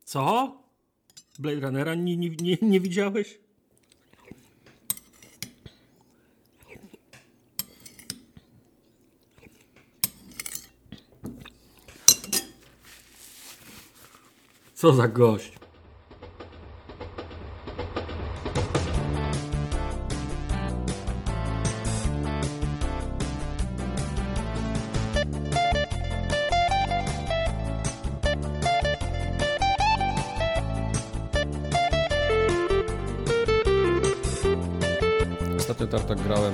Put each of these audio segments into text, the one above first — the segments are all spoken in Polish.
Co? Blade Runnera nie widziałeś? Co za gość. Ostatnio Tartak grałem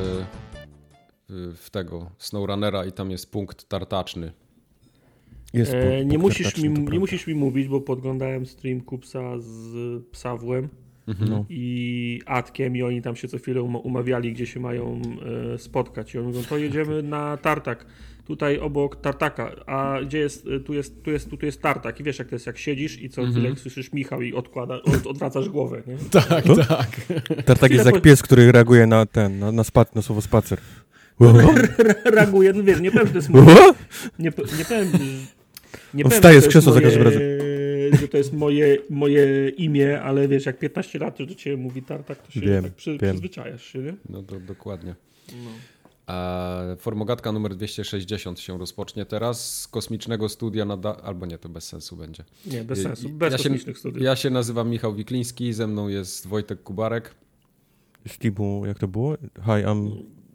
w tego SnowRunnera i tam jest punkt tartaczny. Jest nie musisz mi mówić, bo podglądałem stream Kupsa z Psawłem i Atkiem i oni tam się co chwilę umawiali, gdzie się mają spotkać. I oni mówią, to jedziemy na Tartak. Tutaj obok Tartaka, a gdzie jest, tu jest Tartak i wiesz jak to jest, jak siedzisz i co chwilę słyszysz Michał i odwracasz głowę, nie? Tak, tak. Tartak jest jak pies, który reaguje na słowo spacer. Reaguje, no wiesz, nie powiem, że to jest nie powiem, on wstaje z krzesła za każdym razem. Że to jest moje imię, ale wiesz, jak 15 lat do ciebie mówi Tartak, to się przyzwyczajasz się, nie? No to dokładnie. No. Formogatka numer 260 się rozpocznie teraz z kosmicznego studia albo nie, to bez sensu będzie. Nie, bez sensu, bez kosmicznych studiów. Ja się nazywam Michał Wikliński, ze mną jest Wojtek Kubarek. Z teamu, jak to było? Hi, I'm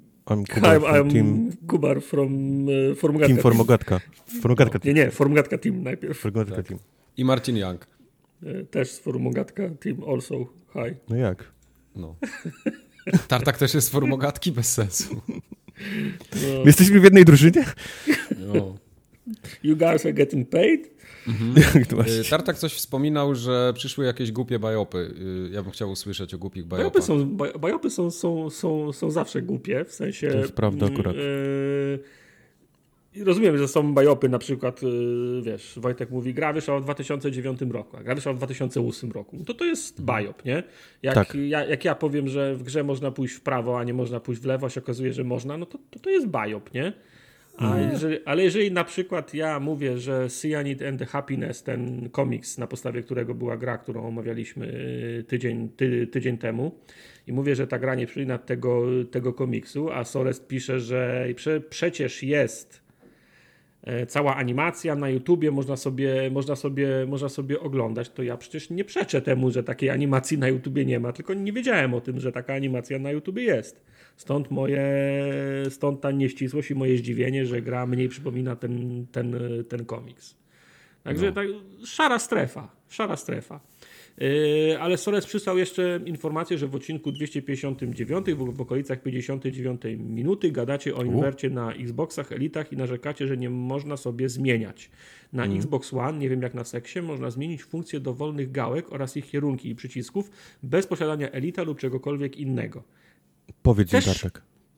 Kubar from Formogatka. Team Formogatka. Formogatka Team. Nie, Formogatka Team najpierw. Formogatka Team. I Marcin Young. Też z Formogatka Team also. Hi. No jak? No. Tartak też jest z Formogatki bez sensu. No. Jesteśmy w jednej drużynie? No. You guys are getting paid? Tartak coś wspominał, że przyszły jakieś głupie bajopy. Ja bym chciał usłyszeć o głupich bajopach. Bajopy są zawsze głupie, w sensie... To jest prawda akurat. Rozumiem, że są bajopy, na przykład, wiesz, Wojtek mówi, gra wyszła w 2009 roku, a gra wyszła w 2008 roku. To jest bajop, nie? Jak ja powiem, że w grze można pójść w prawo, a nie można pójść w lewo, się okazuje, że można, no to jest bajop, nie? Ale jeżeli na przykład ja mówię, że Cyanide and the Happiness, ten komiks, na podstawie którego była gra, którą omawialiśmy tydzień temu, i mówię, że ta gra nie przypomina tego komiksu, a Sorest pisze, że przecież jest cała animacja na YouTubie, można sobie oglądać, to ja przecież nie przeczę temu, że takiej animacji na YouTubie nie ma, tylko nie wiedziałem o tym, że taka animacja na YouTubie jest. Stąd ta nieścisłość i moje zdziwienie, że gra mniej przypomina ten komiks. Także tak, szara strefa. Ale Soles przysłał jeszcze informację, że w odcinku 259 w okolicach 59 minuty gadacie o inwercie na Xboxach, Elitach i narzekacie, że nie można sobie zmieniać. Na Xbox One, nie wiem jak na Seksie, można zmienić funkcję dowolnych gałek oraz ich kierunki i przycisków bez posiadania Elita lub czegokolwiek innego. Powiedz im, Tartak.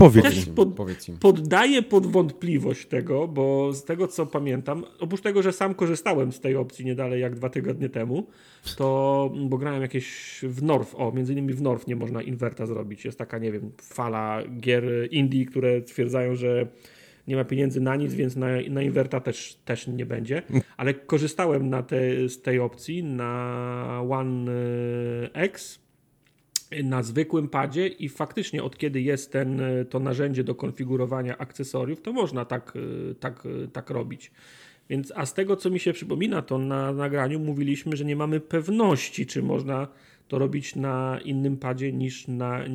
Poddaję pod wątpliwość tego, bo z tego co pamiętam, oprócz tego, że sam korzystałem z tej opcji nie dalej jak 2 tygodnie temu, bo grałem jakieś w North, między innymi w North nie można inwerta zrobić. Jest taka, nie wiem, fala gier indie, które stwierdzają, że nie ma pieniędzy na nic, więc na inwerta też nie będzie. Ale korzystałem z tej opcji na One X, na zwykłym padzie i faktycznie od kiedy jest to narzędzie do konfigurowania akcesoriów, to można tak robić. Więc, a z tego co mi się przypomina, to na nagraniu mówiliśmy, że nie mamy pewności, czy można to robić na innym padzie niż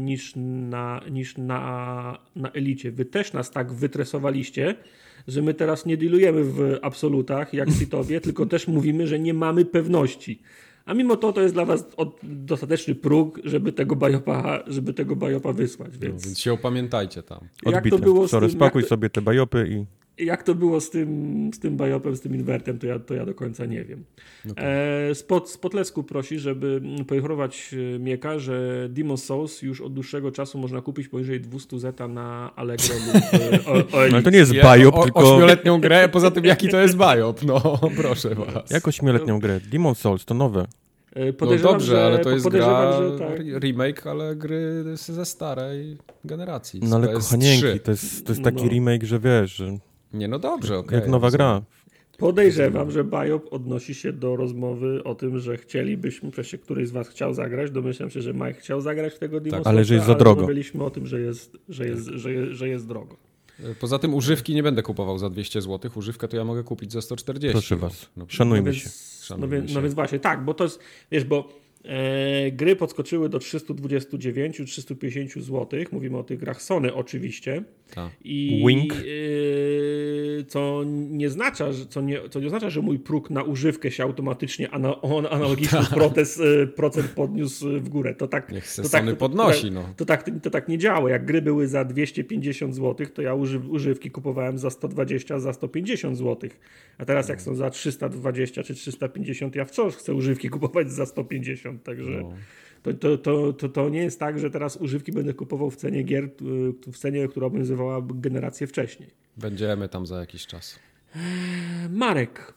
na Elicie. Wy też nas tak wytresowaliście, że my teraz nie dealujemy w absolutach jak Sithowie, tylko też mówimy, że nie mamy pewności. A mimo to jest dla was dostateczny próg, żeby tego bajopa wysłać. Więc się opamiętajcie tam. Spakuj sobie te bajopy i... Jak to było z tym bajopem, z tym inwertem, to ja do końca nie wiem. Spotlesku prosi, żeby poinformować Mieka, że Demon's Souls już od dłuższego czasu można kupić poniżej 200 zeta na Allegro lub Ale to nie jest bajop, tylko... 8-letnią grę, poza tym jaki to jest bajop, no proszę was. Jak 8-letnią grę? Demon's Souls to nowe. No dobrze, ale to jest gra remake, ale gry ze starej generacji. No ale kochanieńki, to jest taki remake, że wiesz, że... Nie, no dobrze, okej. Jak nowa gra. Podejrzewam, że Biop odnosi się do rozmowy o tym, że chcielibyśmy, przecież któryś z was chciał zagrać, domyślam się, że Mike chciał zagrać w tego Demon's Soulsa, ale że jest za drogo. Mówiliśmy o tym, że jest drogo. Poza tym używki nie będę kupował za 200 zł, używkę to ja mogę kupić za 140. Proszę was, szanujmy się. No więc właśnie, tak, bo to jest, wiesz, bo gry podskoczyły do 329-350 zł. Mówimy o tych grach Sony oczywiście. I Wink. Co nie oznacza, że mój próg na używkę się automatycznie analogiczny procent podniósł w górę. To tak, niech se Sony podnosi. To tak nie działa. Jak gry były za 250 zł, to ja używki kupowałem za 120, za 150 zł. A teraz jak są za 320 czy 350, ja wciąż chcę używki kupować za 150. Także to nie jest tak, że teraz używki będę kupował w cenie gier, w cenie, która obowiązywała generację wcześniej. Będziemy tam za jakiś czas. Marek.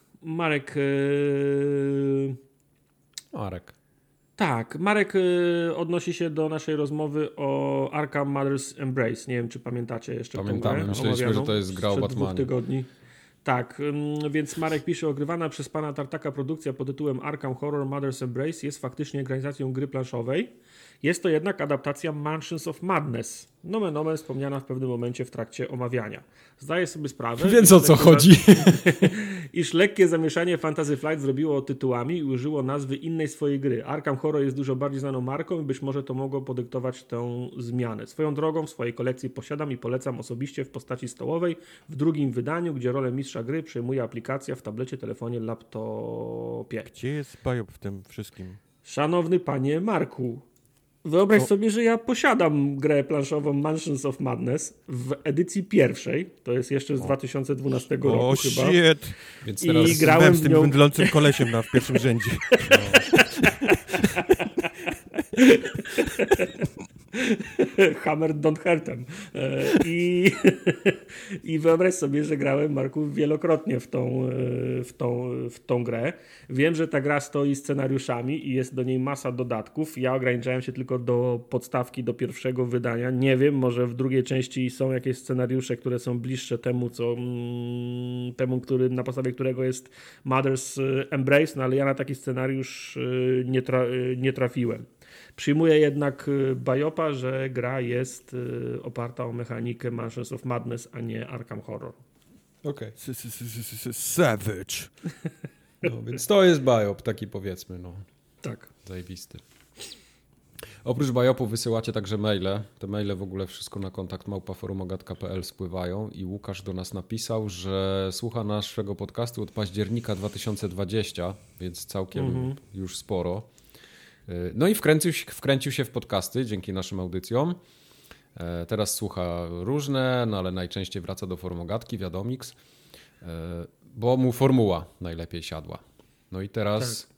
Tak, Marek odnosi się do naszej rozmowy o Arkham Mother's Embrace. Nie wiem, czy pamiętacie jeszcze Pamiętamy, tę grę. myśleliśmy, że to jest gra o Batmanie. 2 tygodni. Tak, więc Marek pisze, ogrywana przez pana Tartaka produkcja pod tytułem Arkham Horror Mother's Embrace jest faktycznie ekranizacją gry planszowej. Jest to jednak adaptacja Mansions of Madness. Nomen omen wspomniana w pewnym momencie w trakcie omawiania. Zdaję sobie sprawę... Więc o co chodzi? Iż lekkie zamieszanie Fantasy Flight zrobiło tytułami i użyło nazwy innej swojej gry. Arkham Horror jest dużo bardziej znaną marką i być może to mogło podyktować tę zmianę. Swoją drogą w swojej kolekcji posiadam i polecam osobiście w postaci stołowej w drugim wydaniu, gdzie rolę mistrza gry przejmuje aplikacja w tablecie, telefonie, laptopie. Gdzie jest Biop w tym wszystkim? Szanowny panie Marku, wyobraź sobie, że ja posiadam grę planszową Mansions of Madness w edycji pierwszej, to jest jeszcze z 2012 roku chyba. Shit! Więc teraz I grałem z tym wędlącym kolesiem w pierwszym rzędzie. Hammer don't hurt them. I wyobraź sobie, że grałem, Marku, wielokrotnie w tą grę. Wiem, że ta gra stoi scenariuszami i jest do niej masa dodatków. Ja ograniczałem się tylko do podstawki, do pierwszego wydania. Nie wiem, może w drugiej części są jakieś scenariusze, które są bliższe temu, na podstawie którego jest Mother's Embrace, no ale ja na taki scenariusz nie trafiłem. Przyjmuję jednak Biopa, że gra jest oparta o mechanikę Mansions of Madness, a nie Arkham Horror. Okej. Savage. No, więc to jest Biop, taki powiedzmy, Tak. zajebisty. Oprócz Biopu wysyłacie także maile. Te maile w ogóle wszystko na kontakt @forumogatka.pl spływają i Łukasz do nas napisał, że słucha naszego podcastu od października 2020, więc całkiem już sporo. No i wkręcił się w podcasty dzięki naszym audycjom. Teraz słucha różne, no ale najczęściej wraca do Formogatki, Wiadomix, bo mu formuła najlepiej siadła. No i teraz... Tak.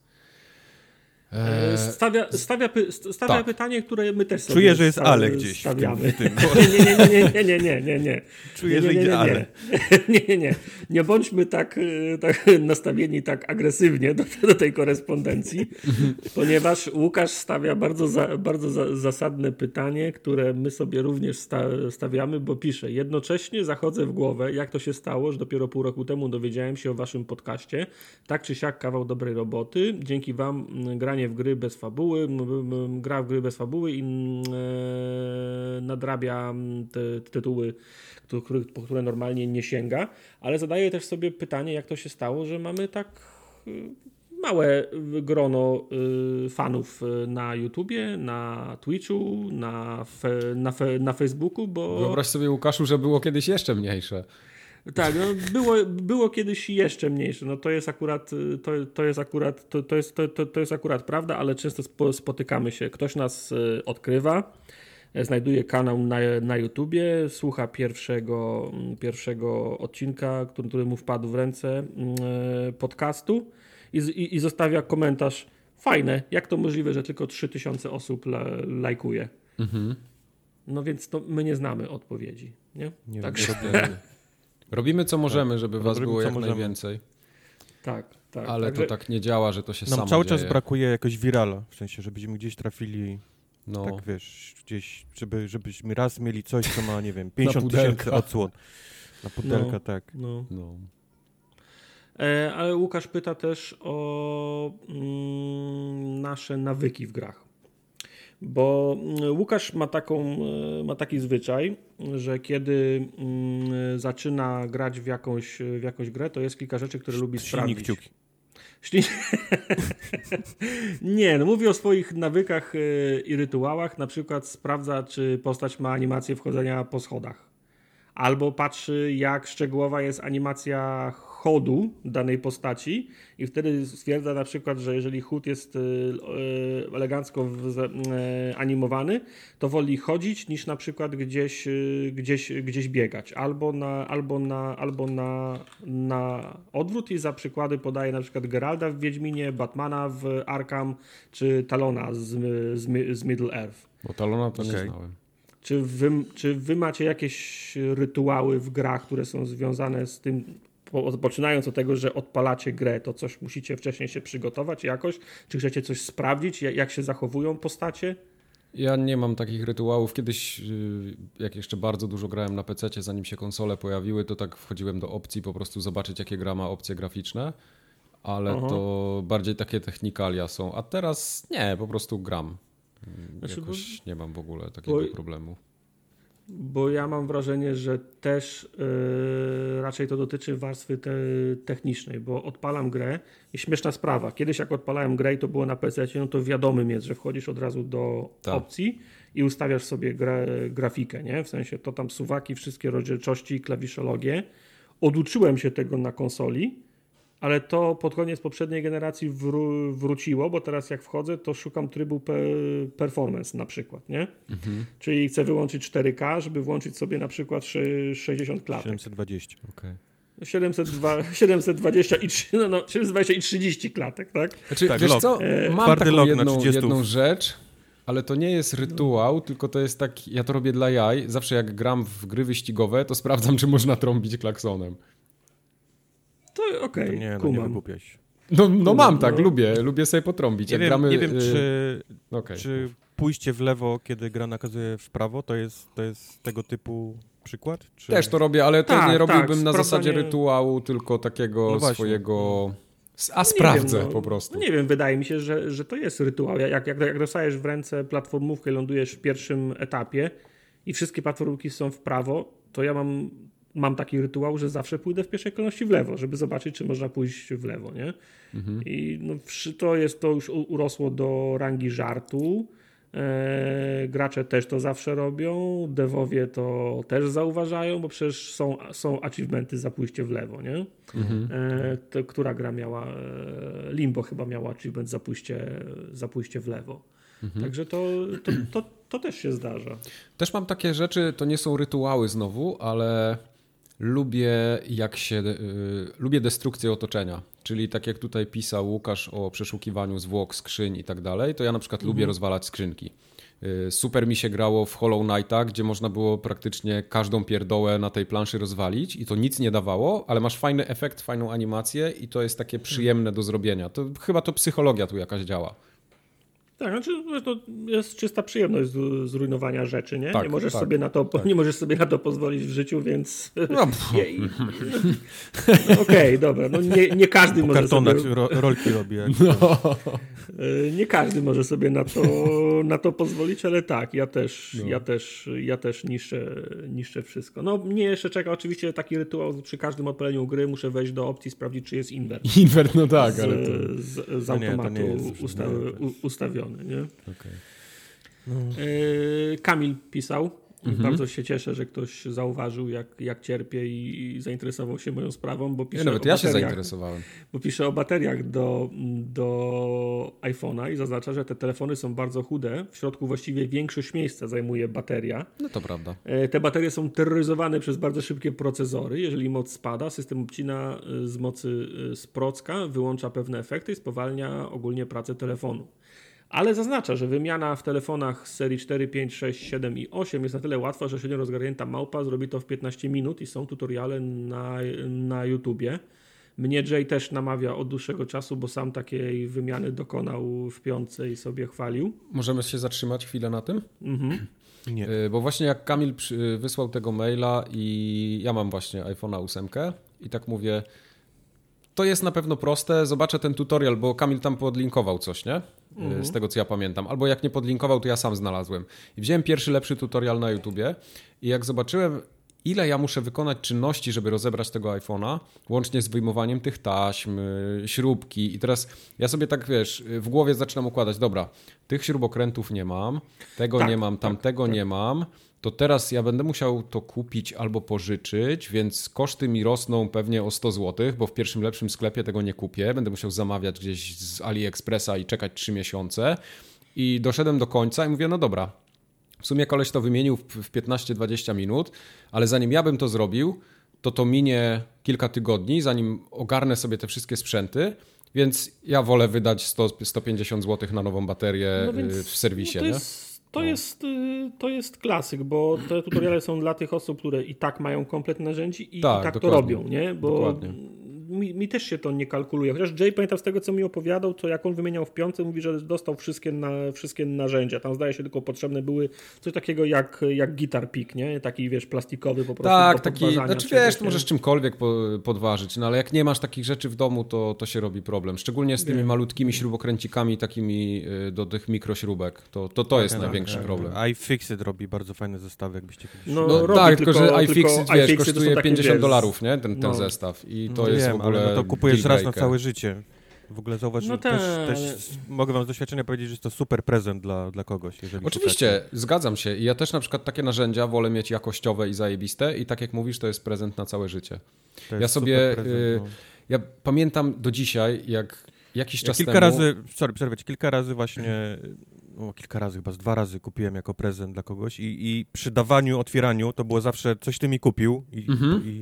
Stawia pytanie, które my też sobie Czuję, że jest Ale gdzieś stawiamy. w tym. Nie. Czuję, że idzie Ale. Nie bądźmy tak nastawieni tak agresywnie do tej korespondencji, ponieważ Łukasz stawia bardzo zasadne pytanie, które my sobie również stawiamy, bo pisze: jednocześnie zachodzę w głowę, jak to się stało, że dopiero pół roku temu dowiedziałem się o waszym podcaście. Tak czy siak kawał dobrej roboty. Dzięki wam gra w gry bez fabuły i nadrabia te tytuły, po które normalnie nie sięga, ale zadaję też sobie pytanie, jak to się stało, że mamy tak małe grono fanów na YouTubie, na Twitchu, na Facebooku, bo... Wyobraź sobie, Łukaszu, że było kiedyś jeszcze mniejsze. Tak, no było kiedyś jeszcze mniejsze. No to jest akurat prawda, ale często spotykamy się. Ktoś nas odkrywa, znajduje kanał na YouTubie, słucha pierwszego odcinka, który mu wpadł w ręce podcastu i zostawia komentarz: fajne, jak to możliwe, że tylko 3000 osób lajkuje. No więc to my nie znamy odpowiedzi, nie? Także... Robimy co możemy, żeby was było jak najwięcej. Tak. Ale także... to tak nie działa, że to się samo Nam cały czas dzieje. brakuje jakoś wirala, w sensie, żebyśmy gdzieś trafili, No. tak wiesz, gdzieś, żebyśmy raz mieli coś, co ma, nie wiem, 50 000 odsłon. Na pudelka, tak. No. Ale Łukasz pyta też o nasze nawyki w grach. Bo Łukasz ma taki zwyczaj, że kiedy zaczyna grać w jakąś grę, to jest kilka rzeczy, które lubi sprawdzić. Kciuki. Nie, no mówię o swoich nawykach i rytuałach. Na przykład sprawdza, czy postać ma animację wchodzenia po schodach. Albo patrzy, jak szczegółowa jest animacja chodu danej postaci i wtedy stwierdza na przykład, że jeżeli chód jest elegancko animowany, to woli chodzić niż na przykład gdzieś biegać. Albo na odwrót i za przykłady podaje na przykład Geralda w Wiedźminie, Batmana w Arkham czy Talona z Middle-earth. Bo Talona to nie znałem. Czy wy macie jakieś rytuały w grach, które są związane z tym, poczynając od tego, że odpalacie grę, to coś musicie wcześniej się przygotować jakoś? Czy chcecie coś sprawdzić, jak się zachowują postacie? Ja nie mam takich rytuałów. Kiedyś, jak jeszcze bardzo dużo grałem na PC-cie, zanim się konsole pojawiły, to tak wchodziłem do opcji po prostu zobaczyć, jakie gra ma opcje graficzne, ale to bardziej takie technikalia są. A teraz nie, po prostu gram. Jakoś nie mam w ogóle takiego problemu. Bo ja mam wrażenie, że też raczej to dotyczy warstwy technicznej, bo odpalam grę i śmieszna sprawa. Kiedyś jak odpalałem grę i to było na PC-cie, no to wiadomym jest, że wchodzisz od razu do opcji i ustawiasz sobie grafikę, nie? W sensie to tam suwaki, wszystkie rozdzielczości, klawiszologię. Oduczyłem się tego na konsoli, ale to pod koniec poprzedniej generacji wróciło, bo teraz jak wchodzę, to szukam trybu performance na przykład, nie? Czyli chcę wyłączyć 4K, żeby włączyć sobie na przykład 60 klatek. 720. Okay. 720 i 30 klatek, tak? Znaczy, tak, wiesz co, mam taką jedną rzecz, ale to nie jest rytuał, tylko to jest tak, ja to robię dla jaj. Zawsze jak gram w gry wyścigowe, to sprawdzam, czy można trąbić klaksonem. To okej, nie wygłupiaj się. No mam tak, lubię sobie potrąbić. Nie wiem, czy pójście w lewo, kiedy gra nakazuje w prawo, to jest tego typu przykład? Czy... Też to robię, ale to nie robiłbym na zasadzie rytuału, tylko takiego swojego... sprawdzę po prostu. No nie wiem, wydaje mi się, że to jest rytuał. Jak dostajesz w ręce platformówkę i lądujesz w pierwszym etapie i wszystkie platformówki są w prawo, to ja mam taki rytuał, że zawsze pójdę w pierwszej kolejności w lewo, żeby zobaczyć, czy można pójść w lewo, nie? I to już urosło do rangi żartu. Gracze też to zawsze robią, devowie to też zauważają, bo przecież są achievementy za pójście w lewo, nie? Która gra miała, Limbo chyba miała achievement za pójście w lewo. Także to też się zdarza. Też mam takie rzeczy, to nie są rytuały znowu, ale lubię lubię destrukcję otoczenia. Czyli tak jak tutaj pisał Łukasz o przeszukiwaniu zwłok, skrzyń i tak dalej, to ja na przykład lubię rozwalać skrzynki. Super mi się grało w Hollow Knighta, gdzie można było praktycznie każdą pierdołę na tej planszy rozwalić i to nic nie dawało, ale masz fajny efekt, fajną animację i to jest takie przyjemne do zrobienia. To chyba to psychologia tu jakaś działa. Tak, znaczy to jest czysta przyjemność zrujnowania rzeczy, nie? Tak, nie możesz tak, sobie na to, tak. Nie możesz sobie na to pozwolić w życiu, więc... No. Okej, dobra. No nie każdy może kartonach sobie... rolki robi. Nie każdy może sobie na to pozwolić, ale tak, ja też niszczę wszystko. No mnie jeszcze czeka oczywiście taki rytuał, przy każdym odpaleniu gry muszę wejść do opcji, sprawdzić, czy jest invert. Invert, no tak, ale to... z automatu ustawiony, nie? Okay. Kamil pisał. Bardzo się cieszę, że ktoś zauważył, jak cierpię i zainteresował się moją sprawą, bo pisze nawet ja się zainteresowałem. Bo pisze o bateriach do iPhone'a i zaznacza, że te telefony są bardzo chude. W środku właściwie większość miejsca zajmuje bateria. No to prawda. Te baterie są terroryzowane przez bardzo szybkie procesory. Jeżeli moc spada, system obcina z mocy z procka, wyłącza pewne efekty i spowalnia ogólnie pracę telefonu. Ale zaznacza, że wymiana w telefonach z serii 4, 5, 6, 7 i 8 jest na tyle łatwa, że średnio rozgarnięta małpa zrobi to w 15 minut i są tutoriale na YouTubie. Mnie Jay też namawia od dłuższego czasu, bo sam takiej wymiany dokonał w piątce i sobie chwalił. Możemy się zatrzymać chwilę na tym? Nie. Bo właśnie jak Kamil wysłał tego maila i ja mam właśnie iPhone'a 8 i tak mówię, to jest na pewno proste. Zobaczę ten tutorial, bo Kamil tam podlinkował coś, nie? Z tego, co ja pamiętam. Albo jak nie podlinkował, to ja sam znalazłem. I wziąłem pierwszy lepszy tutorial na YouTubie i jak zobaczyłem, ile ja muszę wykonać czynności, żeby rozebrać tego iPhone'a, łącznie z wyjmowaniem tych taśm, śrubki i teraz ja sobie tak, wiesz, w głowie zaczynam układać, dobra, tych śrubokrętów nie mam, tego nie mam, tamtego nie mam, to teraz ja będę musiał to kupić albo pożyczyć, więc koszty mi rosną pewnie o 100 zł, bo w pierwszym lepszym sklepie tego nie kupię, będę musiał zamawiać gdzieś z AliExpressa i czekać 3 miesiące i doszedłem do końca i mówię, no dobra, w sumie koleś to wymienił w 15-20 minut, ale zanim ja bym to zrobił, to minie kilka tygodni, zanim ogarnę sobie te wszystkie sprzęty, więc ja wolę wydać 100-150 zł na nową baterię w serwisie. To jest klasyk, bo te tutoriale są dla tych osób, które i tak mają komplet narzędzi i tak to robią, nie? Bo dokładnie. Mi też się to nie kalkuluje. Chociaż Jay, pamiętam z tego, co mi opowiadał, to jak on wymieniał w piątce, mówi, że dostał wszystkie narzędzia. Tam zdaje się tylko potrzebne były coś takiego jak Guitar Pick, nie? Taki, wiesz, plastikowy po prostu. Tak, taki, znaczy wiesz, to możesz czymkolwiek podważyć, no ale jak nie masz takich rzeczy w domu, to się robi problem. Szczególnie z tymi malutkimi śrubokręcikami takimi do tych mikrośrubek. To jest największy problem. iFixit robi bardzo fajne zestawy, jakbyście kiedyś... Tak, tylko że iFixit, wiesz, kosztuje $50, nie? Ten zestaw i to jest w ogóle ale to kupujesz raz na całe życie. W ogóle zauważ, że też mogę wam z doświadczenia powiedzieć, że jest to super prezent dla kogoś. Jeżeli oczywiście, zgadzam się. I ja też na przykład takie narzędzia wolę mieć jakościowe i zajebiste i tak jak mówisz, to jest prezent na całe życie. Ja sobie, ja pamiętam do dzisiaj, jak jakiś czas temu... kilka razy właśnie, kilka razy, chyba z 2 razy kupiłem jako prezent dla kogoś i przy dawaniu, otwieraniu to było zawsze coś ty mi kupił i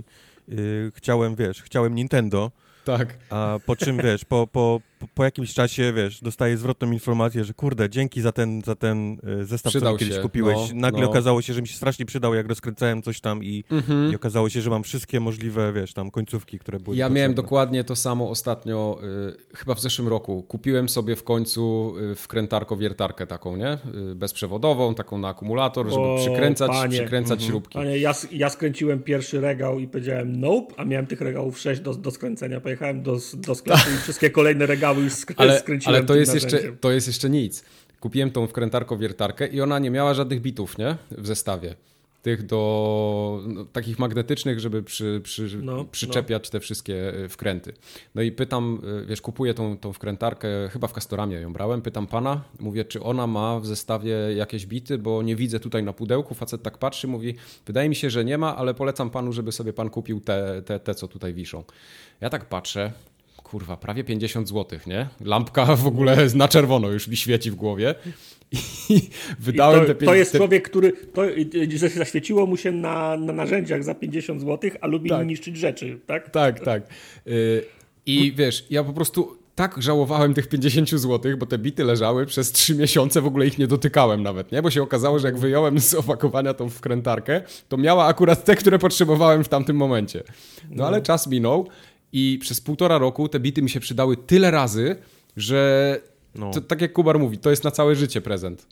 chciałem Nintendo. Tak. A po czym, wiesz, po jakimś czasie, wiesz, dostaję zwrotną informację, że kurde, dzięki za ten zestaw, który kiedyś kupiłeś. Nagle okazało się, że mi się strasznie przydał, jak rozkręcałem coś tam i okazało się, że mam wszystkie możliwe, wiesz, tam końcówki, które były Ja miałem dokładnie to samo ostatnio, chyba w zeszłym roku. Kupiłem sobie w końcu wkrętarko-wiertarkę taką, nie? Bezprzewodową, taką na akumulator, żeby przykręcać śrubki. Panie, ja skręciłem pierwszy regał i powiedziałem nope, a miałem tych regałów 6 do skręcenia. Pojechałem do sklepu i wszystkie kolejne regały już skręciłem. Ale to jest jeszcze nic. Kupiłem tą wkrętarko-wiertarkę i ona nie miała żadnych bitów, nie? W zestawie. Tych takich magnetycznych, żeby przyczepiać te wszystkie wkręty. No i pytam, wiesz, kupuję tą wkrętarkę, chyba w Castoramie ją brałem, pytam pana, mówię, czy ona ma w zestawie jakieś bity, bo nie widzę tutaj na pudełku, facet tak patrzy, mówi, wydaje mi się, że nie ma, ale polecam panu, żeby sobie pan kupił te co tutaj wiszą. Ja tak patrzę, kurwa, prawie 50 zł, nie? Lampka w ogóle na czerwono już mi świeci w głowie. I wydałem to jest człowiek, który zaświeciło mu się na narzędziach za 50 zł, a lubi niszczyć rzeczy, tak? Tak. I wiesz, ja po prostu tak żałowałem tych 50 zł, bo te bity leżały przez 3 miesiące, w ogóle ich nie dotykałem nawet, nie? Bo się okazało, że jak wyjąłem z opakowania tą wkrętarkę, to miała akurat te, które potrzebowałem w tamtym momencie. No ale czas minął i przez 1,5 roku te bity mi się przydały tyle razy, że to, tak jak Kubar mówi, to jest na całe życie prezent.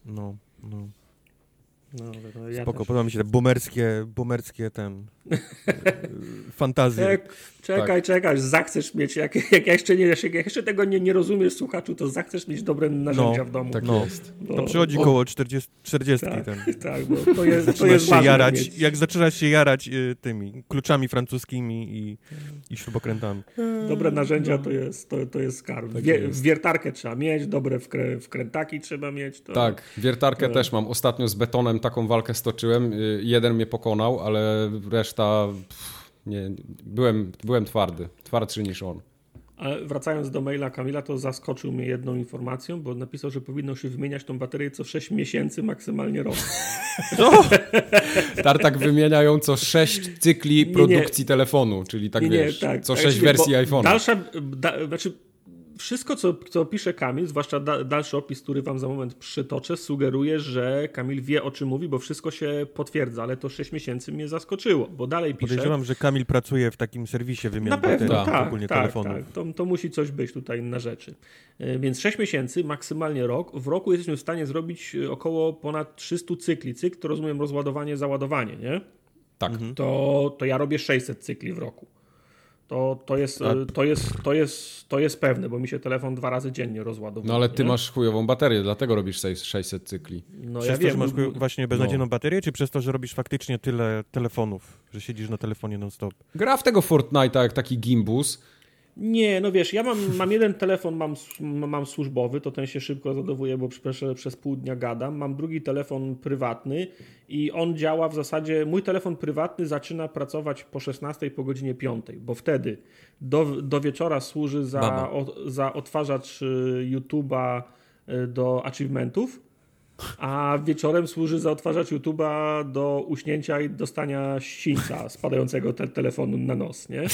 Spoko, podoba mi się te boomerskie fantazje. Czekaj, zachcesz mieć, jak jeszcze tego nie rozumiesz, słuchaczu, to zachcesz mieć dobre narzędzia w domu. Tak jest. To przychodzi koło 40 tak, bo to jest ważne. Jak zaczynasz się jarać tymi kluczami francuskimi i śrubokrętami. Dobre narzędzia to jest skarb. Wiertarkę trzeba mieć, dobre wkrętaki trzeba mieć. Tak, wiertarkę też mam. Ostatnio z betonem taką walkę stoczyłem. Jeden mnie pokonał, ale reszta... Nie, byłem twardszy niż on. Ale wracając do maila Kamila, to zaskoczył mnie jedną informacją, bo napisał, że powinno się wymieniać tą baterię co 6 miesięcy, maksymalnie rok. Tartak wymienia ją co 6 cykli produkcji telefonu, czyli co 6 wersji iPhone'a. Wszystko, co pisze Kamil, zwłaszcza dalszy opis, który wam za moment przytoczę, sugeruje, że Kamil wie, o czym mówi, bo wszystko się potwierdza, ale to 6 miesięcy mnie zaskoczyło, bo dalej pisze... Podejrzewam, że Kamil pracuje w takim serwisie wymiany baterii, ogólnie telefonów. Tak, to musi coś być tutaj na rzeczy. Więc 6 miesięcy, maksymalnie rok. W roku jesteśmy w stanie zrobić około ponad 300 cykli. Cykl to rozumiem rozładowanie, załadowanie, nie? Tak. To ja robię 600 cykli w roku. To jest pewne, bo mi się telefon 2 razy dziennie rozładowuje. No ale ty masz chujową baterię, dlatego robisz 600 cykli. No przez to, że masz właśnie beznadziejną baterię, czy przez to, że robisz faktycznie tyle telefonów, że siedzisz na telefonie non-stop? Gra w tego Fortnite'a jak taki gimbus. Nie, no wiesz, ja mam jeden telefon, mam służbowy, to ten się szybko rozładowuje, bo przez pół dnia gadam. Mam drugi telefon prywatny i on działa w zasadzie, mój telefon prywatny zaczyna pracować po 16, po godzinie 5, bo wtedy do wieczora służy za odtwarzacz YouTube'a do achievementów, a wieczorem służy za odtwarzacz YouTube'a do uśnięcia i dostania sińca spadającego telefonu na nos, nie?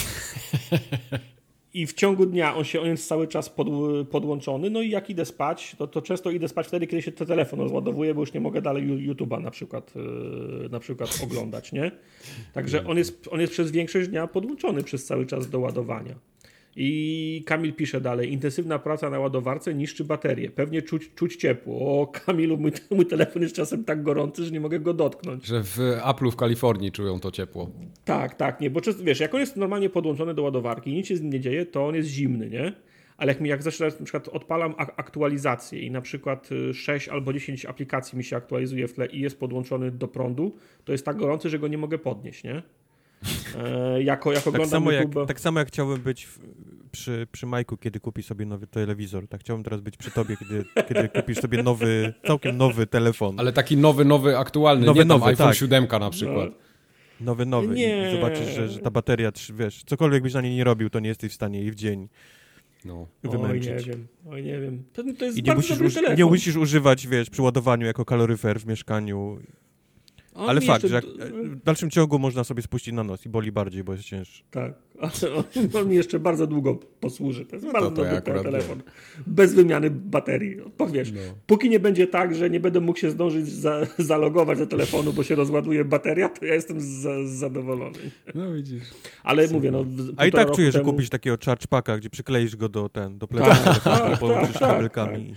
I w ciągu dnia on jest cały czas podłączony, no i jak idę spać, to często idę spać wtedy, kiedy się telefon rozładowuje, bo już nie mogę dalej YouTube'a na przykład oglądać, nie? Także on jest przez większość dnia podłączony przez cały czas do ładowania. I Kamil pisze dalej, intensywna praca na ładowarce niszczy baterię, pewnie czuć ciepło. O Kamilu, mój telefon jest czasem tak gorący, że nie mogę go dotknąć. Że w Apple'u w Kalifornii czują to ciepło. Tak, nie, bo wiesz, jak on jest normalnie podłączony do ładowarki i nic się z nim nie dzieje, to on jest zimny, nie? Ale jak zacznę, na przykład odpalam aktualizację i na przykład 6 albo 10 aplikacji mi się aktualizuje w tle i jest podłączony do prądu, to jest tak gorący, że go nie mogę podnieść, nie? Jak oglądam YouTube... Tak samo jak chciałbym być przy Majku, kiedy kupi sobie nowy telewizor. Tak chciałbym teraz być przy tobie, kiedy kupisz sobie całkiem nowy telefon. Ale taki nowy, aktualny, nie tam iPhone 7 na przykład. Nowy. Nie. I zobaczysz, że ta bateria, wiesz, cokolwiek byś na niej nie robił, to nie jesteś w stanie jej w dzień wymęczyć. Oj, nie wiem. To jest I bardzo dobry telefon. Nie musisz używać, wiesz, przy ładowaniu jako kaloryfer w mieszkaniu. Ale fakt, że w dalszym ciągu można sobie spuścić na nos i boli bardziej, bo jest cięższy. Tak, on mi jeszcze bardzo długo posłuży. To jest bardzo dobry telefon. Bez wymiany baterii. Powiesz, póki nie będzie tak, że nie będę mógł się zdążyć zalogować do telefonu, bo się rozładuje bateria, to ja jestem zadowolony. No widzisz. Ale mówię, a i tak czuję, że kupisz takiego charge packa, gdzie przykleisz go do plecaka, połączysz kabelkami.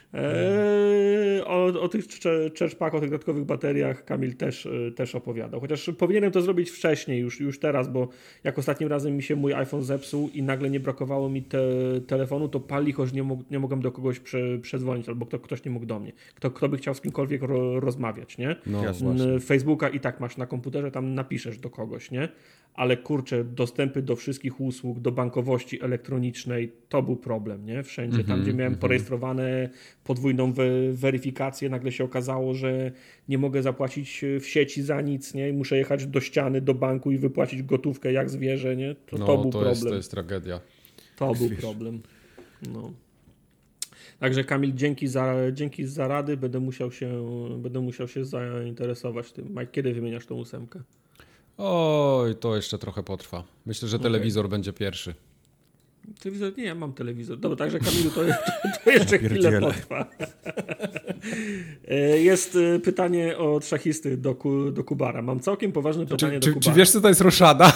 O tych charge pack, o tych dodatkowych bateriach Kamil też opowiadał. Chociaż powinienem to zrobić wcześniej, już teraz, bo jak ostatnim razem mi się mój iPhone zepsuł i nagle nie brakowało mi telefonu, to pal licho, że nie mogłem do kogoś przedzwonić, albo ktoś nie mógł do mnie. Kto by chciał z kimkolwiek rozmawiać, nie? Facebooka i tak masz na komputerze, tam napiszesz do kogoś, nie? Ale kurczę, dostępy do wszystkich usług, do bankowości elektronicznej, to był problem, nie? Wszędzie, tam gdzie miałem porejestrowane podwójną weryfikację, nagle się okazało, że nie mogę zapłacić w sieci za nic, nie? I muszę jechać do ściany, do banku i wypłacić gotówkę jak zwierzę, nie? To był problem. To jest tragedia. To był problem. No. Także Kamil, dzięki za rady, będę musiał się zainteresować tym. Mike, kiedy wymieniasz tą 8? Oj, to jeszcze trochę potrwa. Myślę, że telewizor będzie pierwszy. Telewizor? Nie, ja mam telewizor. Dobra, także Kamilu, to jeszcze chwilę potrwa. Jest pytanie od szachisty do Kubara. Mam całkiem poważne pytanie do Kubara. Czy wiesz, co to jest roszada?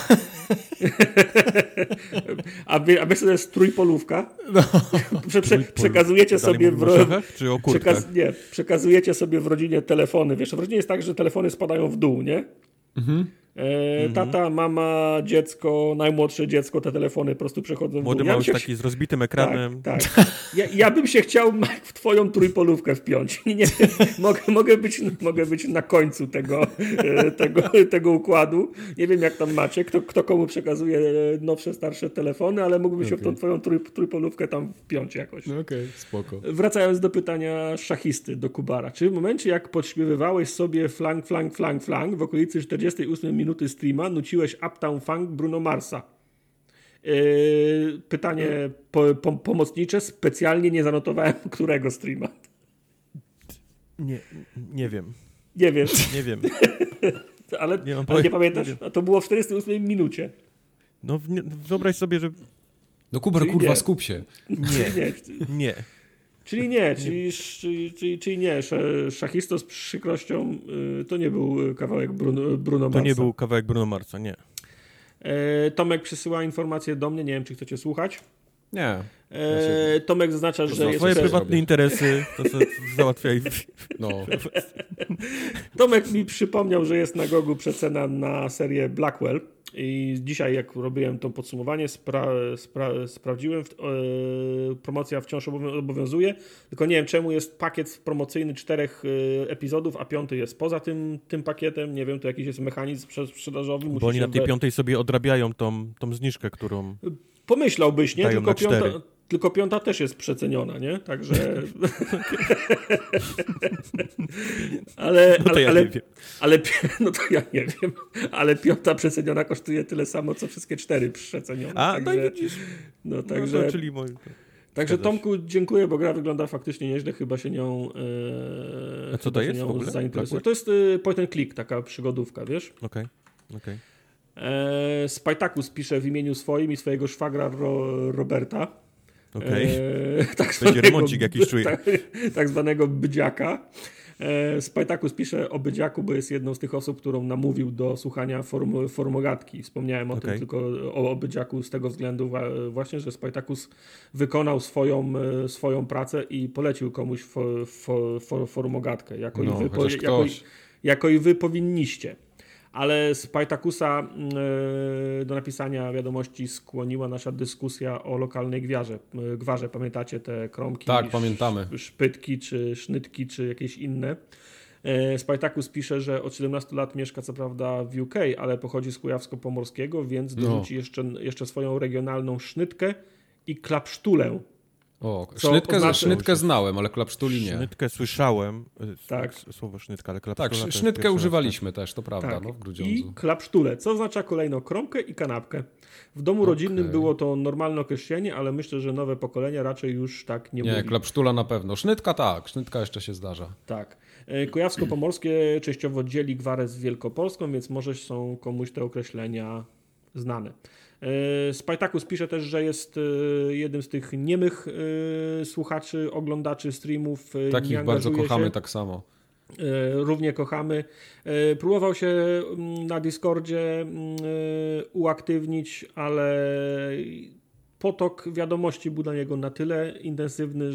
A wiesz, co to jest trójpolówka? No. Przekazujecie sobie przekazujecie sobie w rodzinie telefony. Wiesz, w rodzinie jest tak, że telefony spadają w dół, nie? Mhm. Tata, mama, dziecko, najmłodsze dziecko, te telefony po prostu przechodzą w Młody mały taki z rozbitym ekranem. Tak. Ja bym się chciał w twoją trójpolówkę wpiąć. Nie, mogę być na końcu tego układu. Nie wiem, jak tam macie, kto komu przekazuje nowsze, starsze telefony, ale mógłbym się w tą twoją trójpolówkę tam wpiąć jakoś. Okej, spoko. Wracając do pytania szachisty, do Kubara. Czy w momencie, jak podśpiewywałeś sobie flang w okolicy 48 minuty streama, nuciłeś Uptown Funk Bruno Marsa? Pytanie pomocnicze. Specjalnie nie zanotowałem, którego streama. Nie wiem. Nie wiesz? Nie wiem. ale nie pamiętasz? Nie to było w 48 minucie. No wyobraź sobie, że... No Kubar, kurwa, skup się. Nie. Czyli nie, czyli nie. Szachisto z przykrością to nie był kawałek Bruno Marsa. To nie był kawałek Bruno Marsa, nie. Tomek przysyła informację do mnie, nie wiem, czy chcecie słuchać. Nie. Tomek zaznacza, że jest... Twoje prywatne interesy to załatwiaj. No. Tomek mi przypomniał, że jest na Gogu przecena na serię Blackwell. I dzisiaj, jak robiłem to podsumowanie, sprawdziłem, promocja wciąż obowiązuje, tylko nie wiem, czemu jest pakiet promocyjny 4 epizodów, a 5 jest poza tym pakietem. Nie wiem, to jakiś jest mechanizm sprzedażowy. Bo oni na tej 5 sobie odrabiają tą zniżkę, którą pomyślałbyś, nie? Tylko 5 też jest przeceniona, nie? Także... No to ja nie wiem. No to ja nie wiem. Ale 5 przeceniona kosztuje tyle samo, co wszystkie 4 przecenione. A, także, no i widzisz. No, także... No to, czyli Także Tomku, dziękuję, bo gra wygląda faktycznie nieźle, chyba się nią a co to jest w ogóle? zainteresuje. To jest point and click, taka przygodówka, wiesz? Okej. Spajtakus pisze w imieniu swoim i swojego szwagra Roberta. Okej. Będzie remoncik jakiś czuje. Tak zwanego bydziaka. Spajtakus pisze o bydziaku, bo jest jedną z tych osób, którą namówił do słuchania Formogatki. Wspomniałem o tym tylko o bydziaku z tego względu właśnie, że Spajtakus wykonał swoją pracę i polecił komuś Formogatkę. Jako i wy powinniście. Ale Spajtakusa do napisania wiadomości skłoniła nasza dyskusja o lokalnej gwarze. Pamiętacie te kromki? Tak, pamiętamy. Szpytki, czy sznytki, czy jakieś inne. Spajtakus pisze, że od 17 lat mieszka co prawda w UK, ale pochodzi z Kujawsko-Pomorskiego, więc dorzuci jeszcze swoją regionalną sznytkę i klapsztulę. O, sznytkę znałem, ale klapsztuli nie. Sznytkę słyszałem. Tak. Słowo sznytka, ale klapsztula. Tak, sznytkę używaliśmy też, to prawda, tak. No, w Grudziądzu. I klapsztulę, co oznacza kolejno kromkę i kanapkę. W domu rodzinnym było to normalne określenie, ale myślę, że nowe pokolenia raczej już tak nie mówi. Nie, klapsztula na pewno. Sznytka tak, sznytka jeszcze się zdarza. Tak. Kujawsko-Pomorskie częściowo dzieli gwarę z Wielkopolską, więc może są komuś te określenia znane. Spajtakus pisze też, że jest jednym z tych niemych słuchaczy, oglądaczy streamów. Takich bardzo kochamy tak samo. Równie kochamy. Próbował się na Discordzie uaktywnić, ale potok wiadomości był dla niego na tyle intensywny,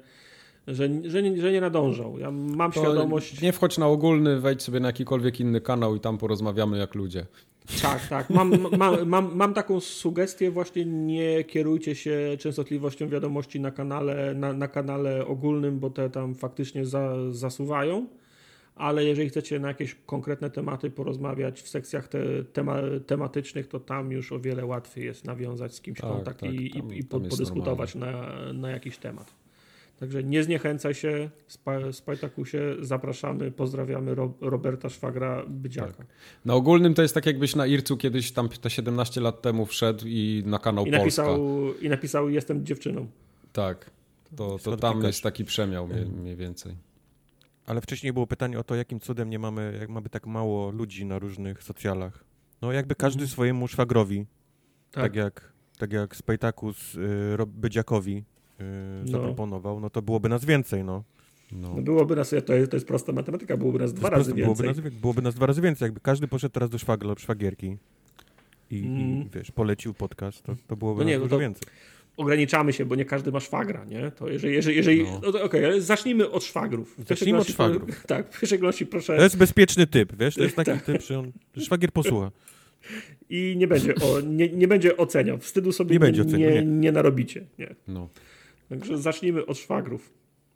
że nie nadążał. Ja mam świadomość... Nie wchodź na ogólny, wejdź sobie na jakikolwiek inny kanał i tam porozmawiamy jak ludzie. Tak. Mam taką sugestię, właśnie nie kierujcie się częstotliwością wiadomości na kanale ogólnym, bo te tam faktycznie zasuwają, ale jeżeli chcecie na jakieś konkretne tematy porozmawiać w sekcjach tematycznych, to tam już o wiele łatwiej jest nawiązać z kimś kontakt i podyskutować na jakiś temat. Także nie zniechęcaj się, Spajtakusie, zapraszamy, pozdrawiamy Roberta, szwagra Bydziaka. Tak. Na ogólnym to jest tak, jakbyś na Ircu kiedyś tam te 17 lat temu wszedł i na kanał Polska. I napisał jestem dziewczyną. Tak, to tam jest taki przemiał mniej więcej. Ale wcześniej było pytanie o to, jakim cudem nie mamy tak mało ludzi na różnych socjalach. No jakby każdy swojemu szwagrowi, tak jak Spajtakus Bydziakowi zaproponował, no to byłoby nas więcej, no. Byłoby nas, to jest prosta matematyka, byłoby nas 2 razy więcej. Byłoby nas 2 razy więcej, jakby każdy poszedł teraz do szwagierki i wiesz, polecił podcast, to byłoby nas dużo więcej. Ograniczamy się, bo nie każdy ma szwagra, nie? To jeżeli ale zacznijmy od szwagrów. Zacznijmy od szwagrów. Tak, w pierwszej kolejności proszę... To jest bezpieczny typ, wiesz, to jest taki typ, że szwagier posłucha. I nie będzie oceniał. Wstydu sobie nie narobicie. Nie. No. Także zacznijmy od szwagrów.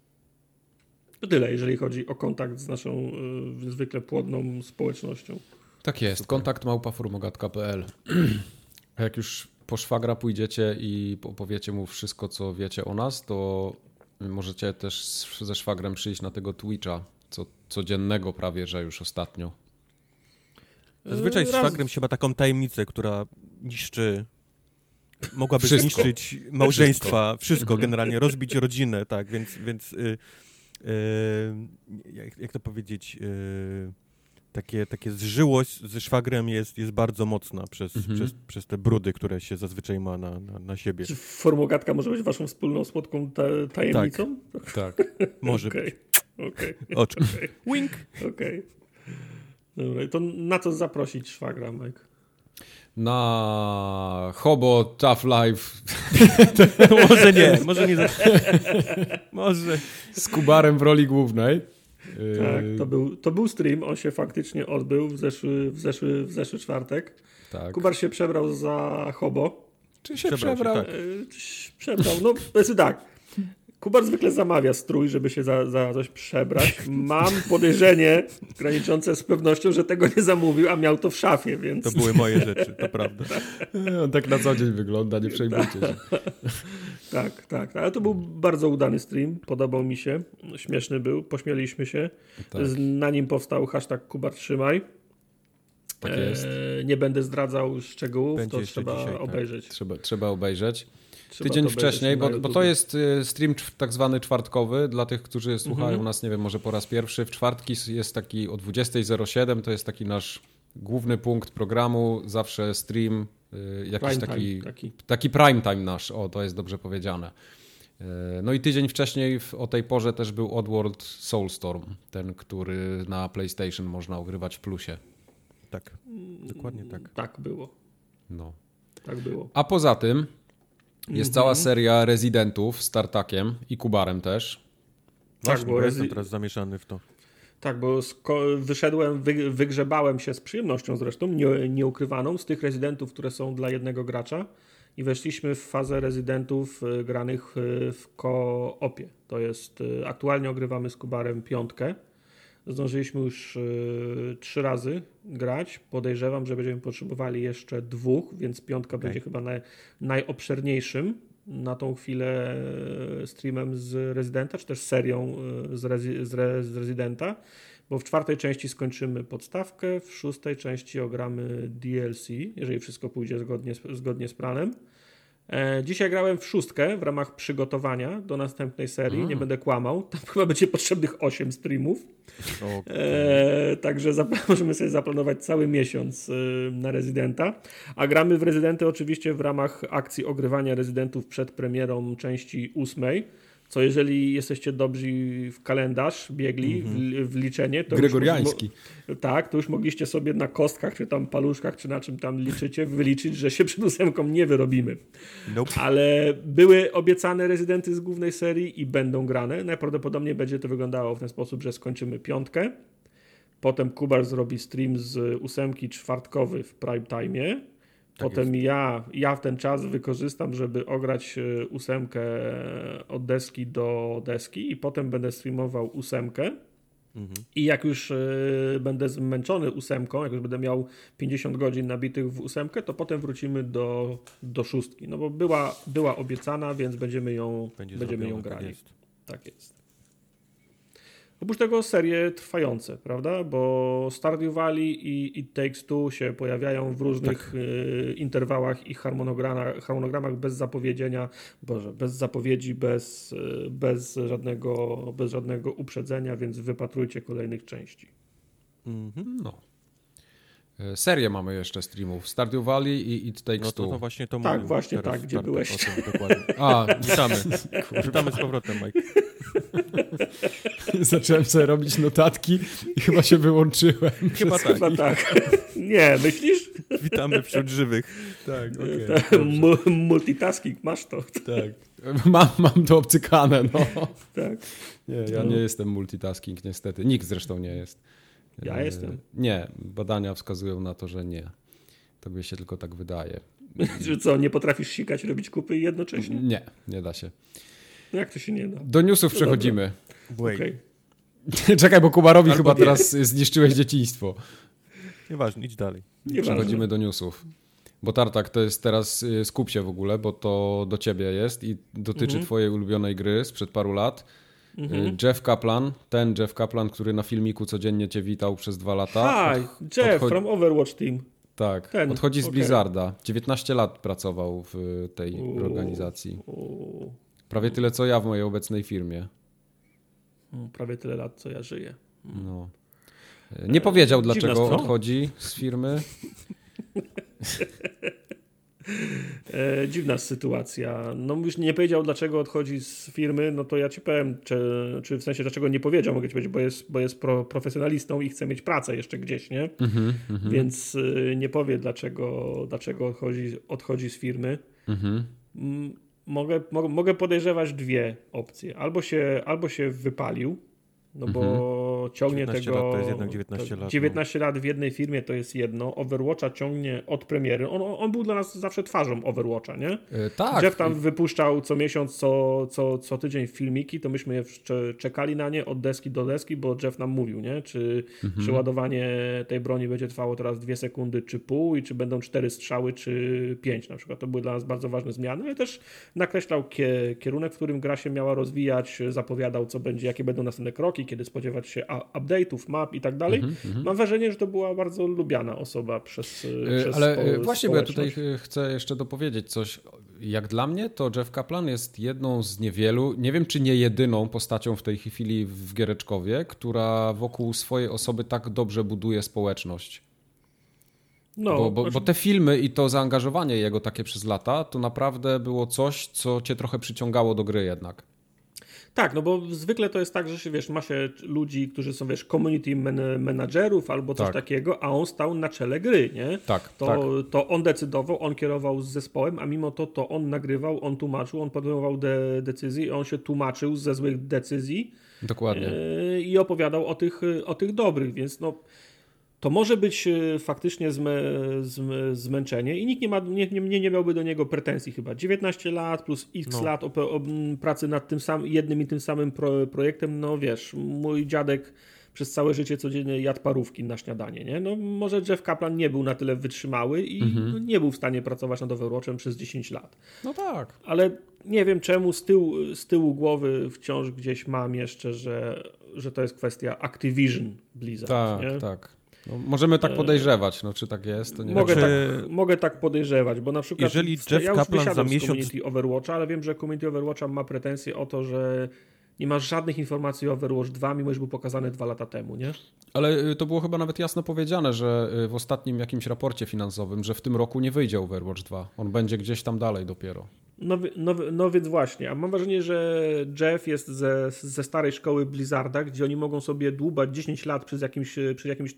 To tyle, jeżeli chodzi o kontakt z naszą zwykle płodną społecznością. Tak jest, kontakt@formogatka.pl. A jak już po szwagra pójdziecie i opowiecie mu wszystko, co wiecie o nas, to możecie też ze szwagrem przyjść na tego Twitcha, codziennego prawie, że już ostatnio. Zazwyczaj z szwagrem się ma taką tajemnicę, która mogłaby zniszczyć małżeństwa, wszystko generalnie, rozbić rodzinę, tak, więc jak to powiedzieć, takie zżyłość ze szwagrem jest bardzo mocna przez te brudy, które się zazwyczaj ma na siebie. Czy Formogatka może być waszą wspólną słodką tajemnicą? Tak. Może być. Okej. Oczko. Wink. Okej. Dobra, to na co zaprosić szwagra, Mike? Na Hobo Tough Life. Może nie. Może. Z Kubarem w roli głównej. Tak, to był stream, on się faktycznie odbył w zeszły czwartek. Tak. Kubar się przebrał za hobo. Czy się przebrał? Tak. Przebrał, no znaczy tak. Kubar zwykle zamawia strój, żeby się za coś przebrać. Mam podejrzenie graniczące z pewnością, że tego nie zamówił, a miał to w szafie, więc... To były moje rzeczy, to prawda. On tak na co dzień wygląda, nie przejmujcie się. Tak. Ale to był bardzo udany stream, podobał mi się. Śmieszny był, pośmieliśmy się. Tak. Na nim powstał hashtag Kubar trzymaj. Tak jest. Nie będę zdradzał szczegółów, Będzie to jeszcze trzeba dzisiaj, tak. obejrzeć. Trzeba obejrzeć. Trzeba Tydzień to wcześniej, obejrzeć bo to jest stream tak zwany czwartkowy, dla tych, którzy słuchają nas, nie wiem, może po raz pierwszy. W czwartki jest taki o 20:07, to jest taki nasz główny punkt programu, zawsze stream, jakiś taki prime time nasz, to jest dobrze powiedziane. No i tydzień wcześniej o tej porze też był Oddworld Soulstorm, ten, który na PlayStation można ogrywać w plusie. Tak, dokładnie tak. Tak było. No. Tak było. A poza tym jest cała seria Residentów z Tartakiem i Kubarem też. Właśnie, bo jestem teraz zamieszany w to. Tak, bo wyszedłem, wygrzebałem się z przyjemnością zresztą, nieukrywaną, z tych rezydentów, które są dla jednego gracza i weszliśmy w fazę rezydentów granych w koopie. To jest, aktualnie ogrywamy z Kubarem 5. Zdążyliśmy już 3 razy grać. Podejrzewam, że będziemy potrzebowali jeszcze 2, więc 5 będzie chyba najobszerniejszym na tą chwilę streamem z Rezydenta, czy też serią z Rezydenta, bo w 4. części skończymy podstawkę, w 6. części ogramy DLC, jeżeli wszystko pójdzie zgodnie z planem. Dzisiaj grałem w 6 w ramach przygotowania do następnej serii, nie będę kłamał, tam chyba będzie potrzebnych 8 streamów, także możemy sobie zaplanować cały miesiąc na Rezydenta, a gramy w Rezydentę oczywiście w ramach akcji ogrywania Rezydentów przed premierą części 8, co jeżeli jesteście dobrzy w kalendarz, biegli w liczenie, to gregoriański. To już mogliście sobie na kostkach, czy tam paluszkach, czy na czym tam liczycie, wyliczyć, że się przed 8 nie wyrobimy. Nope. Ale były obiecane Rezydenty z głównej serii i będą grane. Najprawdopodobniej będzie to wyglądało w ten sposób, że skończymy 5. Potem Kubar zrobi stream z 8 czwartkowy w prime time'ie. Potem ja w ten czas wykorzystam, żeby ograć 8 od deski do deski i potem będę streamował 8. I jak już będę zmęczony 8, jak już będę miał 50 godzin nabitych w 8, to potem wrócimy do 6. No bo była obiecana, więc będziemy ją grali. Tak jest. Oprócz tego serie trwające, prawda? Bo Stardew Valley i It Takes Two się pojawiają w różnych interwałach i harmonogramach bez zapowiedzenia, bez zapowiedzi, bez żadnego uprzedzenia, więc wypatrujcie kolejnych części. No. Serię mamy jeszcze streamów. Stardew Valley i It Takes Two. No właśnie to tak, właśnie tak, gdzie Tartak, byłeś. Dokładnie. Witamy z powrotem, Mike. Zacząłem sobie robić notatki i chyba się wyłączyłem. Chyba tak. Nie, myślisz? Witamy wśród żywych. Tak, okej. Multitasking, masz to. Tak. Mam to obcykane, no. Tak. Nie, ja nie jestem multitasking niestety. Nikt zresztą nie jest. Ja jestem. Nie, badania wskazują na to, że nie. Tobie się tylko tak wydaje. Że co, nie potrafisz sikać, robić kupy jednocześnie? Nie da się. Jak to się nie da? Do newsów przechodzimy. Okay. Czekaj, bo Kubarowi chyba teraz zniszczyłeś dzieciństwo. Nieważne, idź dalej. Przechodzimy do newsów. Bo Tartak, to jest teraz, skup się w ogóle, bo to do ciebie jest i dotyczy twojej ulubionej gry sprzed paru lat. Jeff Kaplan, który na filmiku codziennie cię witał przez 2 lata. Hi, Jeff from Overwatch Team. Tak, odchodzi z Blizzarda. 19 lat pracował w tej organizacji. Prawie tyle, co ja w mojej obecnej firmie. Prawie tyle lat, co ja żyję. No. Nie powiedział, dlaczego odchodzi z firmy. Dziwna sytuacja. No już nie powiedział, dlaczego odchodzi z firmy, no to ja ci powiem, czy w sensie dlaczego nie powiedział, mogę ci powiedzieć, bo jest profesjonalistą i chce mieć pracę jeszcze gdzieś, nie? Więc nie powie, dlaczego odchodzi z firmy. Mogę podejrzewać 2 opcje. Albo się wypalił, no bo to ciągnie 19 tego... lat to jest jednak 19 lat. 19 lat w jednej firmie to jest jedno. Overwatcha ciągnie od premiery. On był dla nas zawsze twarzą Overwatcha, nie? Tak. Jeff tam wypuszczał co miesiąc, co tydzień filmiki, to myśmy czekali na nie od deski do deski, bo Jeff nam mówił, nie? Czy przeładowanie tej broni będzie trwało teraz 2 sekundy czy pół i czy będą 4 strzały czy 5 na przykład. To były dla nas bardzo ważne zmiany, ale też nakreślał kierunek, w którym gra się miała rozwijać, zapowiadał co będzie, jakie będą następne kroki, kiedy spodziewać się update'ów, map i tak dalej. Mam wrażenie, że to była bardzo lubiana osoba przez ale właśnie, bo ja tutaj chcę jeszcze dopowiedzieć coś. Jak dla mnie, to Jeff Kaplan jest jedną z niewielu, nie wiem czy nie jedyną postacią w tej chwili w Giereczkowie, która wokół swojej osoby tak dobrze buduje społeczność. No, bo te filmy i to zaangażowanie jego takie przez lata, to naprawdę było coś, co cię trochę przyciągało do gry jednak. Tak, no bo zwykle to jest tak, że wiesz, ma się ludzi, którzy są, wiesz, community managerów albo coś takiego, a on stał na czele gry, nie? To on decydował, on kierował z zespołem, a mimo to on nagrywał, on tłumaczył, on podejmował decyzje, on się tłumaczył ze złych decyznie. Dokładnie. I opowiadał o tych dobrych, więc no to może być faktycznie zmęczenie i nikt nie miałby do niego pretensji chyba. 19 lat plus x lat pracy nad tym jednym i tym samym projektem, no wiesz, mój dziadek przez całe życie codziennie jadł parówki na śniadanie, nie? No może Jeff Kaplan nie był na tyle wytrzymały i nie był w stanie pracować nad Overwatchem przez 10 lat. No tak. Ale nie wiem czemu z tyłu głowy wciąż gdzieś mam jeszcze, że to jest kwestia Activision Blizzard. Tak, nie? Tak. No, możemy tak podejrzewać, no czy tak jest? To nie mogę tak podejrzewać, bo na przykład jeżeli Jeff Kaplan za miesiąc... community Overwatcha, ale wiem, że community Overwatcha ma pretensje o to, że nie masz żadnych informacji o Overwatch 2, mimo że był pokazany 2 lata temu, nie? Ale to było chyba nawet jasno powiedziane, że w ostatnim jakimś raporcie finansowym, że w tym roku nie wyjdzie Overwatch 2. On będzie gdzieś tam dalej dopiero. No więc właśnie, a mam wrażenie, że Jeff jest ze starej szkoły Blizzarda, gdzie oni mogą sobie dłubać 10 lat przez jakimś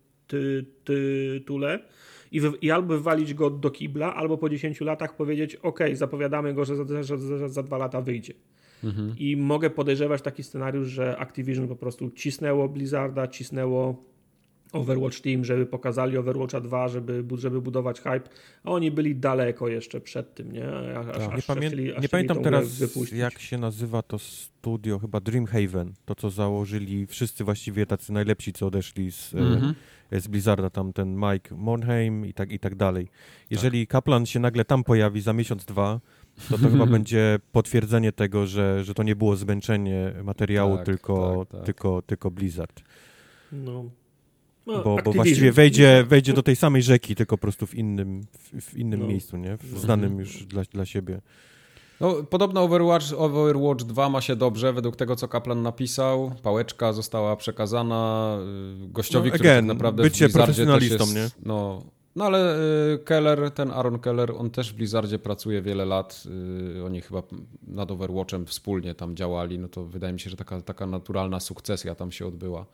tytule i albo wywalić go do kibla, albo po 10 latach powiedzieć zapowiadamy go, że za 2 lata wyjdzie. I mogę podejrzewać taki scenariusz, że Activision po prostu cisnęło Blizzarda, cisnęło Overwatch Team, żeby pokazali Overwatcha 2, żeby budować hype, a oni byli daleko jeszcze przed tym, nie? Nie pamiętam teraz, jak się nazywa to studio, chyba Dreamhaven, to co założyli wszyscy właściwie tacy najlepsi, co odeszli z Blizzarda, tam ten Mike Morhaime i tak dalej. Jeżeli Kaplan się nagle tam pojawi za miesiąc, 2, to chyba będzie potwierdzenie tego, że to nie było zmęczenie materiału, tylko Blizzard. No. Bo właściwie wejdzie do tej samej rzeki, tylko po prostu w innym miejscu, nie? Znanym już dla siebie. No, podobno Overwatch 2 ma się dobrze, według tego, co Kaplan napisał. Pałeczka została przekazana gościowi, który tak naprawdę bycie w Blizzardzie profesjonalistą, też jest, nie? No ale Aaron Keller, on też w Blizzardzie pracuje wiele lat. Oni chyba nad Overwatchem wspólnie tam działali. No to wydaje mi się, że taka naturalna sukcesja tam się odbyła.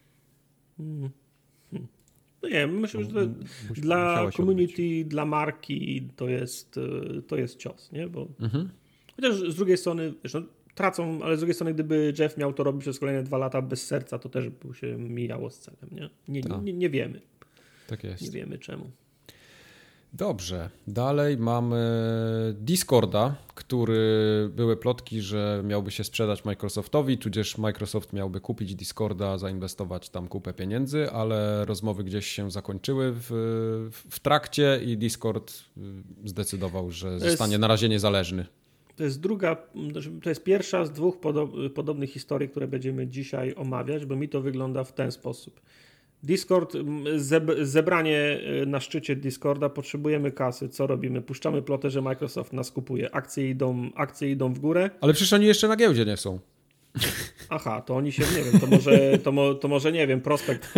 No nie, myślę, że dla community, dla marki to jest cios, nie? Bo chociaż z drugiej strony, wiesz, no, tracą, ale z drugiej strony, gdyby Jeff miał to robić przez kolejne 2 lata bez serca, to też by się mijało z celem, nie? Nie wiemy. Tak jest. Nie wiemy czemu. Dobrze, dalej mamy Discorda, który były plotki, że miałby się sprzedać Microsoftowi, tudzież Microsoft miałby kupić Discorda, zainwestować tam kupę pieniędzy, ale rozmowy gdzieś się zakończyły w trakcie i Discord zdecydował, że zostanie na razie niezależny. To jest pierwsza z 2 podobnych historii, które będziemy dzisiaj omawiać, bo mi to wygląda w ten sposób. Discord, zebranie na szczycie Discorda, potrzebujemy kasy, co robimy? Puszczamy plotę, że Microsoft nas kupuje, akcje idą w górę. Ale przecież oni jeszcze na giełdzie nie są. Aha, to oni się, nie wiem, to może nie wiem, prospekt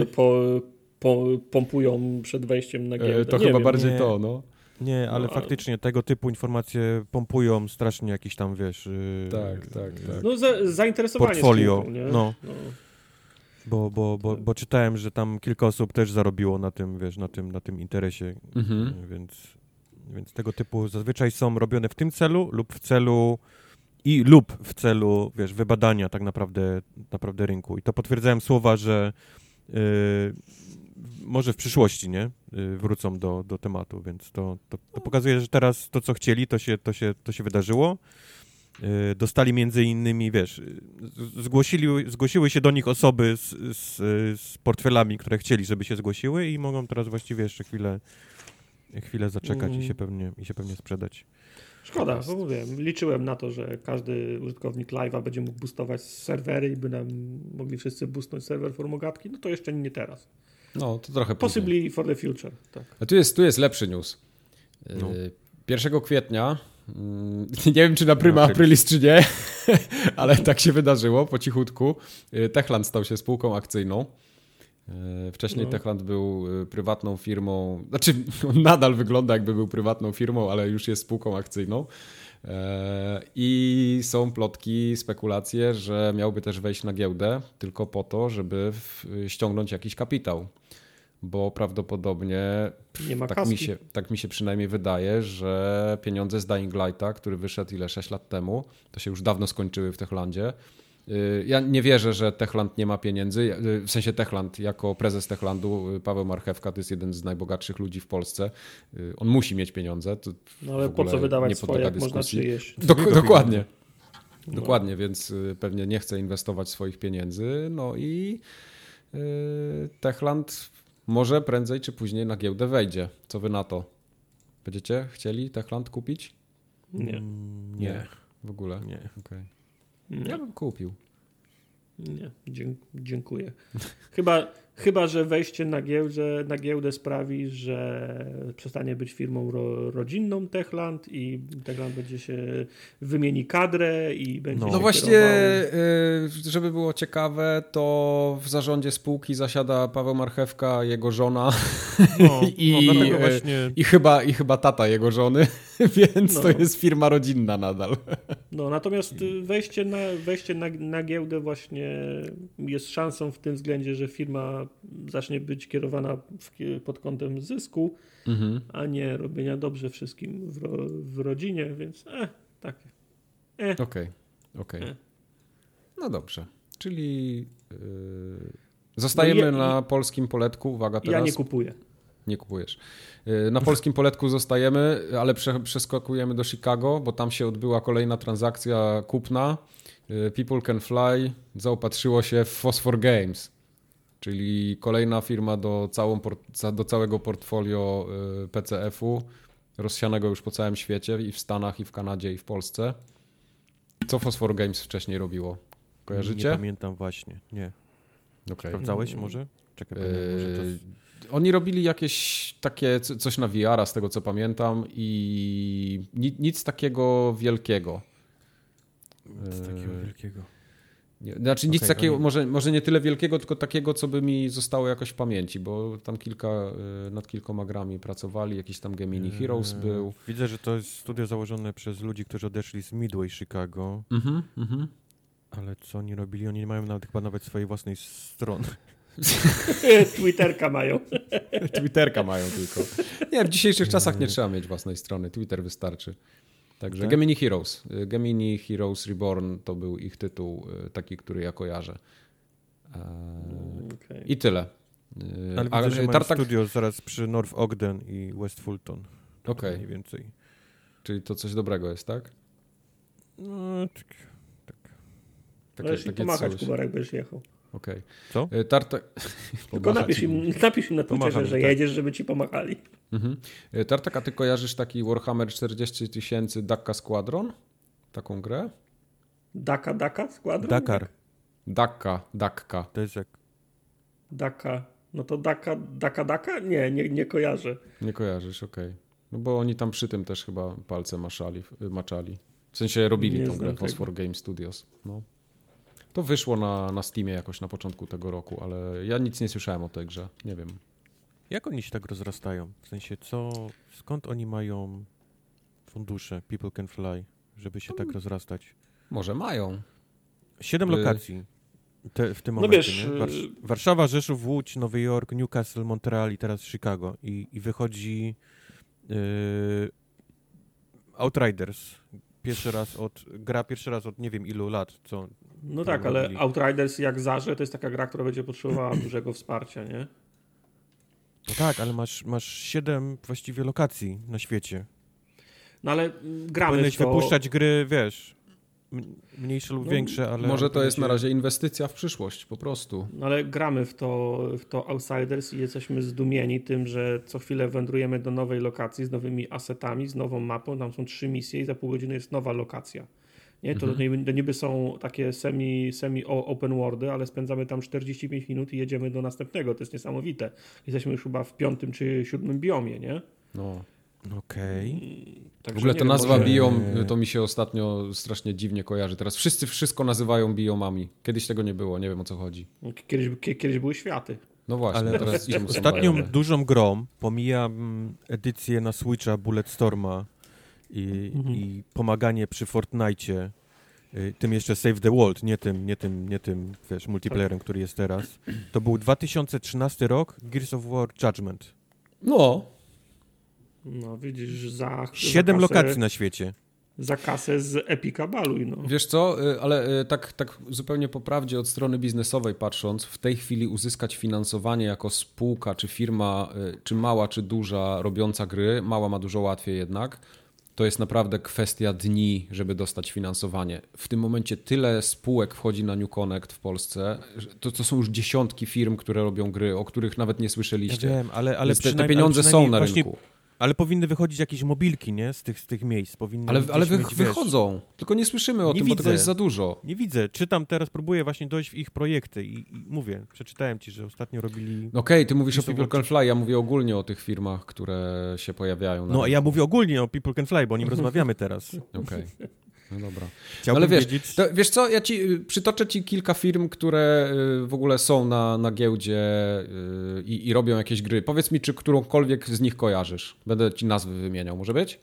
pompują przed wejściem na giełdę. To nie chyba wiem. bardziej to, no. Nie, ale faktycznie tego typu informacje pompują strasznie jakiś tam, wiesz... Tak. No zainteresowanie portfolio, spółką, nie? No. Bo czytałem, że tam kilka osób też zarobiło na tym, wiesz, na tym interesie, więc tego typu zazwyczaj są robione w tym celu lub w celu lub w celu, wybadania tak naprawdę rynku. I to potwierdzają słowa, że może w przyszłości, nie? Wrócą do tematu, więc to pokazuje, że teraz to, co chcieli, to się wydarzyło. Dostali między innymi, zgłosiły się do nich osoby z portfelami, które chcieli, żeby się zgłosiły i mogą teraz właściwie jeszcze chwilę zaczekać i się pewnie sprzedać. Szkoda, bo mówię, liczyłem na to, że każdy użytkownik live'a będzie mógł boostować serwery i by nam mogli wszyscy boostnąć serwer Formogatki, no to jeszcze nie teraz. No, to trochę Possibly później. for the future, tak. A tu jest lepszy news. 1 kwietnia, nie wiem czy na prima aprilis czy nie, ale tak się wydarzyło po cichutku. Techland stał się spółką akcyjną. Wcześniej Techland był prywatną firmą, znaczy on nadal wygląda jakby był prywatną firmą, ale już jest spółką akcyjną. I są plotki, spekulacje, że miałby też wejść na giełdę tylko po to, żeby ściągnąć jakiś kapitał. Bo prawdopodobnie, nie ma tak mi się przynajmniej wydaje, że pieniądze z Dying Lighta, który wyszedł 6 lat temu, to się już dawno skończyły w Techlandzie. Ja nie wierzę, że Techland nie ma pieniędzy. W sensie Techland, jako prezes Techlandu, Paweł Marchewka to jest jeden z najbogatszych ludzi w Polsce. On musi mieć pieniądze. To ale po co wydawać swoje, jak można czyjeś? Dokładnie. Dokładnie, więc pewnie nie chce inwestować swoich pieniędzy. No i Techland może prędzej czy później na giełdę wejdzie. Co wy na to? Będziecie chcieli Techland kupić? Nie. W ogóle? Nie. Okay. Ja bym kupił. Nie, dziękuję. Chyba, że wejście na giełdę sprawi, że przestanie być firmą rodzinną Techland i Techland będzie się wymieni kadrę i będzie No właśnie, żeby było ciekawe, to w zarządzie spółki zasiada Paweł Marchewka, jego żona i chyba tata jego żony, więc to jest firma rodzinna nadal. No, natomiast wejście na giełdę właśnie jest szansą w tym względzie, że firma zacznie być kierowana pod kątem zysku, a nie robienia dobrze wszystkim w rodzinie, więc takie. Okej. No dobrze, czyli zostajemy na polskim poletku. Uwaga teraz. Ja nie kupuję. Nie kupujesz. Na polskim poletku zostajemy, ale przeskakujemy do Chicago, bo tam się odbyła kolejna transakcja kupna. People Can Fly zaopatrzyło się w Phosphor Games, czyli kolejna firma do całego portfolio PCF-u, rozsianego już po całym świecie i w Stanach, i w Kanadzie, i w Polsce. Co Phosphor Games wcześniej robiło? Kojarzycie? Nie pamiętam właśnie, nie. Okay. Sprawdzałeś może? Czekaj, może to... Oni robili jakieś takie coś na VR-a, z tego co pamiętam, i nic takiego wielkiego. Znaczy nic takiego, może nie tyle wielkiego, tylko takiego, co by mi zostało jakoś w pamięci, bo tam nad kilkoma grami pracowali, jakiś tam Gemini Heroes był. Widzę, że to jest studio założone przez ludzi, którzy odeszli z Midway Chicago. Ale co oni robili? Oni nie mają chyba nawet swojej własnej strony. Twitterka mają. Twitterka mają tylko. Nie, w dzisiejszych czasach nie trzeba mieć własnej strony. Twitter wystarczy. Także tak? Gemini Heroes. Gemini Heroes Reborn to był ich tytuł, taki, który ja kojarzę. I tyle. Ale widzę, że mają studio zaraz przy North Ogden i West Fulton. Okej. Mniej więcej. Czyli to coś dobrego jest, tak? No, tak. Możesz im pomachać, Kubar, jak będziesz jechał. Okej. Co? Tylko napisz im na Twitterze, że jedziesz, żeby ci pomachali. Tartak, a ty kojarzysz taki Warhammer 40 000 Dakka Squadron? Taką grę? Dakka Squadron? Dakar. Dakka. To jest jak... Dakka. No to Dakka? Nie kojarzę. Nie kojarzysz, okej. No bo oni tam przy tym też chyba palce maczali. W sensie robili tą grę Phosphor Game Studios. No. To wyszło na Steamie jakoś na początku tego roku, ale ja nic nie słyszałem o tej grze. Nie wiem. Jak oni się tak rozrastają? W sensie skąd oni mają fundusze People Can Fly, żeby się tak rozrastać? Może mają. 7 lokacji w tym momencie. Wiesz, nie? Warszawa, Rzeszów, Łódź, Nowy Jork, Newcastle, Montreal i teraz Chicago. I wychodzi Outriders, pierwszy raz od nie wiem ilu lat, co... No tak, ale Outriders jak zarze, to jest taka gra, która będzie potrzebowała dużego wsparcia, nie? No tak, ale masz 7 właściwie lokacji na świecie. No ale gramy Powinieneś w to... wypuszczać gry, wiesz, mniejsze lub większe, ale... Może to jest na razie inwestycja w przyszłość, po prostu. No ale gramy w to Outsiders i jesteśmy zdumieni tym, że co chwilę wędrujemy do nowej lokacji z nowymi asetami, z nową mapą, tam są 3 misje i za pół godziny jest nowa lokacja. Nie? To niby są takie semi open worldy, ale spędzamy tam 45 minut i jedziemy do następnego. To jest niesamowite. Jesteśmy już chyba w 5. czy 7. biomie, nie? No. Okej. W ogóle ta nazwa biom to mi się ostatnio strasznie dziwnie kojarzy. Teraz wszyscy wszystko nazywają biomami. Kiedyś tego nie było, nie wiem o co chodzi. Kiedyś były światy. No właśnie, ale teraz ostatnią dużą grą pomijam edycję na Switcha Bulletstorma i pomaganie przy Fortnite'cie, tym jeszcze Save the World, nie tym wiesz, multiplayerem, który jest teraz. To był 2013 rok, Gears of War Judgment. No widzisz, za 7 lokacji na świecie. Za kasę z Epica baluj, no. Wiesz co, ale tak zupełnie po prawdzie od strony biznesowej patrząc, w tej chwili uzyskać finansowanie jako spółka, czy firma, czy mała, czy duża, robiąca gry, mała ma dużo łatwiej jednak, to jest naprawdę kwestia dni, żeby dostać finansowanie. W tym momencie tyle spółek wchodzi na New Connect w Polsce, to są już dziesiątki firm, które robią gry, o których nawet nie słyszeliście. Ja wiem, ale te pieniądze są na rynku. Ale powinny wychodzić jakieś mobilki, nie? Z tych miejsc. Ale wychodzą. Tylko nie słyszymy o tym, bo tego jest za dużo. Nie widzę. Czytam teraz, próbuję właśnie dojść w ich projekty i mówię, przeczytałem ci, że ostatnio robili... Okej, ty mówisz o People Can Fly, ja mówię ogólnie o tych firmach, które się pojawiają. No, a ja mówię ogólnie o People Can Fly, bo o nim rozmawiamy teraz. Okej. No dobra. Ale wiesz co, ja przytoczę ci kilka firm, które w ogóle są na giełdzie i robią jakieś gry. Powiedz mi, czy którąkolwiek z nich kojarzysz. Będę ci nazwy wymieniał. Może być?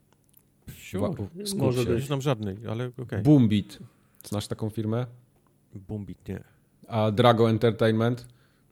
Może być. Nie znam żadnej, ale okej. Boombit. Znasz taką firmę? Boombit, nie. A Drago Entertainment?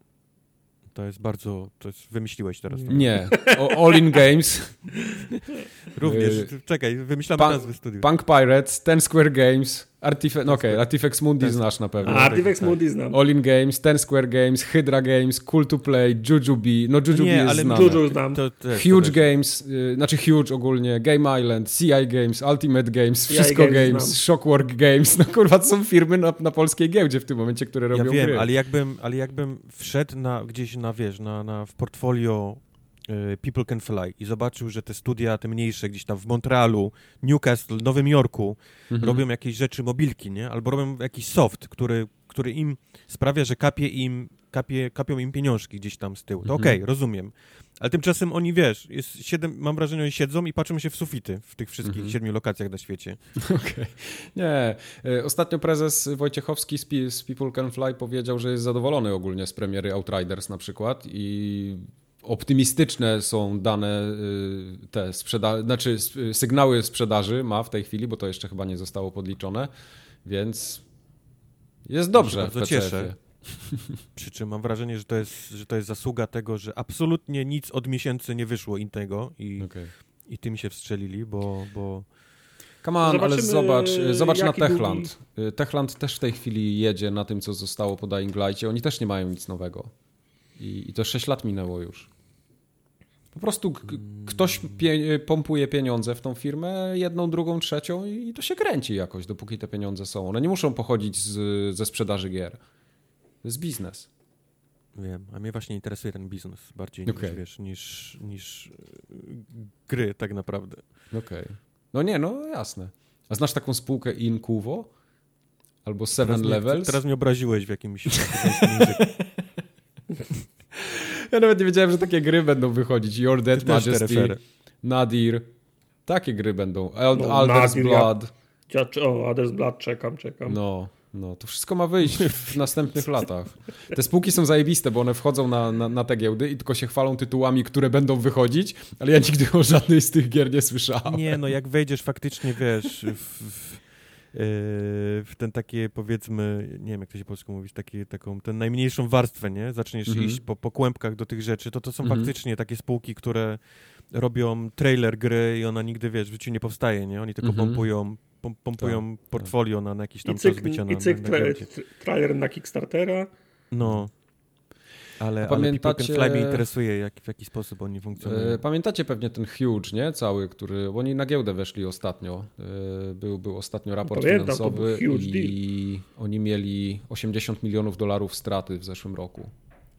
Wymyśliłeś teraz. Nie. All In Games. Również. Czekaj, wymyślamy nazwy studiów. Punk Pirates, Ten Square Games, Artifex Mundi znasz na pewno. Artifex Mundi znam. All In Games, Ten Square Games, Hydra Games, Cool to Play, Jujubee. No Jujubee jest znane. Juju znam. Huge Games, znaczy Huge ogólnie, Game Island, CI Games, Ultimate Games, Wszystko Games, Shockwork Games. No kurwa, to są firmy na polskiej giełdzie w tym momencie, które robią gry. Ja wiem, ale jakbym wszedł gdzieś w portfolio People Can Fly i zobaczył, że te studia, te mniejsze, gdzieś tam w Montrealu, Newcastle, Nowym Jorku robią jakieś rzeczy mobilki, nie? Albo robią jakiś soft, który im sprawia, że kapią im pieniążki gdzieś tam z tyłu. To okej, rozumiem. Ale tymczasem oni, wiesz, mam wrażenie, oni siedzą i patrzą się w sufity w tych wszystkich 7 lokacjach na świecie. Okej. Nie. Ostatnio prezes Wojciechowski z People Can Fly powiedział, że jest zadowolony ogólnie z premiery Outriders na przykład i optymistyczne są dane te sygnały sprzedaży ma w tej chwili, bo to jeszcze chyba nie zostało podliczone, więc jest dobrze. Bardzo cieszę. Przy czym mam wrażenie, że to jest zasługa tego, że absolutnie nic od miesięcy nie wyszło innego i tym się wstrzelili, bo... Come on, ale zobacz na Techland. Techland też w tej chwili jedzie na tym, co zostało po Dying Light'cie. Oni też nie mają nic nowego. I to 6 lat minęło już. Po prostu ktoś pompuje pieniądze w tą firmę, jedną, drugą, trzecią i to się kręci jakoś, dopóki te pieniądze są. One nie muszą pochodzić ze sprzedaży gier. To jest biznes. Wiem, a mnie właśnie interesuje ten biznes bardziej niż gry tak naprawdę. Okej. No nie, no jasne. A znasz taką spółkę Incuvo? Albo Seven Levels? Teraz mnie obraziłeś w jakimś języku. Ja nawet nie wiedziałem, że takie gry będą wychodzić. Your Dead Majesty, Nadir. Takie gry będą. Alder's Blood. Alder's Blood, czekam. No, to wszystko ma wyjść w następnych latach. Te spółki są zajebiste, bo one wchodzą na te giełdy i tylko się chwalą tytułami, które będą wychodzić, ale ja nigdy o żadnej z tych gier nie słyszałem. Nie, no jak wejdziesz faktycznie, wiesz, w ten takie, powiedzmy, nie wiem jak to się polsku mówić, tę najmniejszą warstwę, nie? Zaczniesz iść po kłębkach do tych rzeczy, to są faktycznie takie spółki, które robią trailer gry i ona nigdy, wiesz, w życiu nie powstaje, nie? Oni tylko pompują portfolio na jakiś tam czas bycia na trailer na Kickstartera. No. Ale People Can Fly mnie interesuje, w jaki sposób oni funkcjonują. Pamiętacie pewnie ten Huge, nie? Cały, który... Oni na giełdę weszli ostatnio. Był ostatnio raport finansowy i oni mieli $80 milionów straty w zeszłym roku.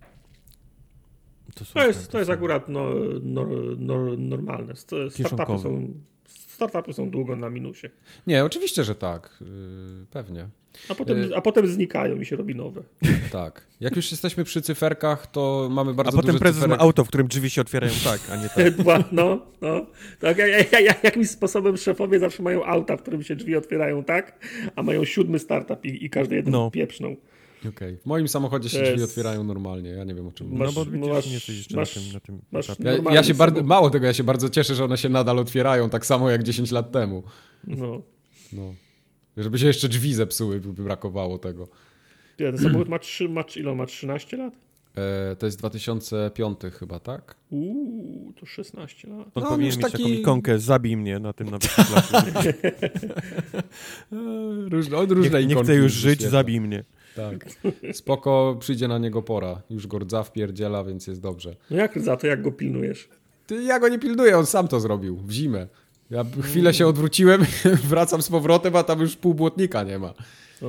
To jest akurat normalne. Startupy są długo na minusie. Nie, oczywiście, że tak. Pewnie. A potem znikają i się robi nowe. Tak. Jak już jesteśmy przy cyferkach, to mamy bardzo dużo cyferek. A potem prezes ma auto, w którym drzwi się otwierają tak, a nie tak. No. Tak, jakimś sposobem szefowie zawsze mają auta, w którym się drzwi otwierają tak, a mają 7 startup i każdy jeden pieprzną. Okej. W moim samochodzie się drzwi otwierają normalnie, ja nie wiem o czym mówisz. No bo nie jesteś jeszcze na tym etapie. Ja się mało tego, ja się bardzo cieszę, że one się nadal otwierają, tak samo jak 10 lat temu. No. Żeby się jeszcze drzwi zepsuły, by brakowało tego. Ten samochód ma 13 lat? To jest 2005 chyba, tak? To 16 lat. On powinien mieć taką ikonkę, zabij mnie na tym wyświetlaczu. Różne nie chcę już żyć, zabij mnie. Tak. Spoko, przyjdzie na niego pora. Już go rdza wpierdziela, więc jest dobrze. No jak go pilnujesz? Ja go nie pilnuję, on sam to zrobił w zimę. Ja chwilę się odwróciłem, wracam z powrotem, a tam już pół błotnika nie ma.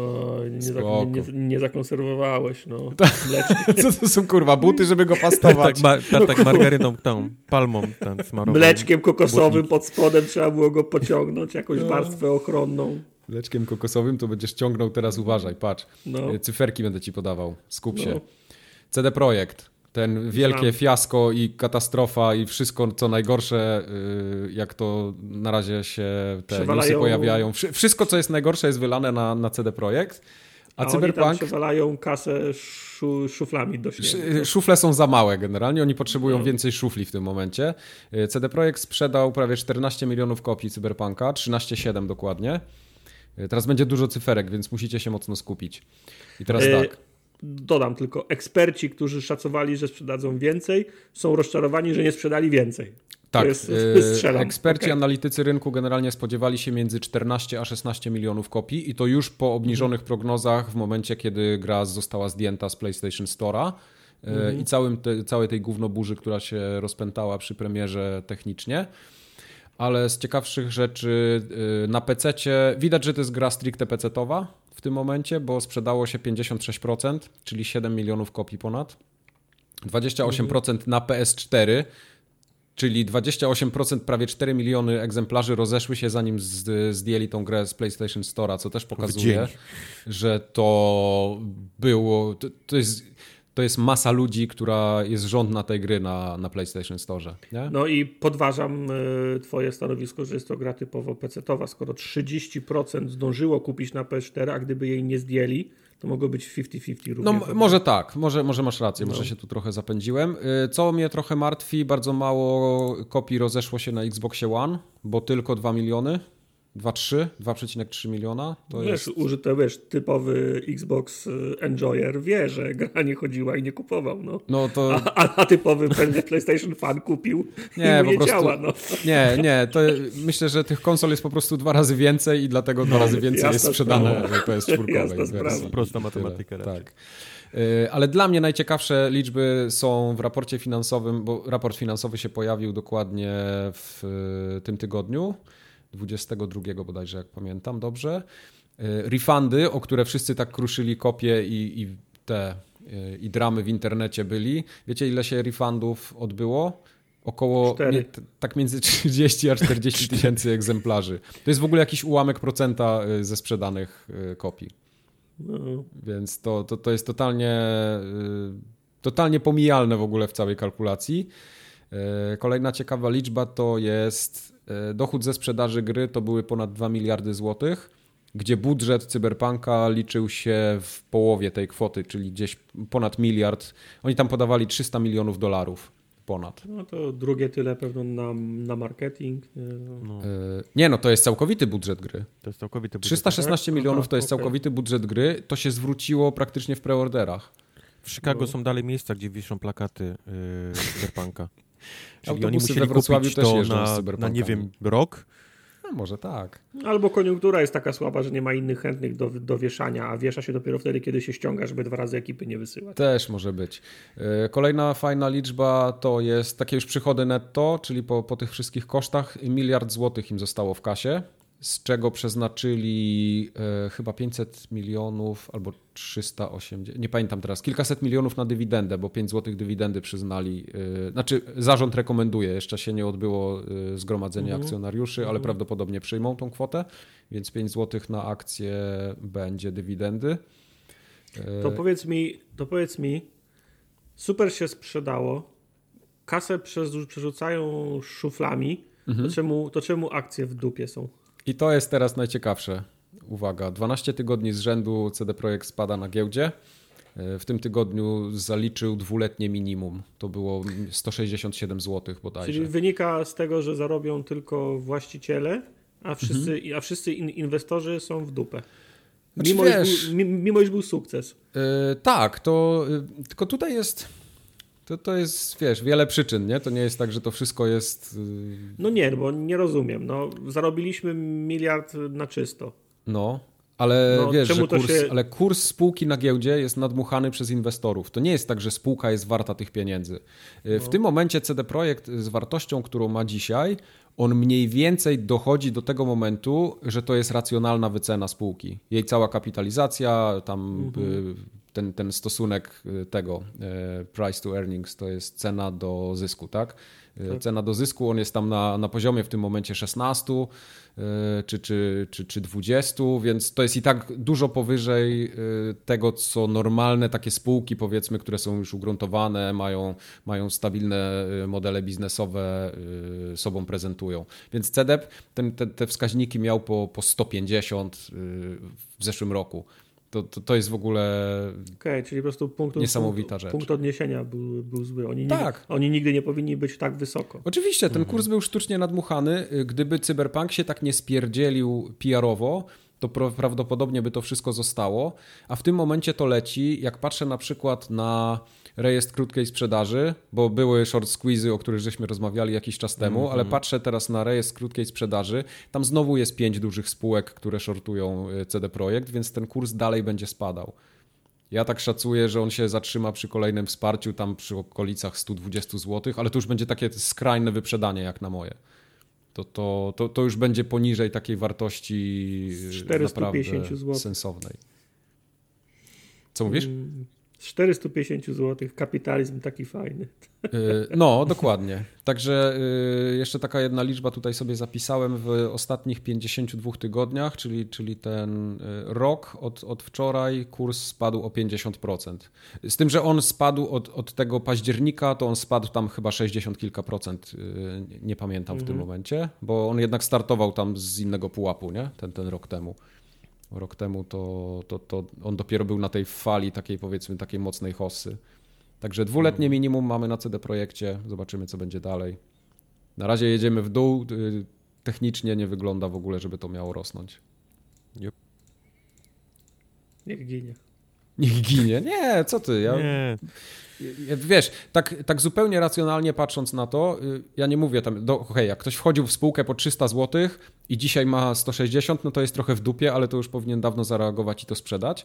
Nie zakonserwowałeś, no. Co to są kurwa buty, żeby go pastować? tak margaryną, tą palmą smarował. Mleczkiem kokosowym pod spodem trzeba było go pociągnąć, jakąś warstwę ochronną. Mleczkiem kokosowym to będziesz ciągnął teraz, uważaj, patrz. Cyferki będę ci podawał, skup się. CD Projekt. Ten wielkie fiasko i katastrofa i wszystko, co najgorsze, jak to na razie się te newsy pojawiają. Wszystko, co jest najgorsze, jest wylane na CD Projekt. A Cyberpunk... Oni tam przewalają kasę szuflami do śniegu. Szufle są za małe generalnie, oni potrzebują więcej szufli w tym momencie. CD Projekt sprzedał prawie 14 milionów kopii Cyberpunka, 13,7 dokładnie. Teraz będzie dużo cyferek, więc musicie się mocno skupić. I teraz tak. Dodam tylko, eksperci, którzy szacowali, że sprzedadzą więcej, są rozczarowani, że nie sprzedali więcej. Tak, eksperci, analitycy rynku generalnie spodziewali się między 14 a 16 milionów kopii i to już po obniżonych prognozach w momencie, kiedy gra została zdjęta z PlayStation Store'a i całej tej gównoburzy, która się rozpętała przy premierze technicznie. Ale z ciekawszych rzeczy na PC-cie widać, że to jest gra stricte PC-towa w tym momencie, bo sprzedało się 56%, czyli 7 milionów kopii ponad. 28% na PS4, czyli 28%, prawie 4 miliony egzemplarzy rozeszły się, zanim zdjęli tą grę z PlayStation Store'a, co też pokazuje, że to było... To jest masa ludzi, która jest żądna tej gry na PlayStation Store. Nie? No i podważam twoje stanowisko, że jest to gra typowo PC-towa. Skoro 30% zdążyło kupić na PS4, a gdyby jej nie zdjęli, to mogło być 50-50 równie. No może tak, może masz rację, może się tu trochę zapędziłem. Co mnie trochę martwi, bardzo mało kopii rozeszło się na Xboxie One, bo tylko 2 miliony. 2,3 miliona. To jest... typowy Xbox Enjoyer wie, że gra nie chodziła i nie kupował. No to... a typowy PlayStation fan kupił i nie prostu... działa. No. Nie, to myślę, że tych konsol jest po prostu 2 razy więcej i dlatego 2 razy więcej jest sprzedane PS4. Prosta matematyka. Tak. Ale dla mnie najciekawsze liczby są w raporcie finansowym, bo raport finansowy się pojawił dokładnie w tym tygodniu. 22 bodajże, jak pamiętam dobrze. Refundy, o które wszyscy tak kruszyli kopie i dramy w internecie byli. Wiecie, ile się refundów odbyło? Około tak między 30 a 40 tysięcy egzemplarzy. To jest w ogóle jakiś ułamek procenta ze sprzedanych kopii. Więc to jest totalnie pomijalne w ogóle w całej kalkulacji. Kolejna ciekawa liczba to jest dochód ze sprzedaży gry, to były ponad 2 miliardy złotych, gdzie budżet Cyberpunka liczył się w połowie tej kwoty, czyli gdzieś ponad miliard. Oni tam podawali $300 milionów ponad. No to drugie tyle pewno na marketing. Nie, to jest całkowity budżet gry. To jest całkowity budżet. 316 milionów to jest całkowity budżet gry. To się zwróciło praktycznie w preorderach. W Chicago są dalej miejsca, gdzie wiszą plakaty Cyberpunka. Czyli Autobusy oni musieli we Wrocławiu kupić też to jeżdżą z na, cyberpunkami. nie wiem, rok. No, może tak. Albo koniunktura jest taka słaba, że nie ma innych chętnych do wieszania, a wiesza się dopiero wtedy, kiedy się ściąga, żeby 2 razy ekipy nie wysyłać. Też może być. Kolejna fajna liczba to jest takie już przychody netto, czyli po tych wszystkich kosztach 1 miliard złotych im zostało w kasie, z czego przeznaczyli chyba 500 milionów albo 380, nie pamiętam teraz, kilkaset milionów na dywidendę, bo 5 złotych dywidendy przyznali. Znaczy zarząd rekomenduje, jeszcze się nie odbyło zgromadzenie akcjonariuszy, ale prawdopodobnie przyjmą tą kwotę, więc 5 złotych na akcję będzie dywidendy. To powiedz mi, super się sprzedało, kasę przerzucają szuflami, to czemu akcje w dupie są? I to jest teraz najciekawsze. Uwaga, 12 tygodni z rzędu CD Projekt spada na giełdzie. W tym tygodniu zaliczył 2-letnie minimum. To było 167 zł bodajże. Czyli wynika z tego, że zarobią tylko właściciele, a wszyscy inwestorzy są w dupę. Znaczy, Mimo iż był sukces. Tak, tylko tutaj jest... To jest, wiele przyczyn, nie? To nie jest tak, że to wszystko jest... No nie, bo nie rozumiem. Zarobiliśmy 1 miliard na czysto. Ale wiesz, że kurs spółki na giełdzie jest nadmuchany przez inwestorów. To nie jest tak, że spółka jest warta tych pieniędzy. W tym momencie CD Projekt z wartością, którą ma dzisiaj, on mniej więcej dochodzi do tego momentu, że to jest racjonalna wycena spółki. Jej cała kapitalizacja, tam ten stosunek tego price to earnings to jest cena do zysku, tak? Cena do zysku, on jest tam na poziomie w tym momencie 16 czy 20, więc to jest i tak dużo powyżej tego, co normalne takie spółki, powiedzmy, które są już ugruntowane, mają stabilne modele biznesowe, sobą prezentują. Więc CDEP te wskaźniki miał po 150 w zeszłym roku. To jest w ogóle czyli po prostu niesamowita rzecz. Punkt odniesienia był zły. Oni nigdy nie powinni być tak wysoko. Oczywiście, ten kurs był sztucznie nadmuchany. Gdyby Cyberpunk się tak nie spierdzielił PR-owo, to prawdopodobnie by to wszystko zostało. A w tym momencie to leci. Jak patrzę na przykład na rejestr krótkiej sprzedaży, bo były short squeezy, o których żeśmy rozmawiali jakiś czas temu, ale patrzę teraz na rejestr krótkiej sprzedaży. Tam znowu jest 5 dużych spółek, które shortują CD Projekt, więc ten kurs dalej będzie spadał. Ja tak szacuję, że on się zatrzyma przy kolejnym wsparciu, tam przy okolicach 120 zł, ale to już będzie takie skrajne wyprzedanie jak na moje. To już będzie poniżej takiej wartości 450 zł. Sensownej. Co mówisz? 450 zł, kapitalizm taki fajny. No, dokładnie. Także jeszcze taka jedna liczba tutaj sobie zapisałem w ostatnich 52 tygodniach, czyli ten rok od wczoraj kurs spadł o 50%. Z tym, że on spadł od tego października, to on spadł tam chyba 60 kilka procent, nie pamiętam w tym momencie, bo on jednak startował tam z innego pułapu, nie? Ten rok temu. Rok temu to on dopiero był na tej fali takiej, powiedzmy, takiej mocnej hossy. Także 2-letnie minimum mamy na CD Projekcie. Zobaczymy, co będzie dalej. Na razie jedziemy w dół. Technicznie nie wygląda w ogóle, żeby to miało rosnąć. Yep. Niech ginie. Niech ginie? Nie, co ty? Nie. Wiesz, tak zupełnie racjonalnie patrząc na to, ja nie mówię tam, jak ktoś wchodził w spółkę po 300 zł i dzisiaj ma 160, no to jest trochę w dupie, ale to już powinien dawno zareagować i to sprzedać.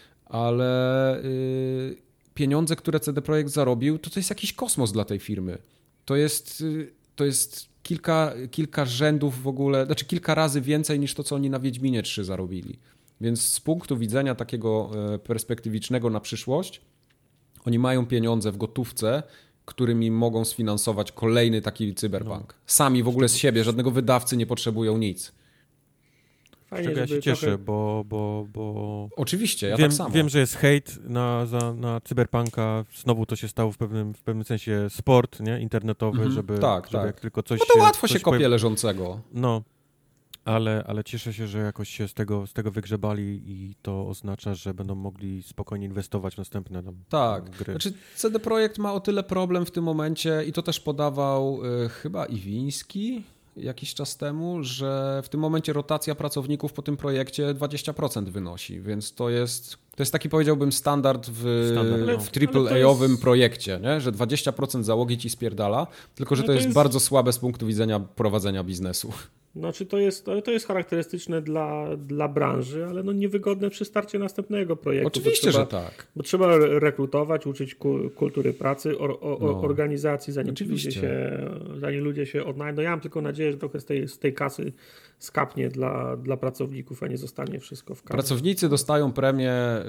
Ale pieniądze, które CD Projekt zarobił, to jest jakiś kosmos dla tej firmy. To jest kilka rzędów w ogóle, znaczy kilka razy więcej niż to, co oni na Wiedźminie 3 zarobili. Więc z punktu widzenia takiego perspektywicznego na przyszłość, oni mają pieniądze w gotówce, którymi mogą sfinansować kolejny taki cyberpunk. Sami w ogóle z siebie, żadnego wydawcy nie potrzebują nic. Fajnie, ja się cieszę, bo... Oczywiście, ja tak samo. Wiem, że jest hejt na cyberpunka. Znowu to się stało w pewnym sensie sport, nie? Internetowy, żeby jak tylko coś no to łatwo się kopie leżącego. No. Ale cieszę się, że jakoś się z tego wygrzebali i to oznacza, że będą mogli spokojnie inwestować w następne gry. Znaczy CD Projekt ma o tyle problem w tym momencie i to też podawał chyba Iwiński jakiś czas temu, że w tym momencie rotacja pracowników po tym projekcie 20% wynosi, więc to jest taki, powiedziałbym, standard w AAA-owym projekcie, nie? Że 20% załogi ci spierdala, tylko że to jest bardzo słabe z punktu widzenia prowadzenia biznesu. Znaczy to jest charakterystyczne dla branży, ale niewygodne przy starcie następnego projektu. Oczywiście, że tak. Bo trzeba rekrutować, uczyć kultury pracy, organizacji, zanim ludzie się odnajdą. Ja mam tylko nadzieję, że trochę z tej kasy skapnie dla pracowników, a nie zostanie wszystko w kasę. Pracownicy dostają premię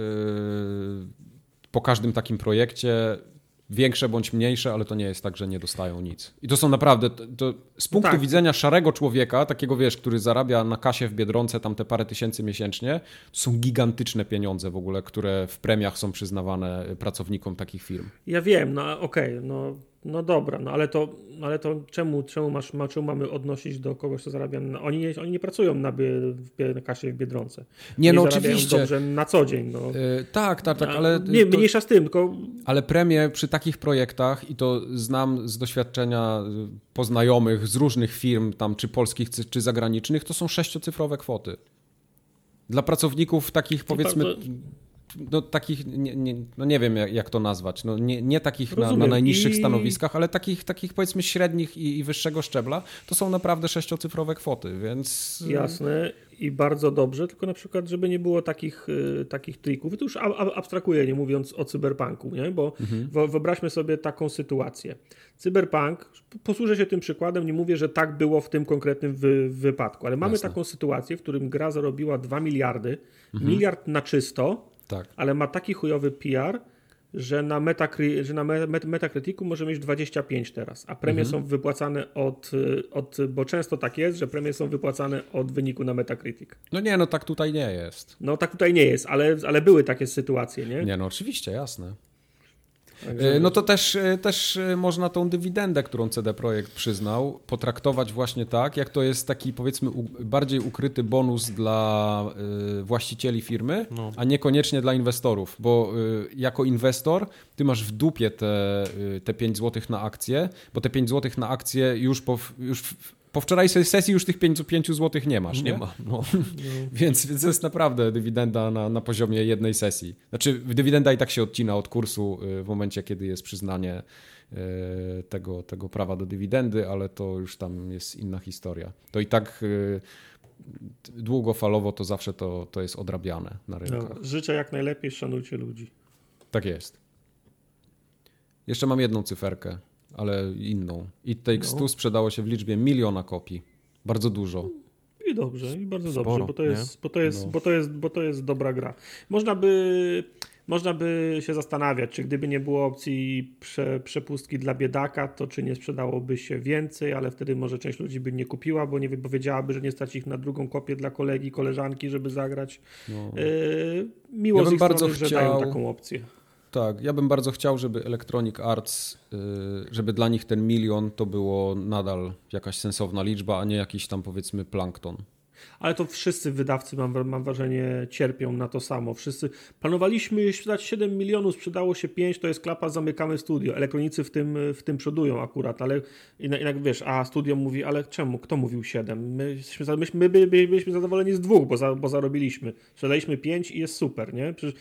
po każdym takim projekcie, większe bądź mniejsze, ale to nie jest tak, że nie dostają nic. I to są naprawdę, z punktu widzenia szarego człowieka, takiego który zarabia na kasie w Biedronce tam te parę tysięcy miesięcznie, to są gigantyczne pieniądze w ogóle, które w premiach są przyznawane pracownikom takich firm. Ja wiem, no dobra, ale to czemu mamy odnosić do kogoś, kto zarabia? Oni nie pracują na kasie w Biedronce. Nie, oczywiście. Dobrze na co dzień. Tak, ale... Mniejsza z tym, tylko... Ale premie przy takich projektach, i to znam z doświadczenia poznajomych z różnych firm, tam czy polskich, czy zagranicznych, to są 6-cyfrowe kwoty. Dla pracowników takich, powiedzmy... takich, nie wiem jak to nazwać, nie takich na najniższych stanowiskach, ale takich powiedzmy średnich i wyższego szczebla, to są naprawdę 6-cyfrowe kwoty, więc... Jasne i bardzo dobrze, tylko na przykład, żeby nie było takich trików, to już abstrahuję, nie mówiąc o cyberpunku, nie? Bo wyobraźmy sobie taką sytuację. Cyberpunk, posłużę się tym przykładem, nie mówię, że tak było w tym konkretnym wypadku, ale mamy taką sytuację, w którym gra zarobiła 2 miliardy, miliard na czysto, tak. Ale ma taki chujowy PR, że na Metacriticu może mieć 25 teraz, a premie są wypłacane bo często tak jest, że premie są wypłacane od wyniku na Metacritic. Tak tutaj nie jest. Tak tutaj nie jest, ale były takie sytuacje, nie? Oczywiście, jasne. No to też można tą dywidendę, którą CD Projekt przyznał, potraktować właśnie tak, jak to jest taki, powiedzmy, bardziej ukryty bonus dla właścicieli firmy, a niekoniecznie dla inwestorów, bo jako inwestor ty masz w dupie te 5 zł na akcję, bo te 5 zł na akcję już po wczorajszej sesji już tych 5 zł nie masz, nie? Więc to jest naprawdę dywidenda na poziomie jednej sesji. Znaczy dywidenda i tak się odcina od kursu w momencie, kiedy jest przyznanie tego prawa do dywidendy, ale to już tam jest inna historia. To i tak długofalowo to zawsze to jest odrabiane na rynkach. Życzę jak najlepiej, szanujcie ludzi. Tak jest. Jeszcze mam jedną cyferkę, ale inną. It Takes Two sprzedało się w liczbie 1 miliona kopii. Bardzo dużo. I dobrze, i bardzo sporo, dobrze, bo to jest dobra gra. Można by się zastanawiać, czy gdyby nie było opcji przepustki dla biedaka, to czy nie sprzedałoby się więcej, ale wtedy może część ludzi by nie kupiła, bo nie wiedziałaby, że nie stać ich na drugą kopię dla kolegi, koleżanki, żeby zagrać. Miło z ich strony, że dają taką opcję. Tak, ja bym bardzo chciał, żeby Electronic Arts, żeby dla nich ten 1 milion to było nadal jakaś sensowna liczba, a nie jakiś tam, powiedzmy, plankton. Ale to wszyscy wydawcy, mam wrażenie, cierpią na to samo. Wszyscy planowaliśmy sprzedać 7 milionów, sprzedało się 5, to jest klapa, zamykamy studio. Elektronicy w tym przodują akurat, ale jednak wiesz, a studio mówi, ale czemu? Kto mówił 7? My byliśmy zadowoleni z 2, bo zarobiliśmy. Sprzedaliśmy 5 i jest super, nie? Przecież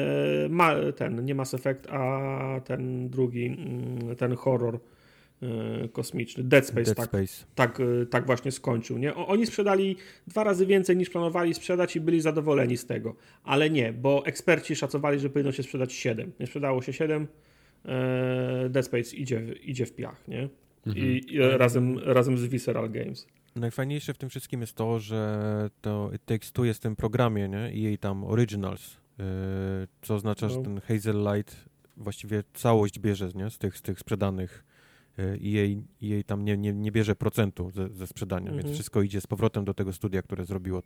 nie Mass Effect, a ten drugi, ten horror kosmiczny, Dead Space. Tak właśnie skończył. Nie? Oni sprzedali 2 razy więcej niż planowali sprzedać i byli zadowoleni z tego. Ale nie, bo eksperci szacowali, że powinno się sprzedać 7. Nie sprzedało się 7, Dead Space idzie w piach. Nie? I razem z Visceral Games. Najfajniejsze w tym wszystkim jest to, że to It Takes Two jest w tym programie, nie? I jej tam Originals, co oznacza, że ten Hazelight właściwie całość bierze, nie? Z tych sprzedanych i jej tam nie bierze procentu ze sprzedania, więc wszystko idzie z powrotem do tego studia, które zrobiło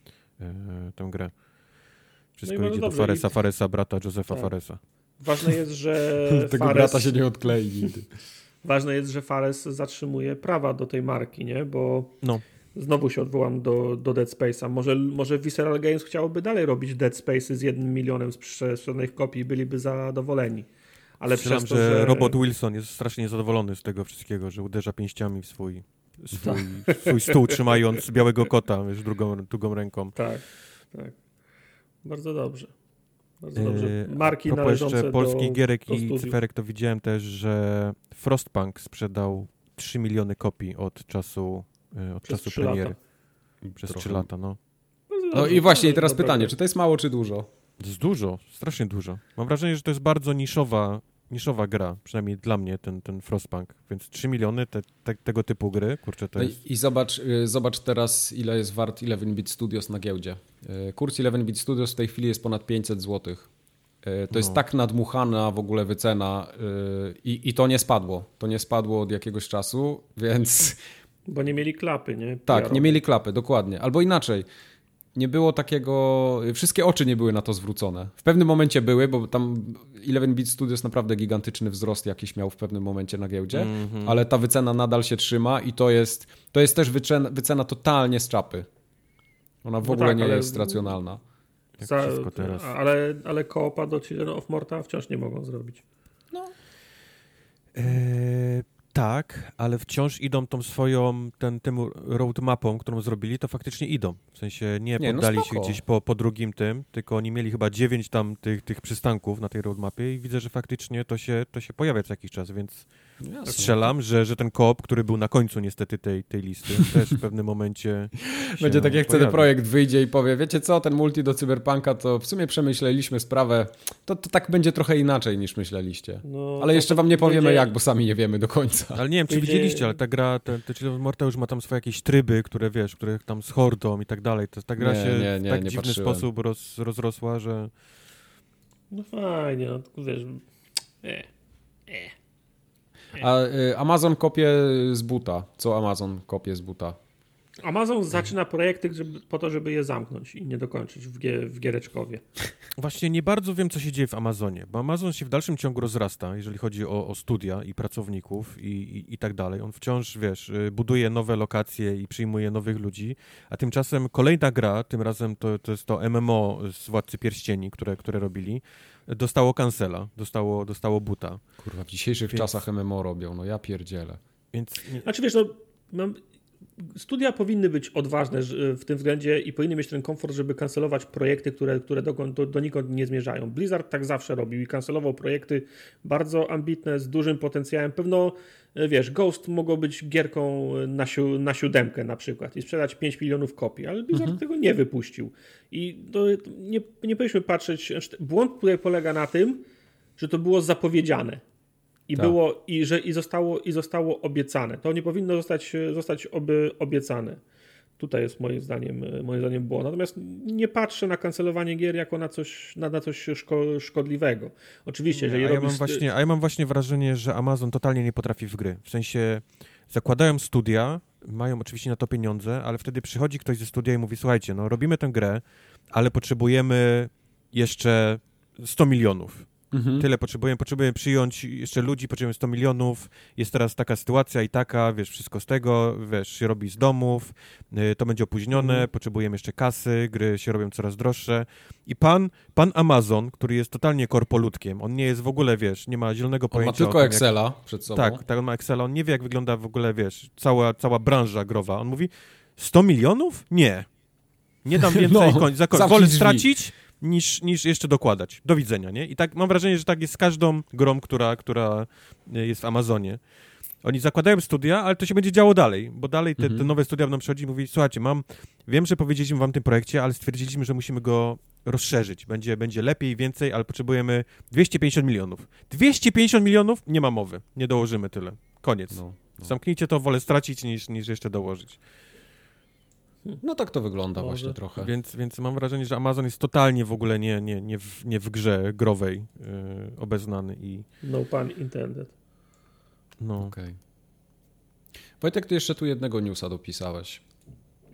tę grę. Wszystko idzie do Faresa, brata Josefa Faresa. Ważne jest, że tego brata się nie odklei nigdy. Ważne jest, że Fares zatrzymuje prawa do tej marki, nie? Bo Znowu się odwołam do Dead Space'a. Może Visceral Games chciałoby dalej robić Dead Space'y z 1 milionem sprzedanych kopii i byliby zadowoleni. Ale przez to, że Robot Wilson jest strasznie niezadowolony z tego wszystkiego, że uderza pięściami w swój stół, trzymając białego kota, wiesz, drugą ręką. Tak. Bardzo dobrze. Marki należące do polskich gierek i studiów. cyferek to widziałem też, że Frostpunk sprzedał 3 miliony kopii od czasu premiery. Przez 3 lata, no. No i właśnie teraz pytanie, czy to jest mało, czy dużo? To jest dużo, strasznie dużo. Mam wrażenie, że to jest bardzo niszowa gra, przynajmniej dla mnie ten Frostpunk, więc 3 miliony tego typu gry, kurczę, to jest... I zobacz teraz, ile jest wart 11-bit Studios na giełdzie. Kurs 11-bit Studios w tej chwili jest ponad 500 zł. To jest tak nadmuchana w ogóle wycena i to nie spadło. To nie spadło od jakiegoś czasu, więc... Bo nie mieli klapy, nie? Tak, nie mieli klapy, dokładnie. Albo inaczej. Nie było takiego... Wszystkie oczy nie były na to zwrócone. W pewnym momencie były, bo tam 11-bit Studios naprawdę gigantyczny wzrost jakiś miał w pewnym momencie na giełdzie, ale ta wycena nadal się trzyma i to jest też wycena totalnie z czapy. Ona w ogóle nie jest racjonalna. Teraz. Ale koopa do Children of Morta wciąż nie mogą zrobić. No. Tak, ale wciąż idą tą swoją, tym roadmapą, którą zrobili, to faktycznie idą. W sensie nie poddali się gdzieś po drugim tym, tylko oni mieli chyba 9 tam tych przystanków na tej roadmapie i widzę, że faktycznie to się pojawia co jakiś czas, więc strzelam, że ten koop, który był na końcu niestety tej listy, też w pewnym momencie będzie tak jak CD Projekt wyjdzie i powie, wiecie co, ten multi do Cyberpunka, to w sumie przemyśleliśmy sprawę, to tak będzie trochę inaczej niż myśleliście. No, ale jeszcze wam nie powiemy jak, bo sami nie wiemy do końca. Ale nie wiem, czy widzieliście, ale ta gra, Children of Morta już ma tam swoje jakieś tryby, które tam z hordą i tak dalej. Ta gra się w tak dziwny sposób rozrosła, że... No fajnie, no tylko wiesz... A Amazon kopie z buta. Co Amazon kopie z buta? Amazon zaczyna projekty po to, żeby je zamknąć i nie dokończyć w giereczkowie. Właśnie nie bardzo wiem, co się dzieje w Amazonie, bo Amazon się w dalszym ciągu rozrasta, jeżeli chodzi o studia i pracowników i tak dalej. On wciąż, buduje nowe lokacje i przyjmuje nowych ludzi, a tymczasem kolejna gra, tym razem to jest to MMO z Władcy Pierścieni, które robili, dostało cancela, dostało buta. Kurwa, w dzisiejszych czasach MMO robią, no ja pierdzielę. Znaczy wiesz, studia powinny być odważne w tym względzie i powinny mieć ten komfort, żeby kancelować projekty, które donikąd nie zmierzają. Blizzard tak zawsze robił i kancelował projekty bardzo ambitne, z dużym potencjałem. Pewno, Ghost mogło być gierką na 7 na przykład i sprzedać 5 milionów kopii, ale Blizzard tego nie wypuścił. I nie powinniśmy patrzeć... Błąd tutaj polega na tym, że to było zapowiedziane. I zostało obiecane. To nie powinno zostać obiecane. Tutaj jest moim zdaniem błąd. Natomiast nie patrzę na kancelowanie gier jako na coś szkodliwego. Oczywiście, jeżeli ja mam właśnie wrażenie, że Amazon totalnie nie potrafi w gry. W sensie zakładają studia, mają oczywiście na to pieniądze, ale wtedy przychodzi ktoś ze studia i mówi, słuchajcie, no robimy tę grę, ale potrzebujemy jeszcze 100 milionów. Tyle potrzebujemy przyjąć jeszcze ludzi, potrzebujemy 100 milionów, jest teraz taka sytuacja i taka, wszystko z tego, się robi z domów, to będzie opóźnione, potrzebujemy jeszcze kasy, gry się robią coraz droższe i pan Amazon, który jest totalnie korpoludkiem, on nie jest w ogóle, nie ma zielonego pojęcia. On ma tylko Excela przed sobą. Tak, on ma Excela, on nie wie jak wygląda w ogóle, cała branża growa. On mówi, 100 milionów? Nie dam więcej, wolę stracić, niż jeszcze dokładać. Do widzenia, nie? I tak mam wrażenie, że tak jest z każdą grą, która jest w Amazonie. Oni zakładają studia, ale to się będzie działo dalej, bo dalej te nowe studia będą przychodzić i mówić, słuchajcie, wiem, że powiedzieliśmy wam w tym projekcie, ale stwierdziliśmy, że musimy go rozszerzyć. Będzie lepiej, więcej, ale potrzebujemy 250 milionów. 250 milionów? Nie ma mowy. Nie dołożymy tyle. Koniec. No. Zamknijcie to, wolę stracić, niż jeszcze dołożyć. No tak to wygląda właśnie trochę. Więc mam wrażenie, że Amazon jest totalnie w ogóle nie w grze growej obeznany. No pun intended. No. Okej. Wojtek, ty jeszcze tu jednego newsa dopisałeś.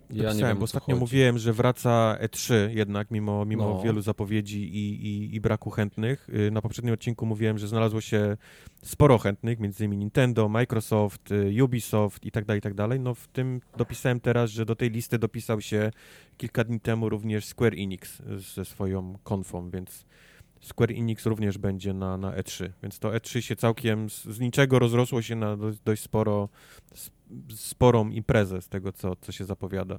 Ja nie wiem, bo ostatnio mówiłem, że wraca E3 jednak, mimo wielu zapowiedzi i braku chętnych. Na poprzednim odcinku mówiłem, że znalazło się sporo chętnych, między innymi Nintendo, Microsoft, Ubisoft i tak dalej. No w tym dopisałem teraz, że do tej listy dopisał się kilka dni temu również Square Enix ze swoją konfą, więc Square Enix również będzie na E3, więc to E3 się całkiem z niczego rozrosło się na dość sporą imprezę z tego, co się zapowiada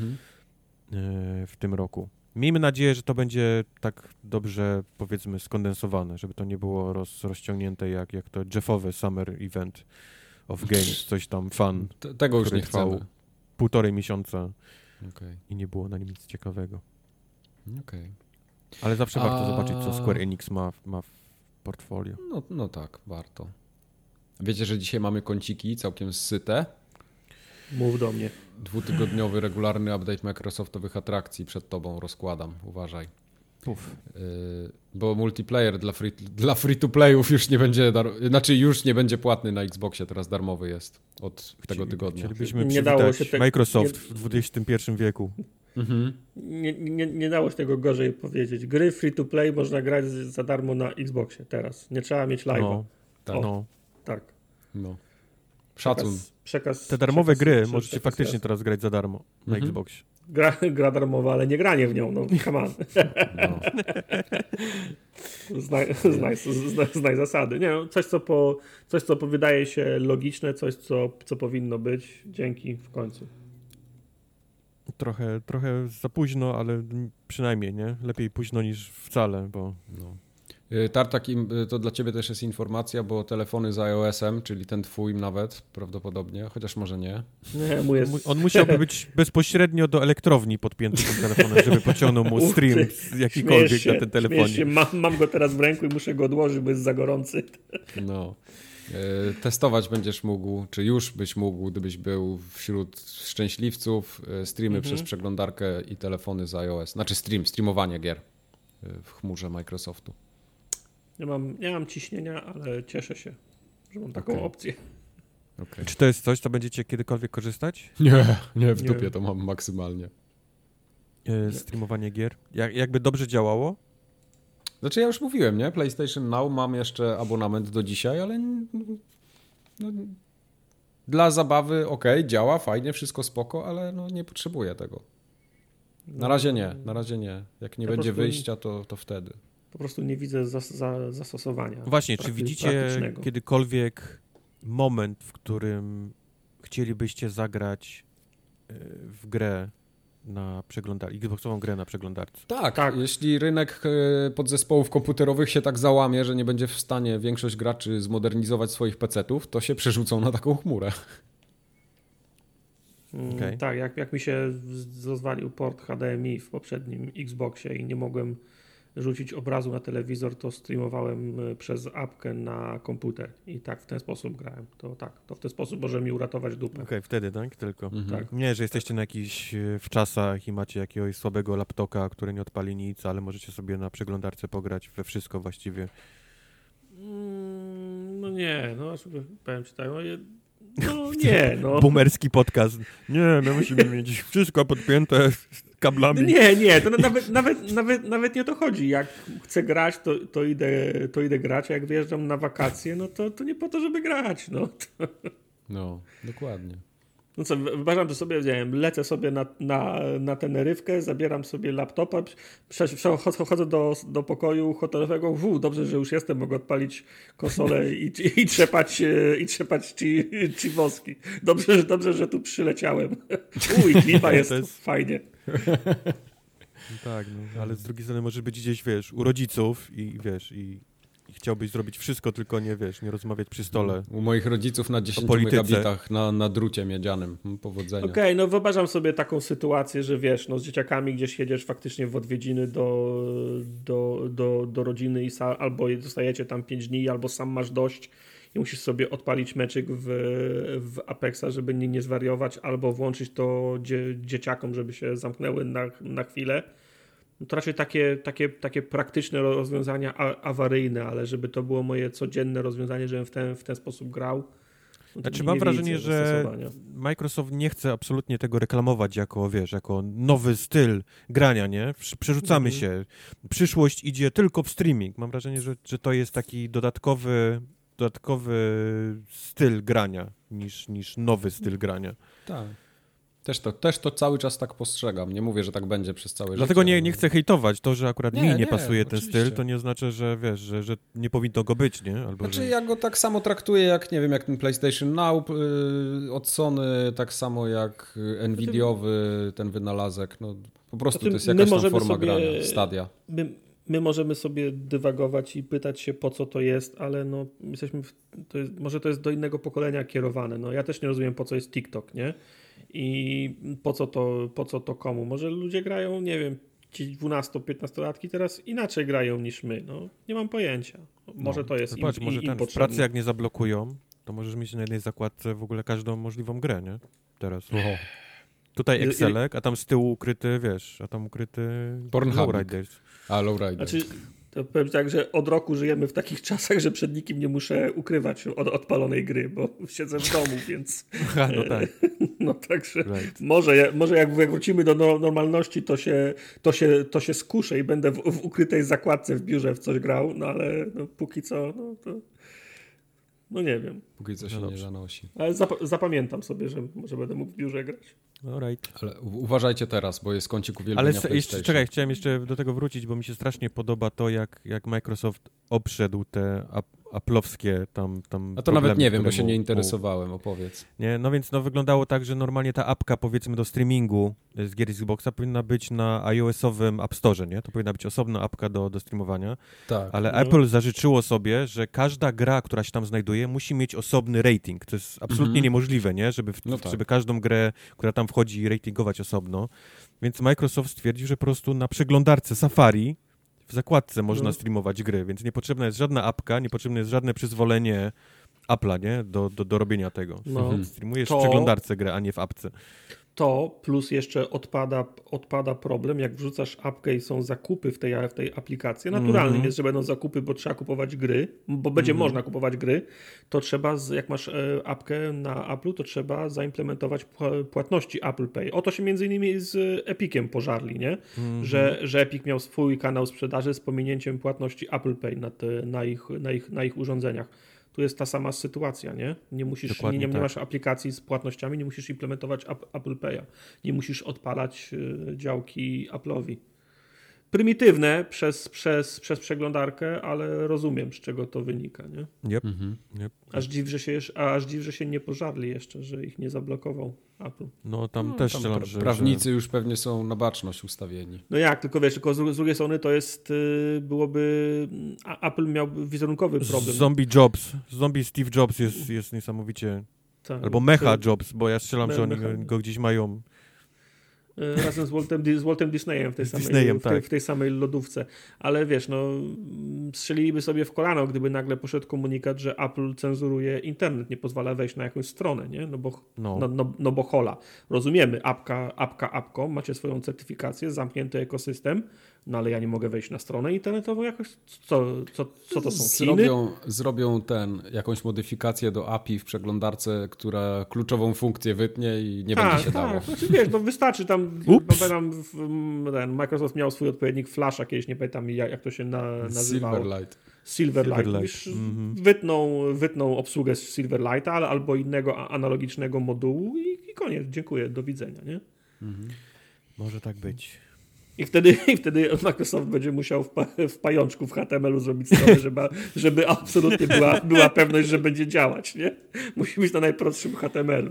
w tym roku. Miejmy nadzieję, że to będzie tak dobrze, powiedzmy, skondensowane, żeby to nie było rozciągnięte jak to Jeffowe Summer Event of Games, coś tam fan. Tego już nie chcemy. 1,5 miesiąca i nie było na nim nic ciekawego. Ale zawsze warto zobaczyć, co Square Enix ma w portfolio. No tak, warto. Wiecie, że dzisiaj mamy kąciki całkiem zsyte? Mów do mnie. 2-tygodniowy regularny update Microsoftowych atrakcji przed tobą rozkładam. Uważaj. Bo multiplayer dla free-to-playów już nie będzie już nie będzie płatny na Xboxie, teraz darmowy jest od tego tygodnia. Chcielibyśmy przywitać Microsoft w XXI wieku. Nie dało się tego gorzej powiedzieć. Gry free-to-play można grać za darmo na Xboxie teraz. Nie trzeba mieć live'a. Tak. Szacun. Te darmowe gry możecie faktycznie teraz grać za darmo na Xboxie. Gra darmowa, ale nie granie w nią, come on. Znaj zasady. Nie, coś, co wydaje się logiczne, coś, co powinno być. Dzięki w końcu. Trochę za późno, ale przynajmniej, nie? Lepiej późno niż wcale, bo... Tartak, to dla ciebie też jest informacja, bo telefony z iOS-em, czyli ten twój nawet prawdopodobnie, chociaż może nie. On musiałby być bezpośrednio do elektrowni podpięty tym telefonem, żeby pociągnął mu stream jakikolwiek na ten telefonie. Mam go teraz w ręku i muszę go odłożyć, bo jest za gorący. Testować będziesz mógł, czy już byś mógł, gdybyś był wśród szczęśliwców, streamy przez przeglądarkę i telefony z iOS. Znaczy streamowanie gier w chmurze Microsoftu. Nie mam ciśnienia, ale cieszę się, że mam taką opcję. Czy to jest coś, co będziecie kiedykolwiek korzystać? Nie, w dupie to mam maksymalnie. Streamowanie gier? Jakby dobrze działało? Znaczy ja już mówiłem, nie? PlayStation Now mam jeszcze abonament do dzisiaj, ale dla zabawy działa, fajnie, wszystko spoko, ale nie potrzebuję tego. Na razie nie. Jak nie będzie wyjścia, to wtedy. Po prostu nie widzę zastosowania. Właśnie, czy widzicie kiedykolwiek moment, w którym chcielibyście zagrać w grę na przeglądarce, Xboxową grę na przeglądarce? Tak. Jeśli rynek podzespołów komputerowych się tak załamie, że nie będzie w stanie większość graczy zmodernizować swoich PC-ów, to się przerzucą na taką chmurę. Tak, jak mi się rozwalił port HDMI w poprzednim Xboxie i nie mogłem rzucić obrazu na telewizor, to streamowałem przez apkę na komputer i tak w ten sposób grałem. To w ten sposób może mi uratować dupę. Wtedy, tak? Tylko. Tak. Nie, że jesteście na jakichś wczasach i macie jakiegoś słabego laptopa, który nie odpali nic, ale możecie sobie na przeglądarce pograć we wszystko właściwie. Powiem ci tak, nie. Boomerski podcast. Nie, my musimy mieć wszystko podpięte kablami. Nie, to nawet nie o to chodzi. Jak chcę grać, to idę grać, a jak wyjeżdżam na wakacje, to nie po to, żeby grać. Dokładnie. Wyobrażam to sobie, lecę sobie na Teneryfkę, zabieram sobie laptopa, chodzę do pokoju hotelowego, dobrze, że już jestem, mogę odpalić konsolę i trzepać ci woski. Dobrze, że tu przyleciałem. Klima jest fajnie. Tak, ale z drugiej strony może być gdzieś, u rodziców i chciałbyś zrobić wszystko, tylko nie rozmawiać przy stole. U moich rodziców na 10 megabitach na drucie miedzianym. Powodzenia. Wyobrażam sobie taką sytuację, że z dzieciakami gdzieś jedziesz faktycznie w odwiedziny do rodziny i albo zostajecie tam 5 dni, albo sam masz dość i musisz sobie odpalić meczyk w Apexa, żeby nie zwariować, albo włączyć to dzieciakom, żeby się zamknęły na chwilę. To raczej takie praktyczne rozwiązania awaryjne, ale żeby to było moje codzienne rozwiązanie, żebym w ten sposób grał. Znaczy mam wrażenie, że Microsoft nie chce absolutnie tego reklamować jako, wiesz, jako nowy styl grania, nie? Przerzucamy się. Przyszłość idzie tylko w streaming. Mam wrażenie, że to jest taki dodatkowy styl grania niż nowy styl grania. Tak. Też to cały czas tak postrzegam. Nie mówię, że tak będzie przez całe życie. Dlatego nie chcę hejtować. To, że akurat mi nie pasuje ten styl, to nie oznacza, że wiesz, że nie powinno go być, nie? Albo znaczy ja go tak samo traktuję jak, nie wiem, jak ten PlayStation Now od Sony, tak samo jak Nvidiowy ten wynalazek. No, po prostu to jest jakaś tam forma grania, Stadia. My możemy sobie dywagować i pytać się, po co to jest, ale no jesteśmy może to jest do innego pokolenia kierowane. No ja też nie rozumiem, po co jest TikTok, nie? I po co to komu? Może ludzie grają, nie wiem, 12-15-latki teraz inaczej grają niż my. No, nie mam pojęcia. Może to jest patrz, może w pracy jak nie zablokują, to możesz mieć na jednej zakładce w ogóle każdą możliwą grę, nie? Teraz. Tutaj Excelek, a tam z tyłu ukryty, wiesz, Lowriders. Lowriders. Znaczy, to powiem tak, że od roku żyjemy w takich czasach, że przed nikim nie muszę ukrywać od odpalonej gry, bo siedzę w domu, więc... No tak. No także może jak wrócimy do normalności, to się skuszę i będę w ukrytej zakładce w biurze w coś grał, no ale no, póki co, no to... No nie wiem. Póki co się nie zanosi. Ale zapamiętam sobie, że może będę mógł w biurze grać. Alright. Ale uważajcie teraz, bo jest kącik uwielbienia PlayStation. Ale chciałem jeszcze do tego wrócić, bo mi się strasznie podoba to, jak Microsoft obszedł te Apple'owskie tam a to nawet nie wiem, bo się nie interesowałem, opowiedz. Nie, no więc wyglądało tak, że normalnie ta apka, powiedzmy, do streamingu z gier Xboxa powinna być na iOS-owym App Store, nie? To powinna być osobna apka do streamowania. Tak. Ale Apple zażyczyło sobie, że każda gra, która się tam znajduje, musi mieć osobny rating. To jest absolutnie niemożliwe, nie? Żeby każdą grę, która tam wchodzi, ratingować osobno. Więc Microsoft stwierdził, że po prostu na przeglądarce Safari w zakładce można streamować gry, więc niepotrzebna jest żadna apka, niepotrzebne jest żadne przyzwolenie Apple'a, nie? Do robienia tego. Streamujesz w przeglądarce grę, a nie w apce. To plus jeszcze odpada problem, jak wrzucasz apkę i są zakupy w tej aplikacji. Naturalnym jest, że będą zakupy, bo trzeba kupować gry, bo będzie można kupować gry, to trzeba, jak masz apkę na Apple'u, to trzeba zaimplementować płatności Apple Pay. O to się między innymi z Epiciem pożarli, nie? Że Epic miał swój kanał sprzedaży z pominięciem płatności Apple Pay na ich urządzeniach. Tu jest ta sama sytuacja, nie? Nie masz aplikacji z płatnościami, nie musisz implementować Apple Pay'a. Nie musisz odpalać działki Apple'owi. Prymitywne przez przeglądarkę, ale rozumiem, z czego to wynika, nie? Yep. Aż dziw, że się nie pożarli jeszcze, że ich nie zablokował Apple. No tam też strzelam, że... Prawnicy już pewnie są na baczność ustawieni. No jak, tylko wiesz, z drugiej strony to jest, Apple miał wizerunkowy problem. Zombie Steve Jobs jest niesamowicie... Tak, albo Mecha Jobs, bo ja strzelam, że oni go gdzieś mają... Razem z Waltem Disneyem w tej samej lodówce. Ale wiesz, no strzeliliby sobie w kolano, gdyby nagle poszedł komunikat, że Apple cenzuruje internet, nie pozwala wejść na jakąś stronę, nie? No bo hola. Rozumiemy, apką, macie swoją certyfikację, zamknięty ekosystem, no ale ja nie mogę wejść na stronę internetową jakoś. Co to są Chiny? Zrobią jakąś modyfikację do API w przeglądarce, która kluczową funkcję wytnie i nie będzie się dało. Znaczy, wiesz, no wystarczy tam, Microsoft miał swój odpowiednik Flasha kiedyś, nie pamiętam jak to się nazywało. Silverlight. Wytną obsługę z Silverlighta albo innego analogicznego modułu i koniec, dziękuję, do widzenia, nie? Może tak być. I wtedy Microsoft będzie musiał w pajączku, w HTML-u zrobić stronę, żeby absolutnie była pewność, że będzie działać, nie? Musi być na najprostszym HTML-u.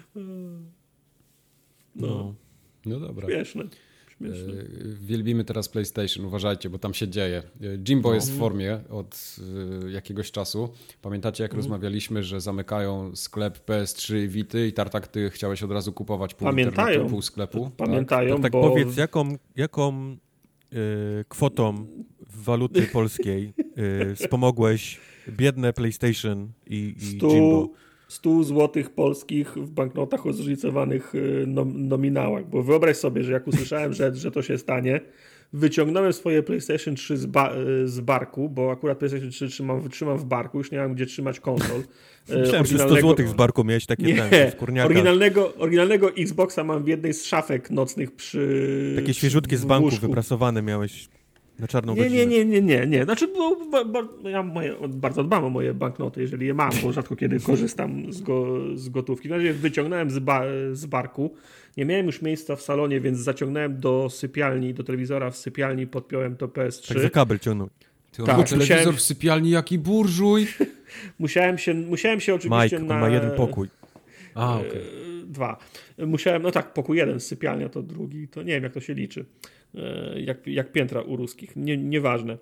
No dobra. Śmieszne. Wielbimy teraz PlayStation, uważajcie, bo tam się dzieje. Jimbo jest w formie od jakiegoś czasu. Pamiętacie, jak rozmawialiśmy, że zamykają sklep PS3 i Vity i Tartak, ty chciałeś od razu kupować pół internetu, pół sklepu? Pamiętają, tak, bo... powiedz, jaką kwotą waluty polskiej wspomogłeś biedne PlayStation i Jimbo? 100 złotych polskich w banknotach o zróżnicowanych nominałach, bo wyobraź sobie, że jak usłyszałem, że to się stanie, wyciągnąłem swoje PlayStation 3 z barku, bo akurat PlayStation 3 trzymam w barku, już nie mam gdzie trzymać konsol. Myślałem, że 100 zł w barku miałeś takie skórniaka. Oryginalnego Xboxa mam w jednej z szafek nocnych przy... Takie świeżutkie z banku wyprasowane miałeś na czarną godzinę. Nie. Znaczy, ja bardzo dbam o moje banknoty, jeżeli je mam, bo rzadko kiedy korzystam z gotówki. W razie wyciągnąłem z barku. Nie miałem już miejsca w salonie, więc zaciągnąłem do sypialni, do telewizora w sypialni, podpiąłem to PS3. Tak za kabel ciągnął. Tak, telewizor w sypialni, jaki burżuj. Musiałem się oczywiście Mike, ma jeden pokój. Okej. 2. Musiałem, no tak, pokój 1, sypialnia to drugi, to nie wiem jak to się liczy. Jak piętra u ruskich, nieważne.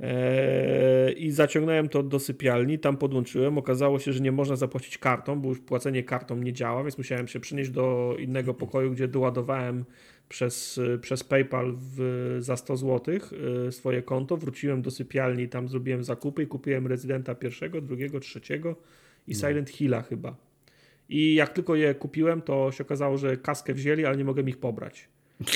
I zaciągnąłem to do sypialni, tam podłączyłem, okazało się, że nie można zapłacić kartą, bo już płacenie kartą nie działa, więc musiałem się przenieść do innego pokoju, gdzie doładowałem przez PayPal za 100 zł swoje konto, wróciłem do sypialni, tam zrobiłem zakupy i kupiłem Rezydenta 1, 2, 3 i Silent Hilla chyba. I jak tylko je kupiłem, to się okazało, że kaskę wzięli, ale nie mogłem ich pobrać.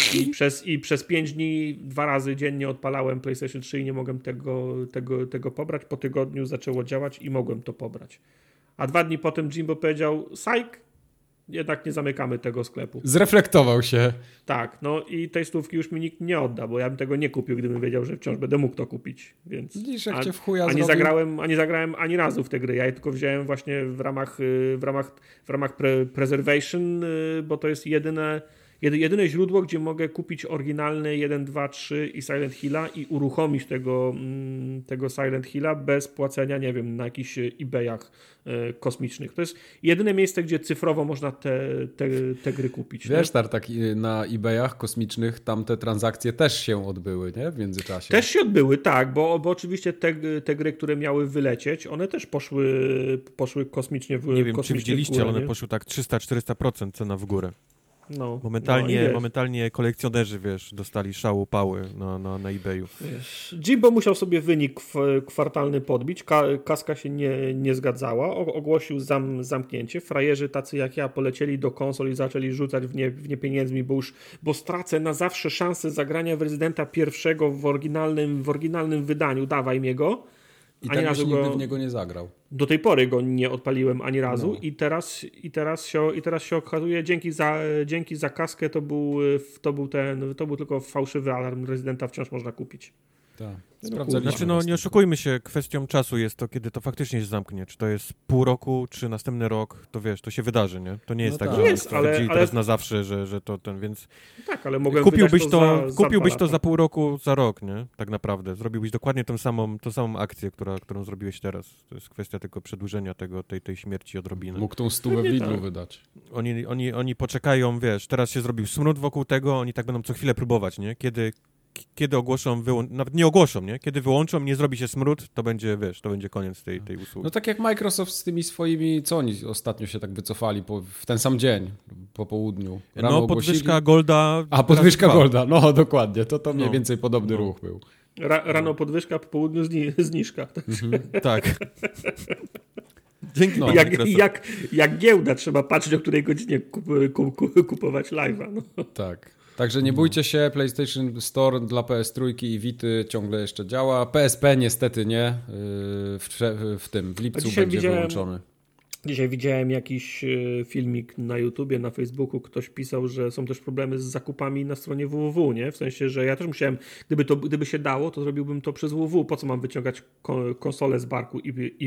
I przez 5 dni 2 razy dziennie odpalałem PlayStation 3 i nie mogłem tego pobrać. Po tygodniu zaczęło działać i mogłem to pobrać. A 2 dni potem Jimbo powiedział, psych, jednak nie zamykamy tego sklepu. Zreflektował się. Tak, no i tej stówki już mi nikt nie odda, bo ja bym tego nie kupił, gdybym wiedział, że wciąż będę mógł to kupić. Więc widzisz, jak cię w chuja nie zagrałem ani razu w tę grę. Ja je tylko wziąłem właśnie w ramach preservation, bo to jest jedyne źródło, gdzie mogę kupić oryginalny 1, 2, 3 i Silent Hilla i uruchomić tego Silent Hilla bez płacenia, nie wiem, na jakichś eBayach kosmicznych. To jest jedyne miejsce, gdzie cyfrowo można te gry kupić. Wiesz, tak na eBayach kosmicznych tam te transakcje też się odbyły, nie? W międzyczasie. Też się odbyły, tak, bo oczywiście te gry, które miały wylecieć, one też poszły kosmicznie w górę. Nie wiem, czy widzieliście, ale one poszły tak 300-400% cena w górę. No, momentalnie kolekcjonerzy, wiesz, dostali szału pały na eBayu. Jimbo musiał sobie wynik kwartalny podbić, kaska się nie zgadzała, ogłosił zamknięcie. Frajerzy tacy jak ja polecieli do konsol i zaczęli rzucać w nie pieniędzmi, bo stracę na zawsze szansę zagrania w Rezydenta 1 w oryginalnym wydaniu, dawaj mnie go. I tak byś nigdy w niego nie zagrał. Do tej pory go nie odpaliłem ani razu i teraz się okazuje, dzięki za kaskę to był tylko fałszywy alarm. Rezydenta wciąż można kupić. Tak. Znaczy, nie oszukujmy się, kwestią czasu jest to, kiedy to faktycznie się zamknie. Czy to jest pół roku, czy następny rok, to wiesz, to się wydarzy, nie? To nie jest tak, że stwierdzili teraz na zawsze, że to ten, więc... Tak, ale mogłem kupiłbyś to za pół roku, za rok, nie? Tak naprawdę. Zrobiłbyś dokładnie tą samą akcję, którą zrobiłeś teraz. To jest kwestia tylko przedłużenia tej śmierci odrobiny. Mógł tą 100 w Lidlu wydać. Oni poczekają, wiesz, teraz się zrobił smród wokół tego, oni tak będą co chwilę próbować, nie? Kiedy ogłoszą, nawet nie ogłoszą, nie? Kiedy wyłączą, nie zrobi się smród, to będzie, wiesz, to będzie koniec tej usługi. No tak jak Microsoft z tymi swoimi, co oni ostatnio się tak wycofali w ten sam dzień, po południu. Rano podwyżka Golda. Podwyżka Golda, no dokładnie, to mniej więcej podobny ruch był. Rano podwyżka, po południu zniżka. Tak. Dzięki. Jak giełda, trzeba patrzeć, o której godzinie kupować live'a. No. Tak. Także nie bójcie się, PlayStation Store dla PS3 i Vity ciągle jeszcze działa. PSP niestety nie. W lipcu będzie wyłączony. Dzisiaj widziałem jakiś filmik na YouTubie, na Facebooku, ktoś pisał, że są też problemy z zakupami na stronie www, nie? W sensie, że ja też musiałem, gdyby się dało, to zrobiłbym to przez www. Po co mam wyciągać konsolę z barku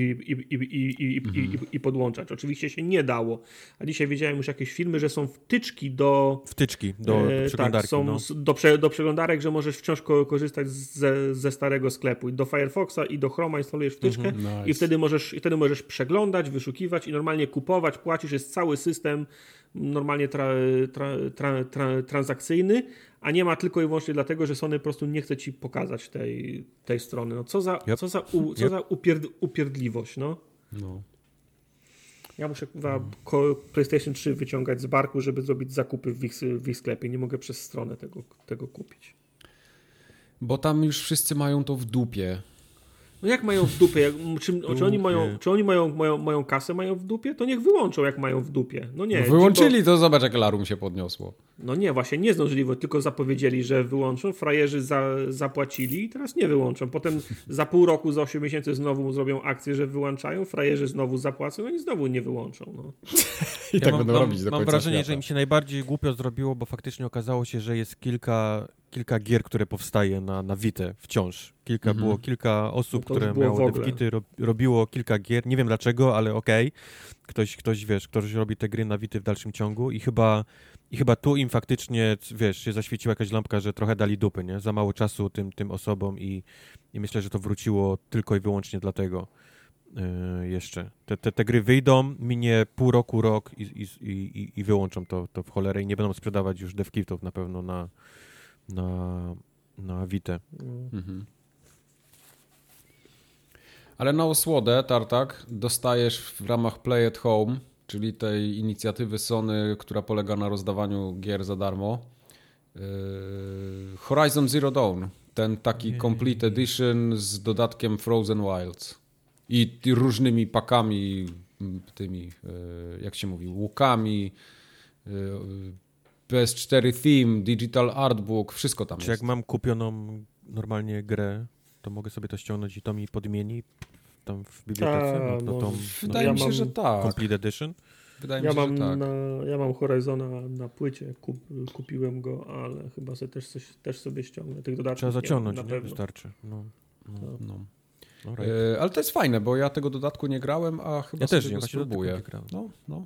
i podłączać? Oczywiście się nie dało. A dzisiaj widziałem już jakieś filmy, że są wtyczki do przeglądarki. Do przeglądarek, że możesz wciąż korzystać ze starego sklepu. I do Firefoxa i do Chroma instalujesz wtyczkę nice. i wtedy możesz przeglądać, wyszukiwać i normalnie kupować, płacisz, jest cały system normalnie transakcyjny, a nie ma tylko i wyłącznie dlatego, że Sony po prostu nie chce ci pokazać tej strony. No co za upierdliwość, no. Ja muszę PlayStation 3 wyciągać z barku, żeby zrobić zakupy w ich sklepie. Nie mogę przez stronę tego kupić. Bo tam już wszyscy mają to w dupie. No jak mają w dupie? Czy oni mają kasę, mają w dupie? To niech wyłączą, jak mają w dupie. No nie. Wyłączyli to, zobacz, jak larum się podniosło. No nie, właśnie nie zdążyli, tylko zapowiedzieli, że wyłączą, frajerzy zapłacili i teraz nie wyłączą. Potem za pół roku, za 8 miesięcy znowu zrobią akcję, że wyłączają, frajerzy znowu zapłacą, oni znowu nie wyłączą. No. I tak będą robić do końca Mam wrażenie, świata. że im się najbardziej głupio zrobiło, bo faktycznie okazało się, że jest kilka gier, które powstaje na Vita wciąż. Było kilka osób, które miało te Vity, robiło kilka gier. Nie wiem dlaczego, ale okej. Ktoś robi te gry na Vity w dalszym ciągu i chyba tu im faktycznie, się zaświeciła jakaś lampka, że trochę dali dupy, nie? Za mało czasu tym osobom i myślę, że to wróciło tylko i wyłącznie dlatego jeszcze. Te gry wyjdą, minie pół roku, rok i wyłączą to w cholerę i nie będą sprzedawać już devkitów na pewno na Vita. Mhm. Ale na osłodę, Tartak, dostajesz w ramach Play at Home, czyli tej inicjatywy Sony, która polega na rozdawaniu gier za darmo, Horizon Zero Dawn, ten taki Complete Edition z dodatkiem Frozen Wilds i różnymi pakami, tymi, jak się mówi, łukami, PS4 theme, digital artbook, wszystko tam jest. Czy jak mam kupioną normalnie grę, to mogę sobie to ściągnąć i to mi podmieni tam w bibliotece? Wydaje mi się, że tak. Complete Edition? Wydaje mi się, że tak. Ja mam Horizona na płycie, kupiłem go, ale chyba sobie też sobie ściągnę tych dodatków. Trzeba zaciągnąć, na nie? pewno. Wystarczy. No. Ale to jest fajne, bo ja tego dodatku nie grałem, a chyba sobie go spróbuję. No.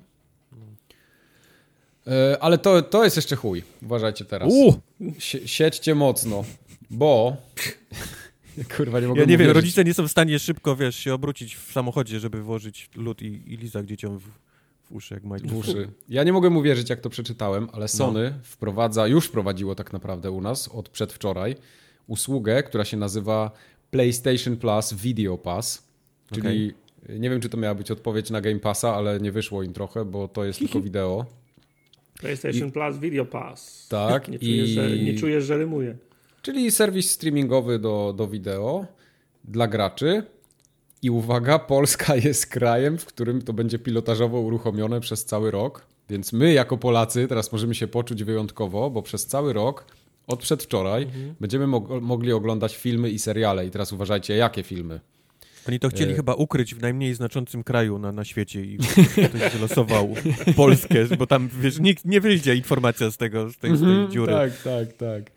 Ale to jest jeszcze chuj. Uważajcie teraz. Siedźcie mocno, bo... Kurwa, nie mogę ja nie wiem, rodzice nie są w stanie szybko, się obrócić w samochodzie, żeby włożyć lód i lizak dzieciom w uszy, jak mają. W uszy. Ja nie mogę mu wierzyć, jak to przeczytałem, ale Sony już wprowadziło tak naprawdę u nas od przedwczoraj usługę, która się nazywa PlayStation Plus Video Pass, czyli nie wiem, czy to miała być odpowiedź na Game Passa, ale nie wyszło im trochę, bo to jest tylko wideo. PlayStation Plus Video Pass. Tak. Nie czujesz, że rymuje. Czyli serwis streamingowy do wideo dla graczy. I uwaga, Polska jest krajem, w którym to będzie pilotażowo uruchomione przez cały rok. Więc my jako Polacy teraz możemy się poczuć wyjątkowo, bo przez cały rok, od przedwczoraj, będziemy mogli oglądać filmy i seriale. I teraz uważajcie, jakie filmy. Oni to chcieli chyba ukryć w najmniej znaczącym kraju na świecie i ktoś wylosował Polskę, bo tam, nikt nie wyjdzie informacja z tej dziury. Tak.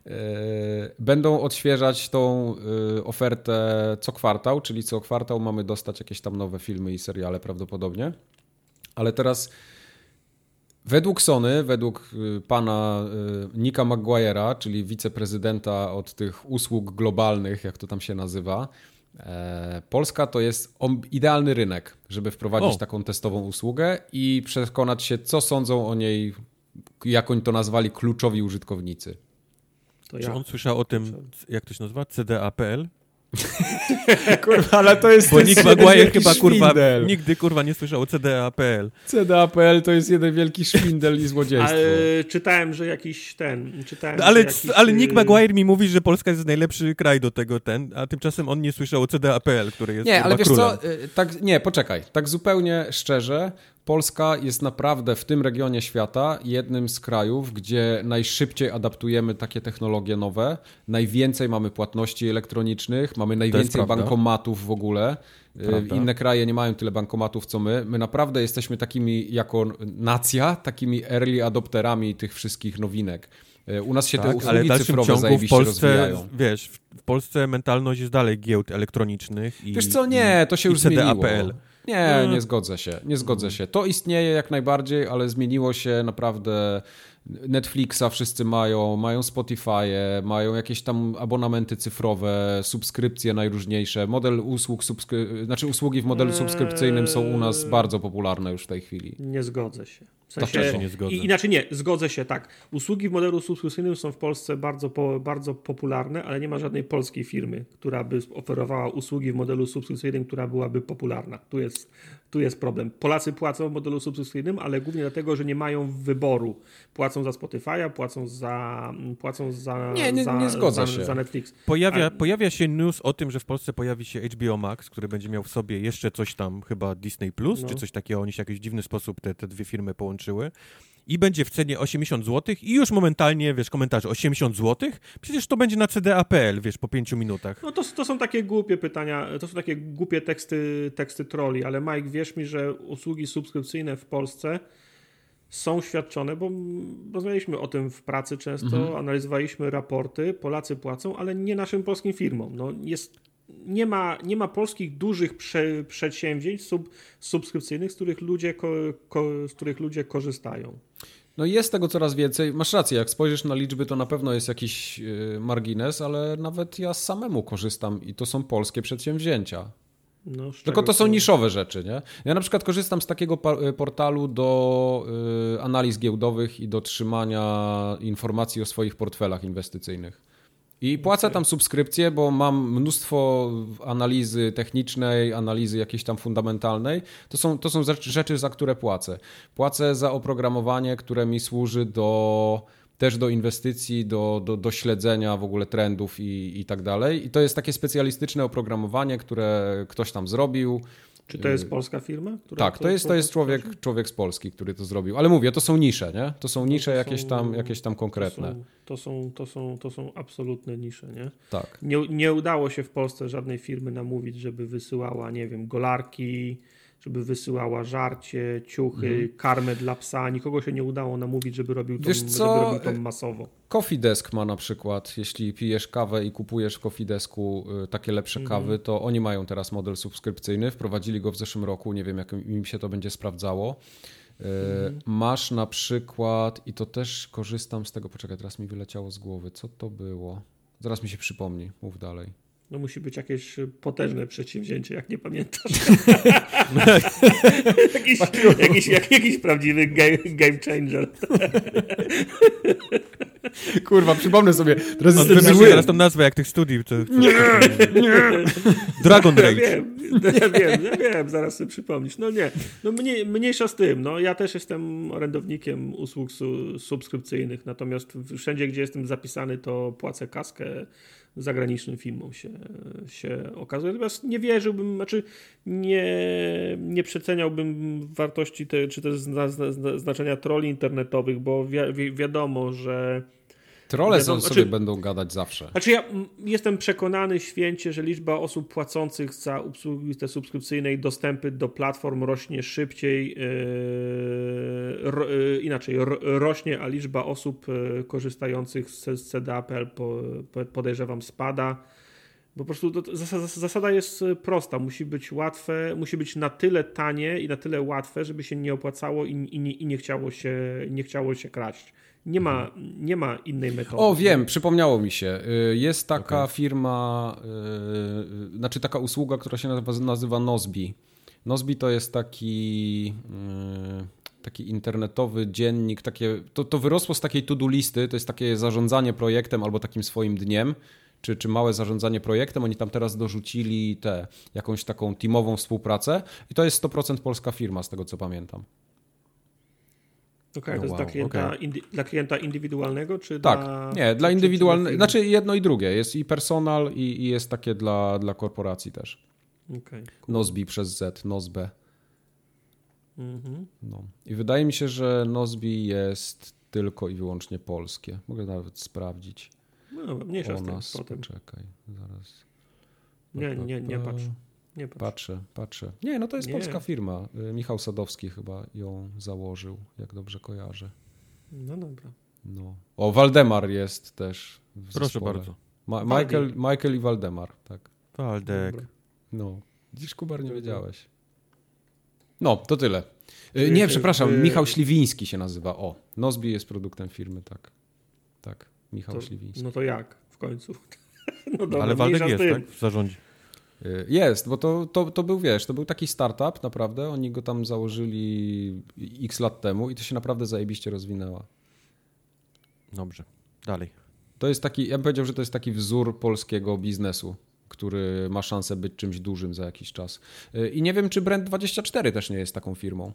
Będą odświeżać tą ofertę co kwartał, czyli co kwartał mamy dostać jakieś tam nowe filmy i seriale prawdopodobnie. Ale teraz według Sony, według pana Nicka Maguire'a, czyli wiceprezydenta od tych usług globalnych, jak to tam się nazywa, Polska to jest idealny rynek, żeby wprowadzić taką testową usługę i przekonać się, co sądzą o niej, jak oni to nazwali, kluczowi użytkownicy. Czy on słyszał o tym, jak to się nazywa? CDA.pl? Kurwa, ale to jest... Bo Nick Maguire chyba, nigdy, nie słyszał o CDA.pl. CDA.pl to jest jeden wielki szwindel i złodziejstwo. Ale czytałem, że jakiś ale Nick Maguire mi mówi, że Polska jest najlepszy kraj do tego, a tymczasem on nie słyszał o CDA.pl, który jest nie, ale wiesz królem. Co, poczekaj, tak zupełnie szczerze, Polska jest naprawdę w tym regionie świata jednym z krajów, gdzie najszybciej adaptujemy takie technologie nowe, najwięcej mamy płatności elektronicznych, mamy najwięcej bankomatów w ogóle. Prawda. Inne kraje nie mają tyle bankomatów, co my. My naprawdę jesteśmy takimi, jako nacja, takimi early adopterami tych wszystkich nowinek. U nas się te usługi cyfrowe zajebiście rozwijają. Wiesz, w Polsce mentalność jest dalej giełd elektronicznych. Wiesz co, nie, to się już zmieniło. Nie zgodzę się. To istnieje jak najbardziej, ale zmieniło się naprawdę. Netflixa wszyscy mają Spotify'e, mają jakieś tam abonamenty cyfrowe, subskrypcje najróżniejsze. Usługi w modelu subskrypcyjnym są u nas bardzo popularne już w tej chwili. Nie zgodzę się. W sensie, nie zgodzę. Inaczej nie, zgodzę się, tak. Usługi w modelu subskrypcyjnym są w Polsce bardzo popularne, ale nie ma żadnej polskiej firmy, która by oferowała usługi w modelu subskrypcyjnym, która byłaby popularna. Tu jest problem. Polacy płacą w modelu subskrypcyjnym, ale głównie dlatego, że nie mają wyboru. Płacą za Spotify'a, płacą za Netflix. Pojawia się news o tym, że w Polsce pojawi się HBO Max, który będzie miał w sobie jeszcze coś tam, chyba Disney Plus, czy coś takiego. Oni się w jakiś dziwny sposób te dwie firmy połączyły. i będzie w cenie 80 zł i już momentalnie, wiesz, komentarze 80 zł? Przecież to będzie na CDA.pl, wiesz, po 5 minutach. No to są takie głupie pytania, to są takie głupie teksty trolli, ale Mike, wierz mi, że usługi subskrypcyjne w Polsce są świadczone, bo rozmawialiśmy o tym w pracy często, analizowaliśmy raporty, Polacy płacą, ale nie naszym polskim firmom. No nie ma polskich dużych przedsięwzięć subskrypcyjnych, z których ludzie korzystają. No i jest tego coraz więcej. Masz rację, jak spojrzysz na liczby, to na pewno jest jakiś margines, ale nawet ja samemu korzystam i to są polskie przedsięwzięcia. No, tylko to są niszowe rzeczy, nie? Ja na przykład korzystam z takiego portalu do analiz giełdowych i do trzymania informacji o swoich portfelach inwestycyjnych. I płacę tam subskrypcję, bo mam mnóstwo analizy technicznej, analizy jakiejś tam fundamentalnej. To są rzeczy, za które płacę. Płacę za oprogramowanie, które mi służy też do inwestycji, do śledzenia w ogóle trendów i tak dalej. I to jest takie specjalistyczne oprogramowanie, które ktoś tam zrobił. Czy to jest polska firma? Tak, to jest człowiek z Polski, który to zrobił. Ale mówię, to są nisze, nie? To są nisze jakieś tam konkretne. To są absolutne nisze, nie? Tak. Nie udało się w Polsce żadnej firmy namówić, żeby wysyłała, nie wiem, golarki, żeby wysyłała żarcie, ciuchy, karmę dla psa. Nikogo się nie udało namówić, żeby robił to masowo. Coffee Desk ma na przykład, jeśli pijesz kawę i kupujesz w Coffee Desku takie lepsze kawy, to oni mają teraz model subskrypcyjny, wprowadzili go w zeszłym roku, nie wiem jak im się to będzie sprawdzało. Masz na przykład, i to też korzystam z tego, poczekaj, teraz mi wyleciało z głowy, co to było? Zaraz mi się przypomni, mów dalej. No musi być jakieś potężne przedsięwzięcie, jak nie pamiętasz. jakiś prawdziwy game changer. Kurwa, przypomnę sobie. Teraz tą nazwę jak tych studiów. Nie. Dragon Rage. Ja wiem, zaraz sobie przypomnisz. No nie, no mniejsza z tym. No, ja też jestem orędownikiem usług subskrypcyjnych, natomiast wszędzie, gdzie jestem zapisany, to płacę kaskę zagranicznym filmom się okazuje. Natomiast nie wierzyłbym, znaczy nie przeceniałbym wartości czy też znaczenia trolli internetowych, bo wiadomo, że trolle sobie będą gadać zawsze. Znaczy ja jestem przekonany święcie, że liczba osób płacących za usługi te subskrypcyjne i dostępy do platform rośnie szybciej, rośnie, a liczba osób korzystających z CDA.pl podejrzewam spada. Po prostu zasada jest prosta. Musi być łatwe, musi być na tyle tanie i na tyle łatwe, żeby się nie opłacało i nie chciało się kraść. Nie ma innej metody. O, wiem, przypomniało mi się. Jest taka firma, znaczy taka usługa, która się nazywa Nozbi. Nozbi to jest taki internetowy dziennik, to wyrosło z takiej to-do listy, to jest takie zarządzanie projektem albo takim swoim dniem, czy małe zarządzanie projektem. Oni tam teraz dorzucili jakąś taką teamową współpracę i to jest 100% polska firma, z tego co pamiętam. To jest dla klienta indywidualnego, czy tak, dla indywidualnego, znaczy jedno i drugie, jest i personal i jest takie dla korporacji też. Okay, cool. Nozbi przez Z, Nozbe. No. I wydaje mi się, że Nozbi jest tylko i wyłącznie polskie. Mogę nawet sprawdzić. No, mniejsza z tym potem. Poczekaj, zaraz. Nie patrz. Nie patrz. Patrzę. Nie, no to jest polska firma. Michał Sadowski chyba ją założył, jak dobrze kojarzę. No dobra. No. O, Waldemar jest też w Proszę zespole. bardzo. Michael i Waldemar, tak. Waldek. Dobra. No. Dziś Kubar nie wiedziałeś. No, to tyle. Nie, przepraszam, Michał Śliwiński się nazywa. O, Nozbi jest produktem firmy, tak. Tak, Michał Śliwiński. No to jak w końcu? No dobra, ale Waldek jest, tak? W zarządzie. Jest, bo to był, to był taki startup naprawdę, oni go tam założyli x lat temu i to się naprawdę zajebiście rozwinęło. Dobrze, dalej. To jest taki, ja bym powiedział, że to jest taki wzór polskiego biznesu, który ma szansę być czymś dużym za jakiś czas. I nie wiem, czy Brand24 też nie jest taką firmą.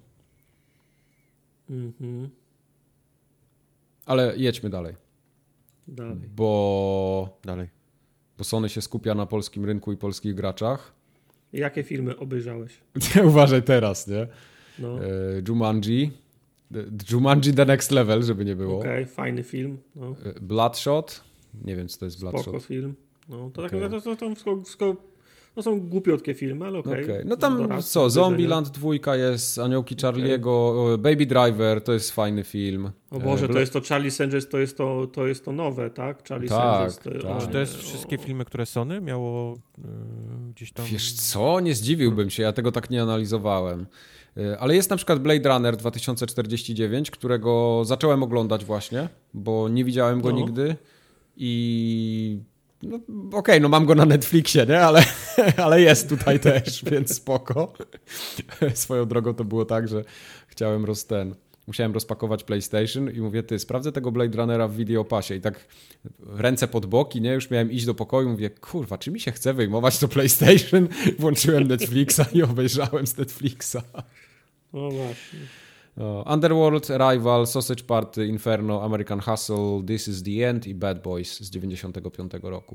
Ale jedźmy dalej. Bo Sony się skupia na polskim rynku i polskich graczach. Jakie filmy obejrzałeś? Uważaj teraz, nie? No. Jumanji, Jumanji The Next Level, żeby nie było. Okej, fajny film. No. Bloodshot. Nie wiem, co to jest Bloodshot. Spoko film. No, to tak, to są głupiutkie filmy, ale okej. No tam Zombieland 2 jest, Aniołki Charlie'ego, Baby Driver, to jest fajny film. O Boże, to jest to Charlie Sanchez, to jest to nowe, tak? Charlie Sanchez. Czy to jest wszystkie filmy, które Sony miało gdzieś tam... Wiesz co, nie zdziwiłbym się, ja tego tak nie analizowałem. Ale jest na przykład Blade Runner 2049, którego zacząłem oglądać właśnie, bo nie widziałem go nigdy i... No, okej, no mam go na Netflixie, nie? Ale jest tutaj też, więc spoko. Swoją drogą to było tak, że musiałem rozpakować PlayStation i mówię, sprawdzę tego Blade Runnera w Videopassie i tak ręce pod boki, nie? Już miałem iść do pokoju, mówię, kurwa, czy mi się chce wyjmować to PlayStation? Włączyłem Netflixa i obejrzałem z Netflixa. No właśnie. Underworld, Arrival, Sausage Party, Inferno, American Hustle, This is the End i Bad Boys z 95 roku.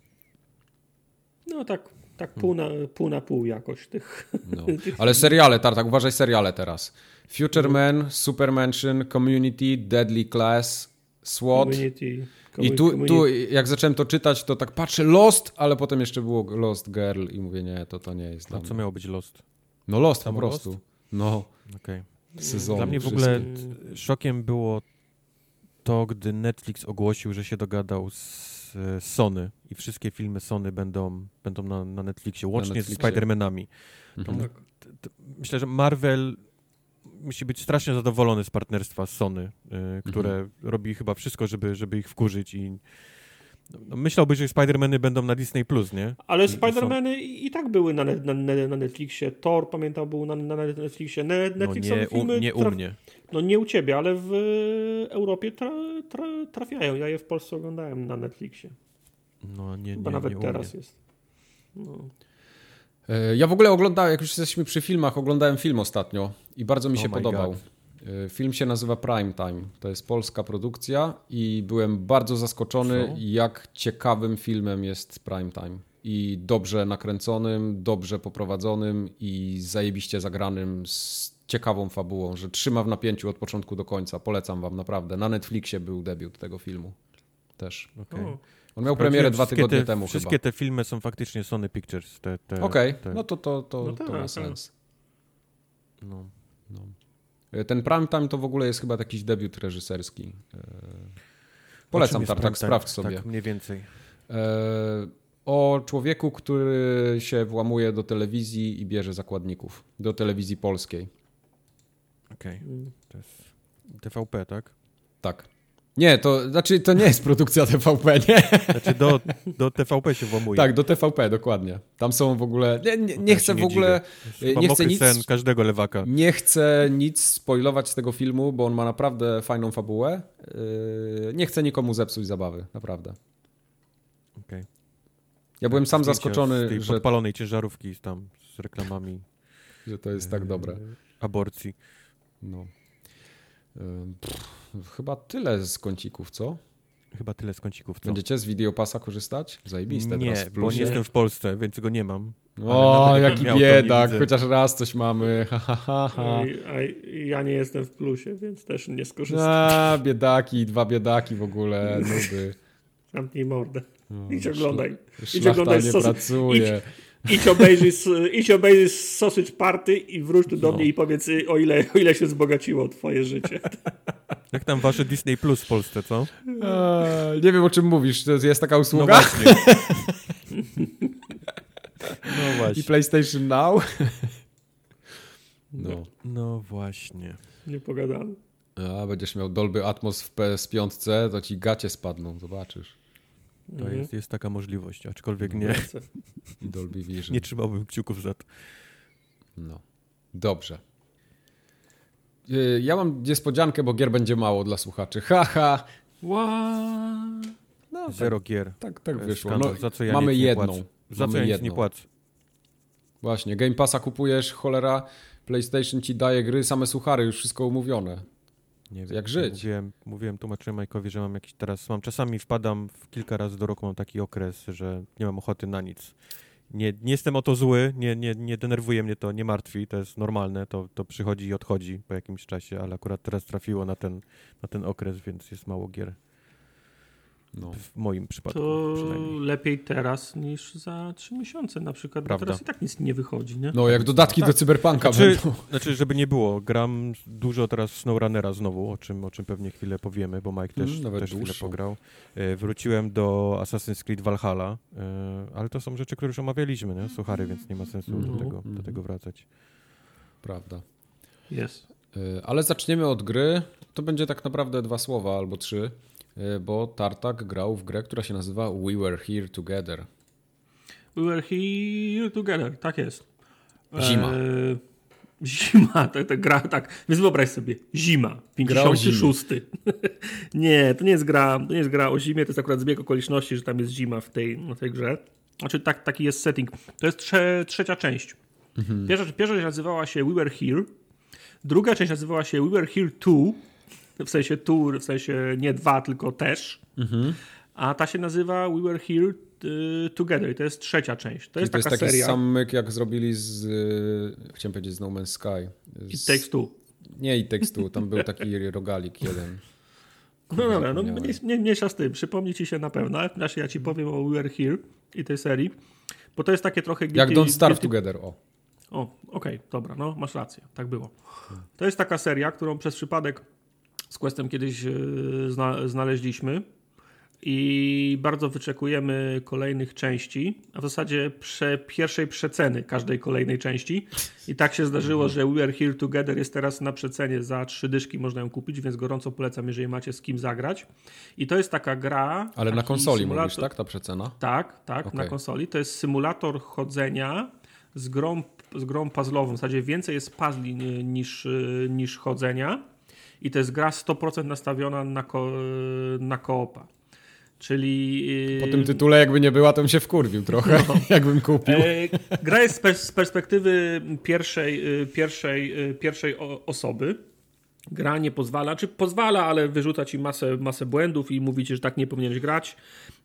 No tak pół na pół jakoś tych. No. Ale seriale, tak, uważaj seriale teraz. Future Man, Supermansion, Community, Deadly Class, SWAT. I tu jak zacząłem to czytać, to tak patrzę Lost, ale potem jeszcze było Lost Girl i mówię, nie, to nie jest dla mnie. Co miało być Lost? No Lost po prostu. Lost? No. Okej. Sezonu. Dla mnie w ogóle szokiem było to, gdy Netflix ogłosił, że się dogadał z Sony i wszystkie filmy Sony będą na Netflixie, łącznie z Spider-Manami. Myślę, że Marvel musi być strasznie zadowolony z partnerstwa z Sony, które robi chyba wszystko, żeby ich wkurzyć i myślałby, że Spider-Many będą na Disney+, nie? Ale Spider-Many i tak były na Netflixie. Thor, pamiętam, był na Netflixie. Netflixowe filmy... Nie u mnie. No nie u ciebie, ale w Europie trafiają. Ja je w Polsce oglądałem na Netflixie. No nie, chyba nawet nie teraz jest. No. Ja w ogóle oglądałem, jak już jesteśmy przy filmach, oglądałem film ostatnio i bardzo mi się podobał. God. Film się nazywa Prime Time. To jest polska produkcja i byłem bardzo zaskoczony, jak ciekawym filmem jest Prime Time. I dobrze nakręconym, dobrze poprowadzonym i zajebiście zagranym z ciekawą fabułą, że trzyma w napięciu od początku do końca. Polecam wam naprawdę. Na Netflixie był debiut tego filmu. Też. Okay. On miał premierę 2 tygodnie temu wszystkie chyba. Te filmy są faktycznie Sony Pictures. Okej, no to ma sens. No. Ten Prime Time to w ogóle jest chyba jakiś debiut reżyserski. Polecam, Tartak, sprawdź sobie. Tak, mniej więcej. O człowieku, który się włamuje do telewizji i bierze zakładników. Do telewizji polskiej. Okej. To jest TVP, tak? Tak. Nie, to nie jest produkcja TVP, nie? Znaczy do TVP się włamuje. Tak, do TVP, dokładnie. Tam są w ogóle... Nie chcę w ogóle... Nie chcę nic... sen każdego lewaka. Nie chcę nic spoilować z tego filmu, bo on ma naprawdę fajną fabułę. Nie chcę nikomu zepsuć zabawy, naprawdę. Okej. Ja byłem sam zaskoczony, z tej że... podpalonej ciężarówki tam z reklamami. Że to jest tak dobre. Aborcji. No. Chyba tyle z kącików, co? Chyba tyle z kącików, co? Będziecie z Videopassa korzystać? Zajebiste. Nie, bo nie jestem w Polsce, więc go nie mam. O, jaki biedak, chociaż raz coś mamy. A ja nie jestem w plusie, więc też nie skorzystam. Biedaki, 2 biedaki w ogóle, nudy. Zamknij mordę. Idź oglądaj. Idź oglądaj nie pracuje. Idź obejrzyj Sausage Party i wróć tu do mnie i powiedz, o ile się wzbogaciło twoje życie. Jak tam wasze Disney Plus w Polsce, co? Nie wiem, o czym mówisz. To jest taka usługa? No właśnie. No właśnie. I PlayStation Now? No właśnie. Nie pogadamy. Będziesz miał Dolby Atmos w PS5, to ci gacie spadną, zobaczysz. To jest taka możliwość, aczkolwiek nie. Dolby Vision. Nie trzymałbym kciuków za to. No. Dobrze. Ja mam niespodziankę, bo gier będzie mało dla słuchaczy. Haha. No, 0 gier. Tak wyszło. Za co ja mamy nic jedną. Nie płacę. Za co ja nic nie płacę. Właśnie, Game Passa kupujesz, cholera, PlayStation ci daje gry, same suchary, już wszystko umówione. Nie wiem, jak żyć? Tłumaczyłem Majkowi, że czasami wpadam kilka razy do roku, mam taki okres, że nie mam ochoty na nic. nie jestem o to zły, nie denerwuje mnie to, nie martwi, to jest normalne, to przychodzi i odchodzi po jakimś czasie, ale akurat teraz trafiło na ten okres, więc jest mało gier. No. W moim przypadku to przynajmniej. Lepiej teraz niż za 3 miesiące na przykład, bo teraz i tak nic nie wychodzi, nie? No jak dodatki do Cyberpunka będą. Znaczy, żeby nie było, gram dużo teraz w SnowRunnera znowu, o czym pewnie chwilę powiemy, bo Mike też chwilę pograł. Wróciłem do Assassin's Creed Valhalla, ale to są rzeczy, które już omawialiśmy, nie? Suchary, więc nie ma sensu do tego wracać. Prawda. Jest. Ale zaczniemy od gry. To będzie tak naprawdę 2 słowa albo 3. Bo Tartak grał w grę, która się nazywa We Were Here Together. We Were Here Together, tak jest. Zima. Zima, ta gra, tak. Więc wyobraź sobie, zima, 56. Nie, to nie jest gra o zimie, to jest akurat zbieg okoliczności, że tam jest zima w tej grze. Znaczy taki jest setting. To jest trzecia część. Pierwsza część nazywała się We Were Here. Druga część nazywała się We Were Here 2. W sensie nie 2, tylko też. A ta się nazywa We Were Here Together. I to jest trzecia część. To jest taka taki seria. sam myk, jak zrobili chciałem powiedzieć z No Man's Sky. It Takes Two. Nie It Takes Two, tam był taki rogalik jeden. No dobra, mniejsza z tym. Przypomni ci się na pewno. Ja ci powiem o We Were Here i tej serii. Bo to jest takie trochę... Jak Don't Starve Together, okej, dobra, no masz rację. Tak było. To jest taka seria, którą przez przypadek z Questem kiedyś znaleźliśmy i bardzo wyczekujemy kolejnych części, a w zasadzie pierwszej przeceny każdej kolejnej części. I tak się zdarzyło, że We Are Here Together jest teraz na przecenie za 3 dyszki, można ją kupić, więc gorąco polecam, jeżeli macie z kim zagrać. I to jest taka gra... Ale na konsoli mówisz, tak? Ta przecena? Tak, okay. Na konsoli. To jest symulator chodzenia z grą puzzlową. W zasadzie więcej jest puzzli niż chodzenia. I to jest gra 100% nastawiona na koopa. Czyli... Po tym tytule jakby nie była, to bym się wkurwił trochę, jakbym kupił. Gra jest z perspektywy pierwszej osoby. Gra nie pozwala, czy pozwala, ale wyrzuca ci masę błędów i mówi ci, że tak nie powinieneś grać.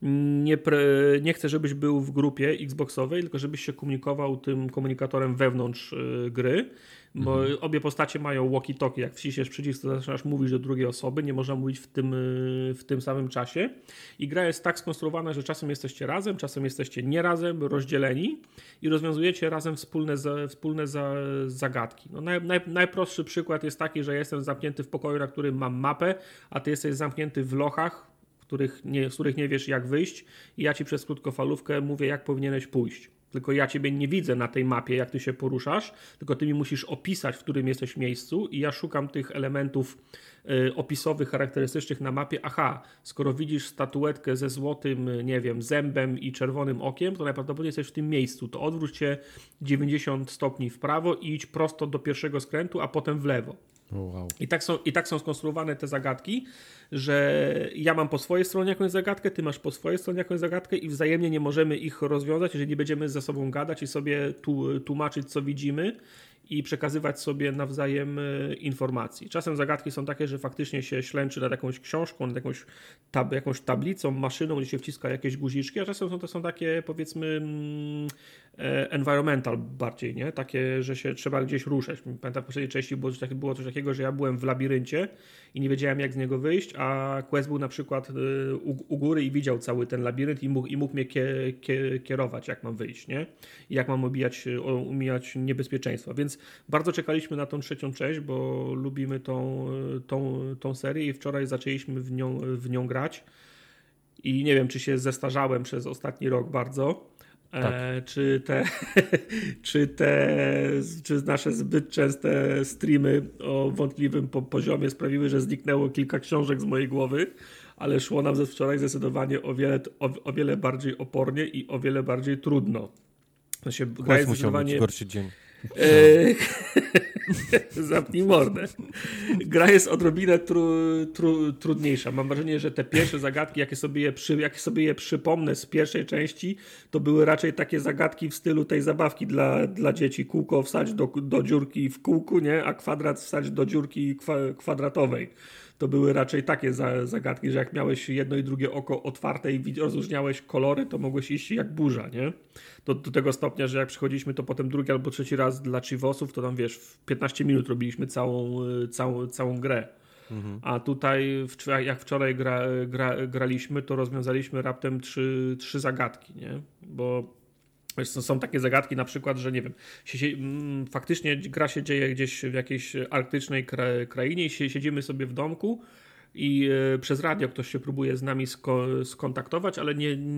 Nie chcę, żebyś był w grupie Xboxowej, tylko żebyś się komunikował tym komunikatorem wewnątrz gry. Bo obie postacie mają walkie-talkie. Jak wciśniesz przycisk, to zaczynasz mówić do drugiej osoby. Nie można mówić w tym samym czasie. I gra jest tak skonstruowana, że czasem jesteście razem, czasem jesteście nie razem, rozdzieleni i rozwiązujecie razem wspólne zagadki. No najprostszy przykład jest taki, że jestem zamknięty w pokoju, na którym mam mapę, a ty jesteś zamknięty w lochach, z których nie wiesz, jak wyjść, i ja ci przez krótkofalówkę mówię, jak powinieneś pójść. Tylko ja ciebie nie widzę na tej mapie, jak ty się poruszasz, tylko ty mi musisz opisać, w którym jesteś miejscu, i ja szukam tych elementów opisowych, charakterystycznych na mapie. Aha, skoro widzisz statuetkę ze złotym, nie wiem, zębem i czerwonym okiem, to najprawdopodobniej jesteś w tym miejscu. To odwróć się 90 stopni w prawo i idź prosto do pierwszego skrętu, a potem w lewo. Wow. I tak są skonstruowane te zagadki, że ja mam po swojej stronie jakąś zagadkę, ty masz po swojej stronie jakąś zagadkę i wzajemnie nie możemy ich rozwiązać, jeżeli nie będziemy ze sobą gadać i sobie tłumaczyć, co widzimy, i przekazywać sobie nawzajem informacji. Czasem zagadki są takie, że faktycznie się ślęczy nad jakąś książką, nad jakąś tablicą, maszyną, gdzie się wciska jakieś guziczki, a czasem to są takie, powiedzmy, environmental bardziej, nie? Takie, że się trzeba gdzieś ruszać. Pamiętam, w poprzedniej części było coś takiego, że ja byłem w labiryncie i nie wiedziałem, jak z niego wyjść, a Quest był na przykład u góry i widział cały ten labirynt i mógł mnie kierować, jak mam wyjść, nie? I jak mam omijać niebezpieczeństwa. Więc bardzo czekaliśmy na tą trzecią część, bo lubimy tą serię i wczoraj zaczęliśmy w nią grać. I nie wiem, czy się zestarzałem przez ostatni rok bardzo. Tak. Czy nasze zbyt częste streamy o wątpliwym poziomie sprawiły, że zniknęło kilka książek z mojej głowy, ale szło nam ze wczoraj zdecydowanie o wiele bardziej opornie i o wiele bardziej trudno. Quest musiał mieć gorszy dzień. Zamknij mordę. Gra jest odrobinę trudniejsza. Mam wrażenie, że te pierwsze zagadki, jakie sobie je przypomnę z pierwszej części, to były raczej takie zagadki w stylu tej zabawki dla dzieci. Kółko wsadź do dziurki w kółku, nie? A kwadrat wsadź do dziurki kwadratowej. To były raczej takie zagadki, że jak miałeś jedno i drugie oko otwarte i rozróżniałeś kolory, to mogłeś iść jak burza, nie? Do tego stopnia, że jak przychodziliśmy to potem drugi albo trzeci raz dla Chivosów, to tam wiesz, w 15 minut robiliśmy całą grę. Mhm. A tutaj, jak wczoraj graliśmy, to rozwiązaliśmy raptem trzy zagadki, nie? Bo są takie zagadki na przykład, że nie wiem, faktycznie gra się dzieje gdzieś w jakiejś arktycznej krainie i siedzimy sobie w domku i przez radio ktoś się próbuje z nami skontaktować, ale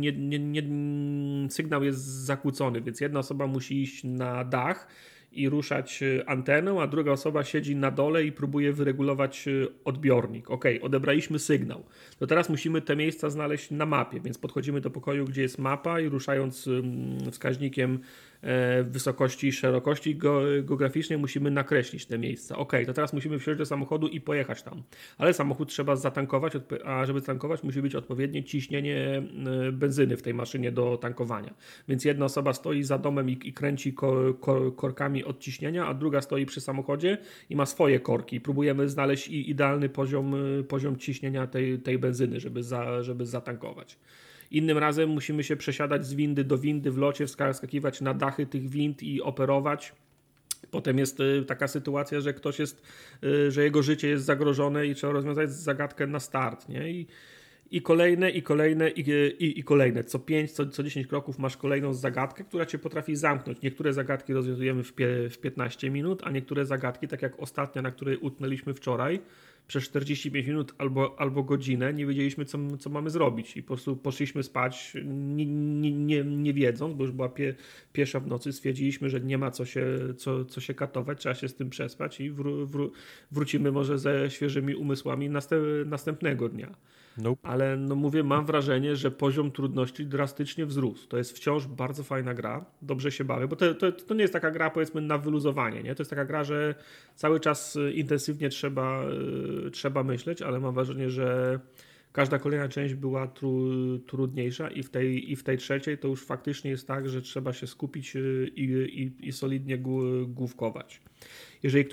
sygnał jest zakłócony, więc jedna osoba musi iść na dach i ruszać anteną, a druga osoba siedzi na dole i próbuje wyregulować odbiornik. Odebraliśmy sygnał. To teraz musimy te miejsca znaleźć na mapie, więc podchodzimy do pokoju, gdzie jest mapa i ruszając wskaźnikiem wysokości i szerokości geograficznej musimy nakreślić te miejsca. To teraz musimy wsiąść do samochodu i pojechać tam. Ale samochód trzeba zatankować, a żeby tankować musi być odpowiednie ciśnienie benzyny w tej maszynie do tankowania. Więc jedna osoba stoi za domem i kręci korkami od ciśnienia, a druga stoi przy samochodzie i ma swoje korki. Próbujemy znaleźć idealny poziom ciśnienia tej benzyny, żeby zatankować. Innym razem musimy się przesiadać z windy do windy w locie, wskakiwać na dachy tych wind i operować. Potem jest taka sytuacja, że że jego życie jest zagrożone i trzeba rozwiązać zagadkę na start, nie? I kolejne. Co 5, co 10 kroków masz kolejną zagadkę, która cię potrafi zamknąć. Niektóre zagadki rozwiązujemy w 15 minut, a niektóre zagadki, tak jak ostatnia, na której utknęliśmy wczoraj, przez 45 minut albo godzinę nie wiedzieliśmy, co mamy zrobić. I po prostu poszliśmy spać nie wiedząc, bo już była pierwsza w nocy. Stwierdziliśmy, że nie ma co się katować, trzeba się z tym przespać i wrócimy może ze świeżymi umysłami następnego dnia. Nope. Ale mówię, mam wrażenie, że poziom trudności drastycznie wzrósł. To jest wciąż bardzo fajna gra, dobrze się bawię, bo to nie jest taka gra, powiedzmy, na wyluzowanie, nie? To jest taka gra, że cały czas intensywnie trzeba myśleć, ale mam wrażenie, że każda kolejna część była trudniejsza i w tej trzeciej to już faktycznie jest tak, że trzeba się skupić i solidnie główkować. Jeżeli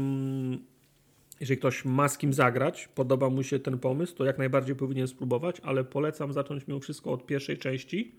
ktoś ma z kim zagrać, podoba mu się ten pomysł, to jak najbardziej powinien spróbować, ale polecam zacząć mimo wszystko od pierwszej części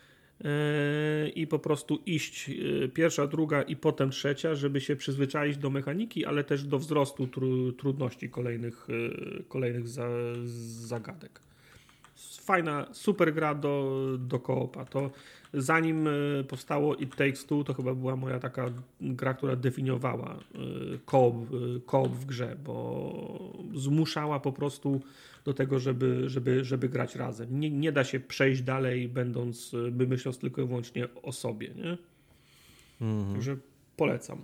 i po prostu iść pierwsza, druga i potem trzecia, żeby się przyzwyczaić do mechaniki, ale też do wzrostu trudności kolejnych zagadek. Fajna, super gra do koopa. To zanim powstało It Takes Two, to chyba była moja taka gra, która definiowała koop w grze, bo zmuszała po prostu do tego, żeby grać razem. Nie da się przejść dalej, myśląc tylko i wyłącznie o sobie, nie? Także polecam.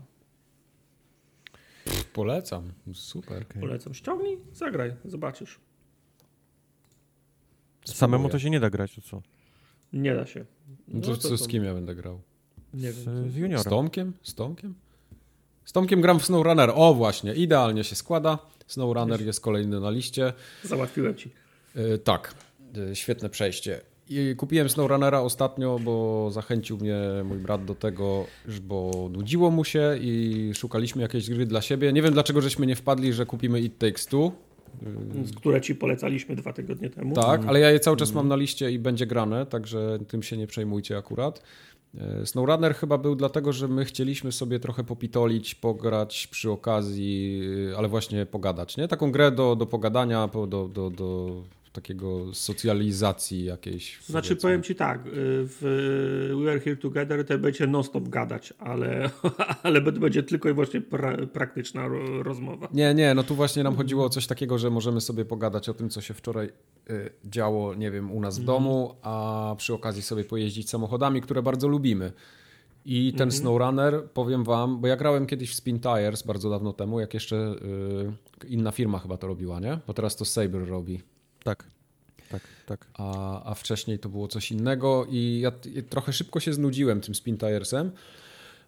Polecam, super. Okay. Polecam. Ściągnij, zagraj, zobaczysz. Samemu to się nie da grać, to co? Nie da się. To z kim ja będę grał? Nie wiem. Z juniorem. Z Tomkiem? Z Tomkiem gram w SnowRunner. O właśnie, idealnie się składa. SnowRunner jest kolejny na liście. Załatwiłem ci. Tak, świetne przejście. I kupiłem SnowRunnera ostatnio, bo zachęcił mnie mój brat do tego, bo nudziło mu się i szukaliśmy jakiejś gry dla siebie. Nie wiem, dlaczego żeśmy nie wpadli, że kupimy It Takes Two. Które ci polecaliśmy 2 tygodnie temu. Tak, ale ja je cały czas mam na liście i będzie grane, także tym się nie przejmujcie akurat. SnowRunner chyba był dlatego, że my chcieliśmy sobie trochę popitolić, pograć przy okazji, ale właśnie pogadać, nie? Taką grę do pogadania, do takiego socjalizacji jakiejś. Znaczy powiem ci tak, w We Are Here Together to będzie non-stop gadać, ale będzie tylko i wyłącznie praktyczna rozmowa. Nie, no tu właśnie nam chodziło o coś takiego, że możemy sobie pogadać o tym, co się wczoraj działo, nie wiem, u nas w domu, a przy okazji sobie pojeździć samochodami, które bardzo lubimy. I ten SnowRunner, powiem wam, bo ja grałem kiedyś w Spin Tires bardzo dawno temu, jak jeszcze inna firma chyba to robiła, nie? Bo teraz to Saber robi. Tak. A wcześniej to było coś innego i ja trochę szybko się znudziłem tym Spin Tiresem,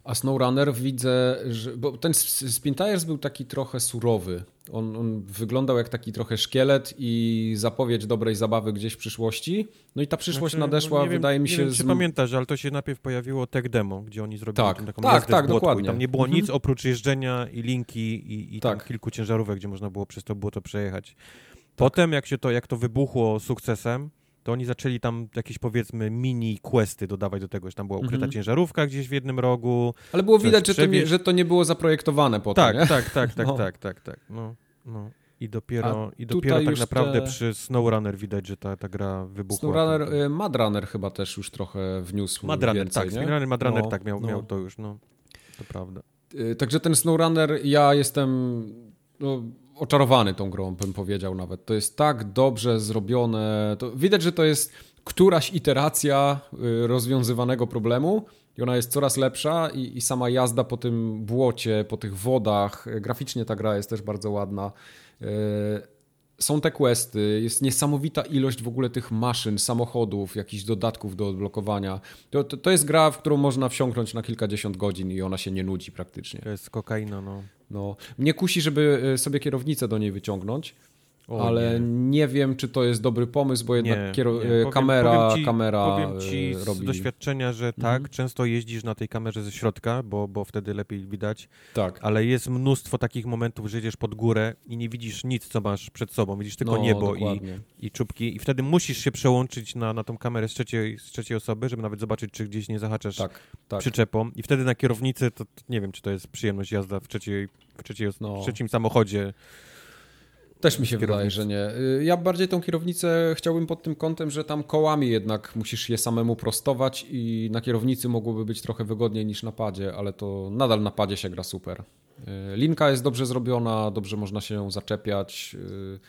A SnowRunner widzę, że... Bo ten Spin Tires był taki trochę surowy. On wyglądał jak taki trochę szkielet i zapowiedź dobrej zabawy gdzieś w przyszłości. No i ta przyszłość nadeszła, wydaje mi się... Nie wiem, czy pamiętasz, ale to się najpierw pojawiło Tech Demo, gdzie oni zrobili taką jazdę w dokładnie. I tam nie było nic oprócz jeżdżenia i linki i tam kilku ciężarówek, gdzie można było przez to błoto przejechać. Potem jak to wybuchło sukcesem, to oni zaczęli tam jakieś, powiedzmy, mini questy dodawać do tego, że tam była ukryta ciężarówka gdzieś w jednym rogu. Ale było widać, że to nie było zaprojektowane potem, nie? Tak. No. I dopiero tak naprawdę przy SnowRunner widać, że ta gra wybuchła. SnowRunner, Mudrunner chyba też już trochę wniósł więcej, nie? Mudrunner miał to już, to prawda. Także ten SnowRunner, ja jestem... oczarowany tą grą, bym powiedział nawet. To jest tak dobrze zrobione. To widać, że to jest któraś iteracja rozwiązywanego problemu i ona jest coraz lepsza i sama jazda po tym błocie, po tych wodach. Graficznie ta gra jest też bardzo ładna. Są te questy, jest niesamowita ilość w ogóle tych maszyn, samochodów, jakichś dodatków do odblokowania. To jest gra, w którą można wsiąknąć na kilkadziesiąt godzin i ona się nie nudzi praktycznie. To jest kokaina, No. Mnie kusi, żeby sobie kierownicę do niej wyciągnąć, ale nie wiem, czy to jest dobry pomysł, bo jednak kamera powiem ci robi... z doświadczenia, że tak, często jeździsz na tej kamerze ze środka, bo wtedy lepiej widać, ale jest mnóstwo takich momentów, że jedziesz pod górę i nie widzisz nic, co masz przed sobą, widzisz tylko niebo i czubki i wtedy musisz się przełączyć na tą kamerę z trzeciej osoby, żeby nawet zobaczyć, czy gdzieś nie zahaczasz przyczepą i wtedy na kierownicy to nie wiem, czy to jest przyjemność jazda w trzecim samochodzie. Też mi się wydaje, że nie. Ja bardziej tą kierownicę chciałbym pod tym kątem, że tam kołami jednak musisz je samemu prostować i na kierownicy mogłoby być trochę wygodniej niż na padzie, ale to nadal na padzie się gra super. Linka jest dobrze zrobiona, dobrze można się ją zaczepiać.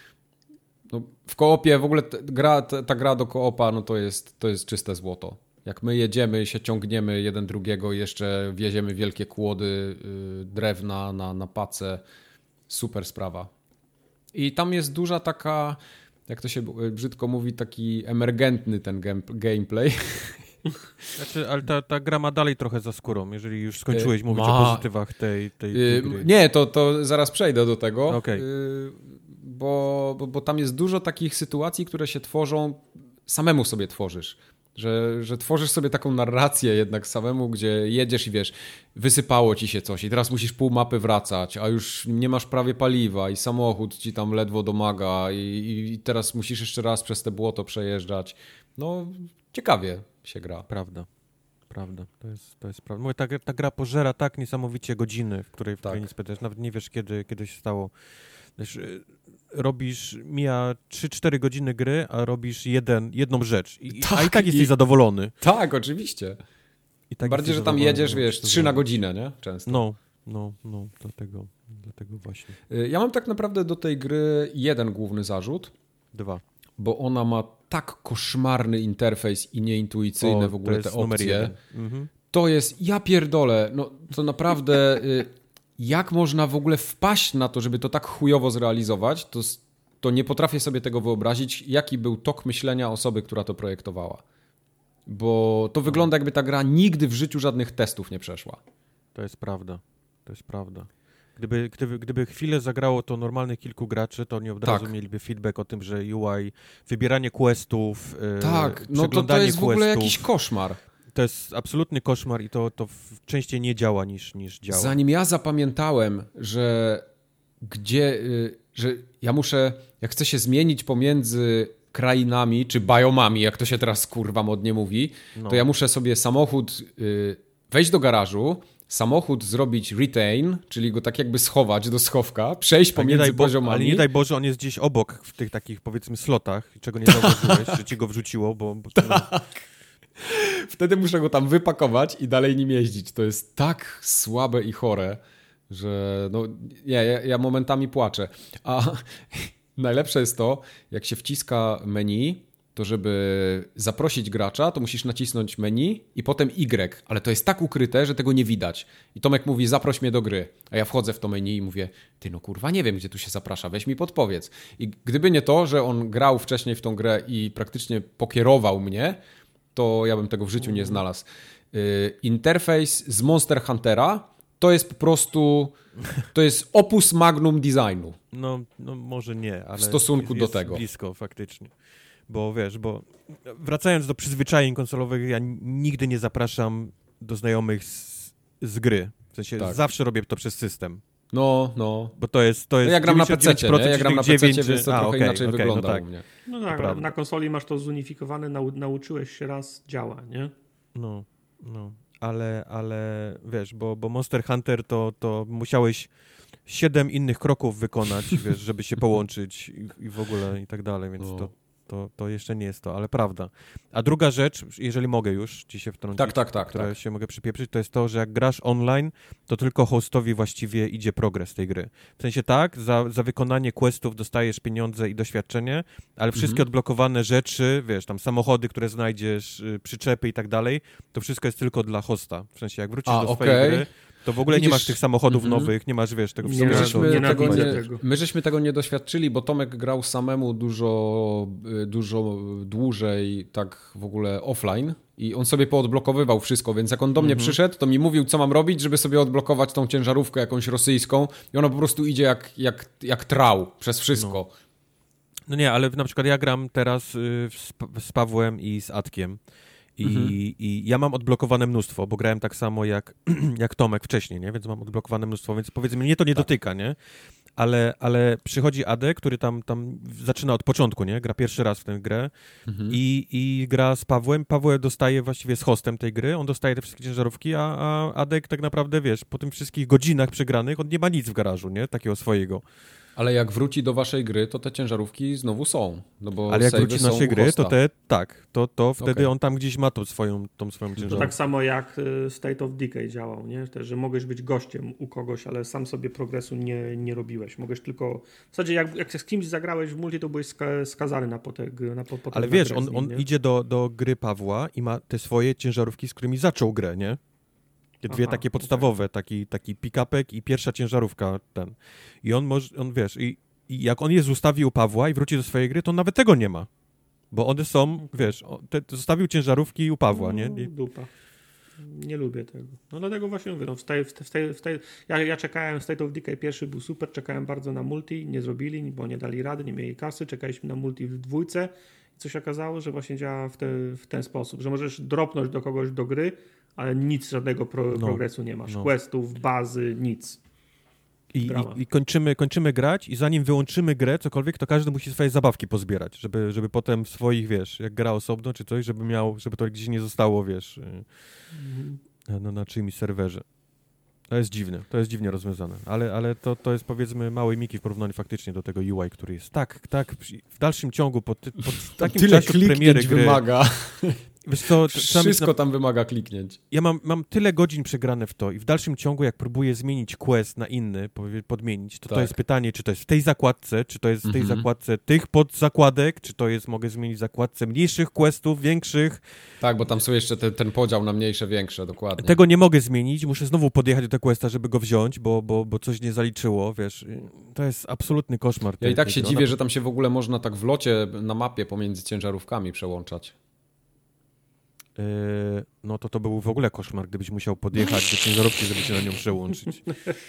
W koopie w ogóle ta gra do koopa to jest czyste złoto. Jak my jedziemy, się ciągniemy jeden drugiego, jeszcze wieziemy wielkie kłody drewna na pacę. Super sprawa. I tam jest duża taka, jak to się brzydko mówi, taki emergentny ten gameplay. Znaczy, ale ta gra ma dalej trochę za skórą, jeżeli już skończyłeś mówić o pozytywach tej gry. Nie, to zaraz przejdę do tego, okay. Bo tam jest dużo takich sytuacji, które się tworzą, samemu sobie tworzysz. Że tworzysz sobie taką narrację jednak samemu, gdzie jedziesz i wiesz, wysypało ci się coś i teraz musisz pół mapy wracać, a już nie masz prawie paliwa i samochód ci tam ledwo domaga i teraz musisz jeszcze raz przez te błoto przejeżdżać. Ciekawie się gra. Prawda. To jest prawda. Mówię, ta gra pożera tak niesamowicie godziny, w której nic pytasz. Nawet nie wiesz, kiedy się stało. Wiesz, mija 3-4 godziny gry, a robisz jedną rzecz. A i tak jesteś zadowolony. Tak, oczywiście. Bardziej, że tam jedziesz, wiesz, 3 na godzinę, nie? Często. Dlatego właśnie. Ja mam tak naprawdę do tej gry jeden główny zarzut. 2. Bo ona ma tak koszmarny interfejs i nieintuicyjne w ogóle te opcje. To jest, ja pierdolę, to naprawdę... Jak można w ogóle wpaść na to, żeby to tak chujowo zrealizować, to nie potrafię sobie tego wyobrazić, jaki był tok myślenia osoby, która to projektowała. Bo to wygląda, jakby ta gra nigdy w życiu żadnych testów nie przeszła. To jest prawda. Gdyby chwilę zagrało to normalnych kilku graczy, to oni od razu mieliby feedback o tym, że UI, wybieranie questów, to jest w ogóle jakiś koszmar. To jest absolutny koszmar i to częściej nie działa niż działa. Zanim ja zapamiętałem, że ja muszę, jak chcę się zmienić pomiędzy krainami czy biomami, jak to się teraz kurwa modnie mówi, to ja muszę sobie samochód wejść do garażu, samochód zrobić retain, czyli go tak jakby schować do schowka, przejść pomiędzy poziomami. Ale nie daj Boże, on jest gdzieś obok w tych takich, powiedzmy, slotach, czego nie zauważyłeś, że ci go wrzuciło, bo Wtedy muszę go tam wypakować i dalej nim jeździć. To jest tak słabe i chore, że ja momentami płaczę. A najlepsze jest to, jak się wciska menu, to żeby zaprosić gracza, to musisz nacisnąć menu i potem Y, ale to jest tak ukryte, że tego nie widać. I Tomek mówi, zaproś mnie do gry. A ja wchodzę w to menu i mówię, kurwa, nie wiem, gdzie tu się zaprasza, weź mi podpowiedz. I gdyby nie to, że on grał wcześniej w tą grę i praktycznie pokierował mnie, to ja bym tego w życiu nie znalazł. interfejs z Monster Huntera to jest po prostu, to jest opus magnum designu. No może nie, ale w stosunku do tego. Blisko faktycznie. Bo wiesz, wracając do przyzwyczajeń konsolowych, ja nigdy nie zapraszam do znajomych z gry. W sensie zawsze robię to przez system. No. Bo to jest ja gram na PC-cie, nie? Ja gram na PC-cie, więc to trochę inaczej wygląda u mnie. No tak, na konsoli masz to zunifikowane, nauczyłeś się raz, działa, nie? No. Ale wiesz, bo Monster Hunter to musiałeś 7 innych kroków wykonać, wiesz, żeby się połączyć i w ogóle i tak dalej, więc to jeszcze nie jest to, ale prawda. A druga rzecz, jeżeli mogę już ci się wtrącić, która się mogę przypieprzyć, to jest to, że jak grasz online, to tylko hostowi właściwie idzie progres tej gry. W sensie za wykonanie questów dostajesz pieniądze i doświadczenie, ale wszystkie odblokowane rzeczy, wiesz, tam samochody, które znajdziesz, przyczepy i tak dalej, to wszystko jest tylko dla hosta. W sensie jak wrócisz do swojej gry, to w w ogóle nie masz tych samochodów nowych, nie masz, wiesz, tego wszystkiego. My żeśmy tego nie doświadczyli, bo Tomek grał samemu dużo dłużej tak w ogóle offline i on sobie poodblokowywał wszystko, więc jak on do mnie przyszedł, to mi mówił, co mam robić, żeby sobie odblokować tą ciężarówkę jakąś rosyjską i ona po prostu idzie jak trał przez wszystko. No nie, ale na przykład ja gram teraz z Pawłem i z Atkiem. I ja mam odblokowane mnóstwo, bo grałem tak samo jak Tomek wcześniej, nie? Więc mam odblokowane mnóstwo, więc powiedzmy, mnie to nie dotyka, nie? Ale przychodzi Adek, który tam zaczyna od początku, nie? Gra pierwszy raz w tę grę i gra z Pawłem. Paweł dostaje właściwie z hostem tej gry, on dostaje te wszystkie ciężarówki, a Adek tak naprawdę, wiesz, po tych wszystkich godzinach przegranych, on nie ma nic w garażu, nie? Takiego swojego. Ale jak wróci do waszej gry, to te ciężarówki znowu są. No bo ale jak wróci do naszej gry, to wtedy on tam gdzieś ma tą swoją ciężarówkę. To tak samo jak State of Decay działał, nie? Też, że mogłeś być gościem u kogoś, ale sam sobie progresu nie robiłeś. Mogłeś tylko... W zasadzie jak z kimś zagrałeś w multi, to byłeś skazany na potem. Ale wiesz, on idzie do gry Pawła i ma te swoje ciężarówki, z którymi zaczął grę, nie? Te dwie takie podstawowe, taki pick-upek i pierwsza ciężarówka ten. I on wiesz, i jak on je zostawił Pawła i wróci do swojej gry, to nawet tego nie ma. Bo one są, wiesz, zostawił ciężarówki u Pawła, nie? Dupa. Nie lubię tego. No dlatego właśnie mówię, ja czekałem, State of Decay pierwszy był super, czekałem bardzo na multi, nie zrobili, bo nie dali rady, nie mieli kasy, czekaliśmy na multi w 2 i coś okazało, że właśnie działa w ten sposób, że możesz dropnąć do kogoś do gry, ale nic, żadnego progresu nie masz. Questów, bazy, nic. I kończymy grać i zanim wyłączymy grę, cokolwiek, to każdy musi swoje zabawki pozbierać, żeby potem swoich, wiesz, jak gra osobno czy coś, żeby to gdzieś nie zostało, wiesz, na czyimś serwerze. To jest dziwnie rozwiązane, ale to jest powiedzmy małej miki w porównaniu faktycznie do tego UI, który jest tak w dalszym ciągu pod takim tyle czasie premiery gry wymaga. Wiesz co, wszystko tam wymaga kliknięć. Ja mam tyle godzin przegrane w to i w dalszym ciągu, jak próbuję zmienić quest na inny, podmienić, to jest pytanie, czy to jest w tej zakładce, czy to jest w tej zakładce tych podzakładek, czy to jest, mogę zmienić w zakładce mniejszych questów, większych. Tak, bo tam są jeszcze ten podział na mniejsze, większe, dokładnie. Tego nie mogę zmienić, muszę znowu podjechać do tego questa, żeby go wziąć, bo coś nie zaliczyło, wiesz. To jest absolutny koszmar. Ja i tak się dziwię, że tam się w ogóle można tak w locie na mapie pomiędzy ciężarówkami przełączać. No to był w ogóle koszmar, gdybyś musiał podjechać do ciężarówki, żeby się na nią przełączyć.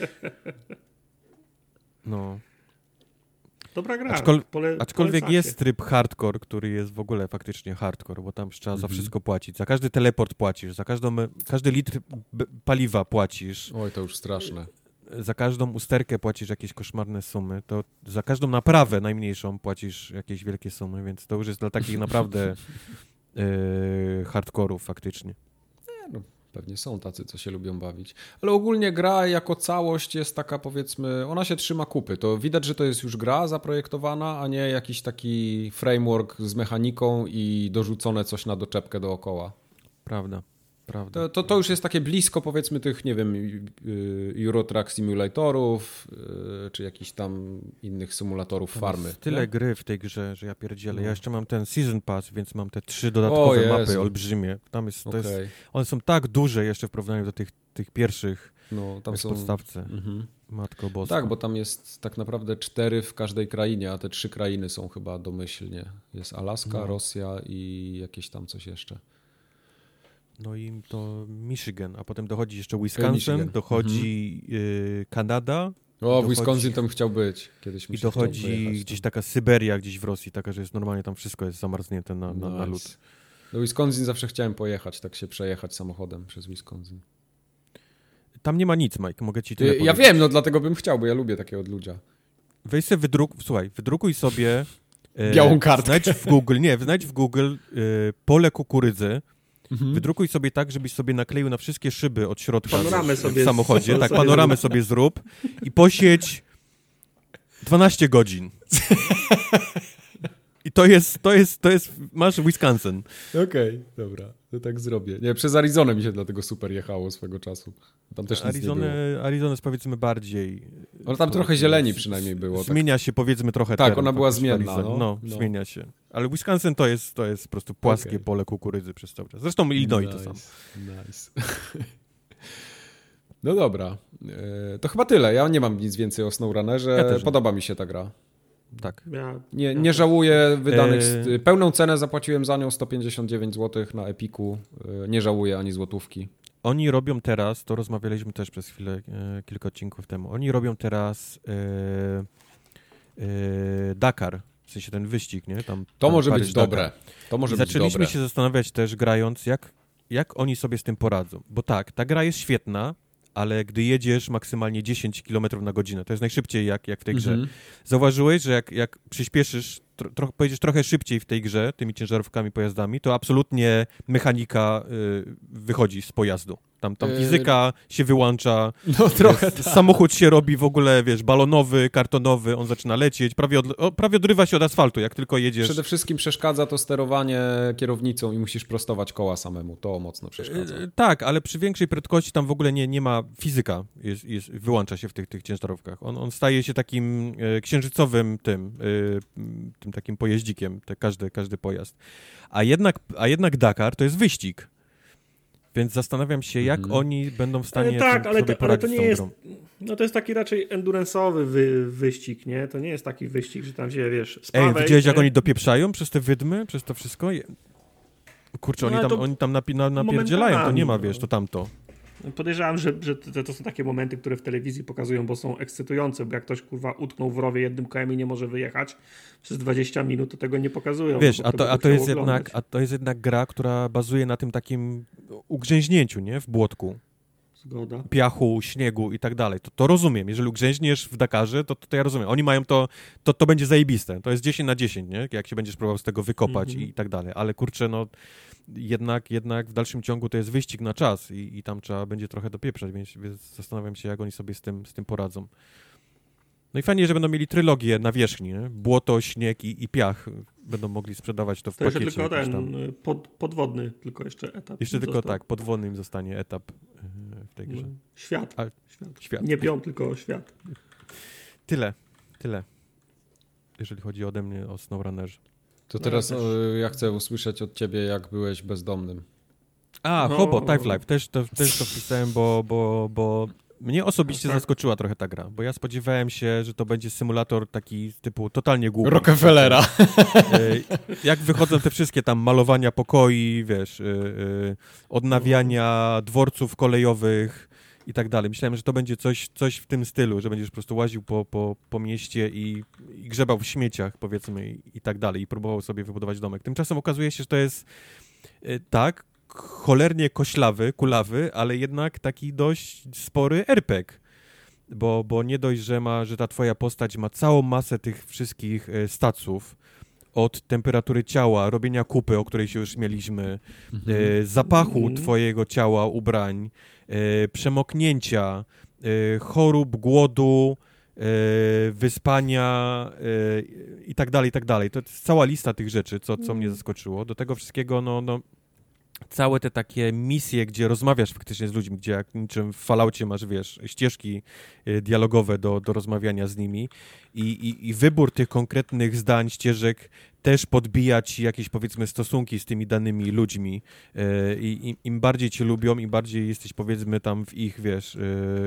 No. Dobra gra. Aczkolwiek jest tryb hardcore, który jest w ogóle faktycznie hardcore, bo tam trzeba za wszystko płacić. Za każdy teleport płacisz, za każdy litr paliwa płacisz. Oj, to już straszne. Za każdą usterkę płacisz jakieś koszmarne sumy. To za każdą naprawę najmniejszą płacisz jakieś wielkie sumy, więc to już jest dla takich naprawdę hardkorów faktycznie. No, pewnie są tacy, co się lubią bawić. Ale ogólnie gra jako całość jest taka, powiedzmy, ona się trzyma kupy. To widać, że to jest już gra zaprojektowana, a nie jakiś taki framework z mechaniką i dorzucone coś na doczepkę dookoła. Prawda. To już jest takie blisko, powiedzmy, tych, nie wiem, Euro Truck Simulatorów, czy jakichś tam innych symulatorów farmy. Jest tyle gry w tej grze, że ja pierdzielę. Ja jeszcze mam ten Season Pass, więc mam te 3 dodatkowe mapy olbrzymie. Tam jest, one są tak duże jeszcze w porównaniu do tych pierwszych w podstawce. Matko boska. Tak, bo tam jest tak naprawdę 4 w każdej krainie, a te 3 krainy są chyba domyślnie. Jest Alaska, Rosja i jakieś tam coś jeszcze. no i to Michigan, a potem dochodzi jeszcze Wisconsin, dochodzi Kanada. W Wisconsin tam chciał być. Kiedyś i dochodzi gdzieś taka Syberia gdzieś w Rosji, taka, że jest normalnie tam wszystko jest zamarznięte na lód. Do Wisconsin zawsze chciałem pojechać, tak się przejechać samochodem przez Wisconsin. Tam nie ma nic, Mike, mogę ci tyle powiedzieć. Ja wiem, no dlatego bym chciał, bo ja lubię takie odludzia. Weź sobie wydrukuj sobie białą kartkę. Znajdź w Google pole kukurydzy. Wydrukuj sobie tak, żebyś sobie nakleił na wszystkie szyby od środka w samochodzie. Tak, panoramę sobie zrób i posiedź 12 godzin. I to jest, masz Wisconsin. Okej, dobra, to tak zrobię. Nie, przez Arizonę mi się dlatego super jechało swego czasu. Tam też nic nie było. Arizona jest powiedzmy bardziej... Ale tam trochę zieleni przynajmniej było. Zmienia się powiedzmy trochę Tak, teren, ona była zmienna. No, zmienia się. Ale Wisconsin to jest po prostu płaskie pole kukurydzy przez cały czas. Zresztą Illinois to samo. Nice. No dobra. To chyba tyle. Ja nie mam nic więcej o SnowRunnerze. Podoba mi się ta gra. Tak. Nie żałuję wydanych... Pełną cenę zapłaciłem za nią 159 zł na Epiku. Nie żałuję ani złotówki. Oni robią teraz, to rozmawialiśmy też przez chwilę, kilka odcinków temu, oni robią teraz Dakar, w sensie ten wyścig, nie? To może być dobre. Zaczęliśmy się zastanawiać też grając, jak oni sobie z tym poradzą. Bo tak, ta gra jest świetna, ale gdy jedziesz maksymalnie 10 km na godzinę, to jest najszybciej jak w tej grze. Zauważyłeś, że jak przyspieszysz, pojedziesz trochę szybciej w tej grze, tymi ciężarówkami, pojazdami, to absolutnie mechanika wychodzi z pojazdu. Tam fizyka się wyłącza, trochę samochód się robi w ogóle, wiesz, balonowy, kartonowy, on zaczyna lecieć, prawie odrywa się od asfaltu, jak tylko jedziesz. Przede wszystkim przeszkadza to sterowanie kierownicą i musisz prostować koła samemu, to mocno przeszkadza. Tak, ale przy większej prędkości tam w ogóle nie ma, fizyka wyłącza się w tych ciężarówkach. On staje się takim księżycowym tym takim pojeździkiem, każdy pojazd. A jednak Dakar to jest wyścig. Więc zastanawiam się, jak oni będą w stanie sobie poradzić z tą grą. No to jest taki raczej endurance'owy wyścig, nie? To nie jest taki wyścig, że tam się, wiesz, spawaj. Widziałeś, jak oni dopieprzają przez te wydmy, przez to wszystko? Kurczę, oni tam napierdzielają, to nie ma, wiesz, to tamto. Podejrzewam, że to są takie momenty, które w telewizji pokazują, bo są ekscytujące, bo jak ktoś, kurwa, utknął w rowie jednym kołem i nie może wyjechać przez 20 minut, to tego nie pokazują. Wiesz, a to jest jednak gra, która bazuje na tym takim ugrzęźnięciu, nie? W błotku. Zgoda. Piachu, śniegu i tak dalej. To rozumiem. Jeżeli ugrzęźniesz w Dakarze, to ja rozumiem. Oni mają to będzie zajebiste. To jest 10 na 10, nie? Jak się będziesz próbował z tego wykopać i tak dalej. Ale kurczę, no jednak w dalszym ciągu to jest wyścig na czas i tam trzeba będzie trochę dopieprzać, więc zastanawiam się, jak oni sobie z tym poradzą. No i fajnie, że będą mieli trylogię na wierzchni, nie? Błoto, śnieg i piach. Będą mogli sprzedawać to w pakiecie. To jeszcze tylko ten podwodny, tylko jeszcze etap. Jeszcze tylko tak, podwodny im zostanie etap w tej grze. Świat. Świat. Nie pion, tylko świat. Tyle. Jeżeli chodzi ode mnie o SnowRunnerze. To teraz ja chcę usłyszeć od ciebie, jak byłeś bezdomnym. Hobo, Time Life. Też to wpisałem, bo mnie osobiście zaskoczyła trochę ta gra, bo ja spodziewałem się, że to będzie symulator taki typu totalnie głupi. Rockefellera. Jak wychodzą te wszystkie tam malowania pokoi, wiesz, odnawiania dworców kolejowych i tak dalej. Myślałem, że to będzie coś w tym stylu, że będziesz po prostu łaził po mieście i grzebał w śmieciach, powiedzmy, i tak dalej, i próbował sobie wybudować domek. Tymczasem okazuje się, że to jest cholernie koślawy, kulawy, ale jednak taki dość spory RPG. Bo nie dość, że ta twoja postać ma całą masę tych wszystkich staców, od temperatury ciała, robienia kupy, o której się już mieliśmy, zapachu twojego ciała, ubrań, przemoknięcia, chorób, głodu, wyspania i tak dalej. To jest cała lista tych rzeczy, co mnie zaskoczyło. Do tego wszystkiego, całe te takie misje, gdzie rozmawiasz faktycznie z ludźmi, gdzie jak niczym w Falloutie masz, wiesz, ścieżki dialogowe do rozmawiania z nimi i wybór tych konkretnych zdań, ścieżek też podbija ci jakieś, powiedzmy, stosunki z tymi danymi ludźmi. Im bardziej cię lubią, im bardziej jesteś, powiedzmy, tam w ich, wiesz,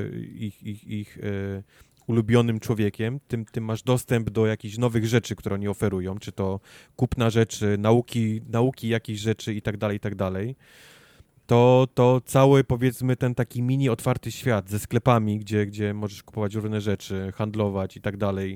ich ulubionym człowiekiem, tym masz dostęp do jakichś nowych rzeczy, które oni oferują, czy to kupna rzeczy, nauki jakichś rzeczy i tak dalej. to cały, powiedzmy, ten taki mini otwarty świat ze sklepami, gdzie możesz kupować różne rzeczy, handlować i tak dalej.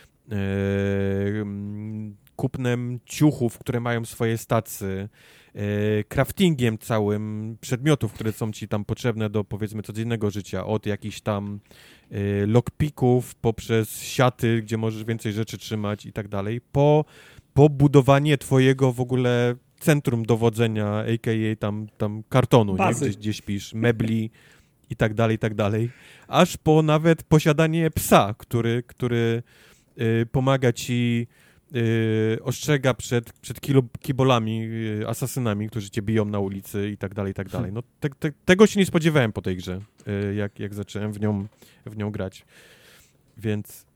Kupnem ciuchów, które mają swoje stacje, craftingiem całym przedmiotów, które są ci tam potrzebne do, powiedzmy, codziennego życia, od jakichś tam lockpicków, poprzez siaty, gdzie możesz więcej rzeczy trzymać i tak dalej, po budowanie twojego w ogóle centrum dowodzenia, a.k.a. tam kartonu, nie? Gdzie śpisz, mebli i tak dalej, aż po nawet posiadanie psa, który pomaga ci, ostrzega przed kibolami, asasynami, którzy cię biją na ulicy i tak dalej. No, tego się nie spodziewałem po tej grze, jak zacząłem w nią grać. Więc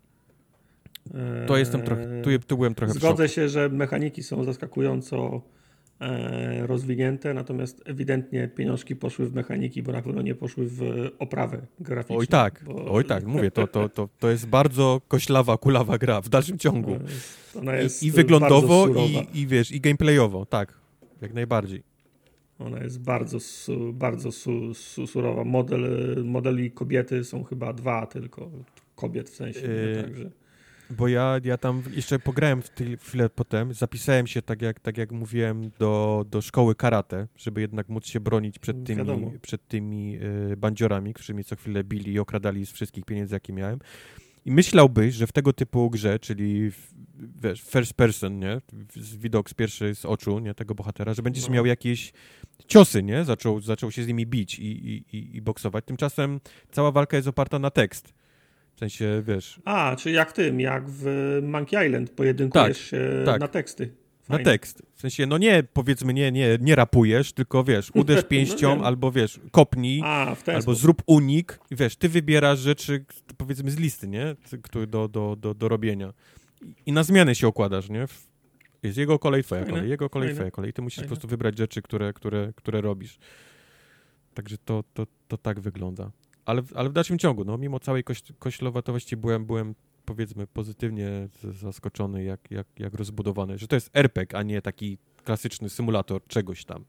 to jestem trochę, tu byłem trochę Zgodzę się, że mechaniki są zaskakująco rozwinięte, natomiast ewidentnie pieniążki poszły w mechaniki, bo na pewno nie poszły w oprawę graficzną. Oj tak, mówię, to jest bardzo koślawa, kulawa gra w dalszym ciągu. Ona jest I wyglądowo, i wiesz, i gameplayowo, tak, jak najbardziej. Ona jest bardzo surowa. Modeli kobiety są chyba 2 tylko, kobiet w sensie, także... Bo ja tam jeszcze pograłem chwilę potem, zapisałem się, tak jak mówiłem, do szkoły karate, żeby jednak móc się bronić przed tymi bandziorami, którzy mnie co chwilę bili i okradali z wszystkich pieniędzy, jakie miałem. I myślałbyś, że w tego typu grze, czyli wiesz, first person, nie? Widok z oczu, nie? Tego bohatera, że będziesz miał jakieś ciosy, nie? Zaczął się z nimi bić i boksować. Tymczasem cała walka jest oparta na tekst. W sensie, wiesz... czyli jak w Monkey Island pojedynkujesz się na teksty. Fajnie. Na tekst. W sensie, no nie, powiedzmy, nie rapujesz, tylko wiesz, uderz pięścią, albo wiesz, kopnij, albo zrób unik. I wiesz, ty wybierasz rzeczy, powiedzmy, z listy, nie? Do robienia. I na zmianę się układasz, nie? Jest jego kolej, twoja kolej, jego kolej, twoja kolej. I ty musisz po prostu wybrać rzeczy, które robisz. Także to tak wygląda. Ale w dalszym ciągu, no, mimo całej koślowatości byłem powiedzmy pozytywnie zaskoczony, jak rozbudowany, że to jest RPG, a nie taki klasyczny symulator czegoś tam.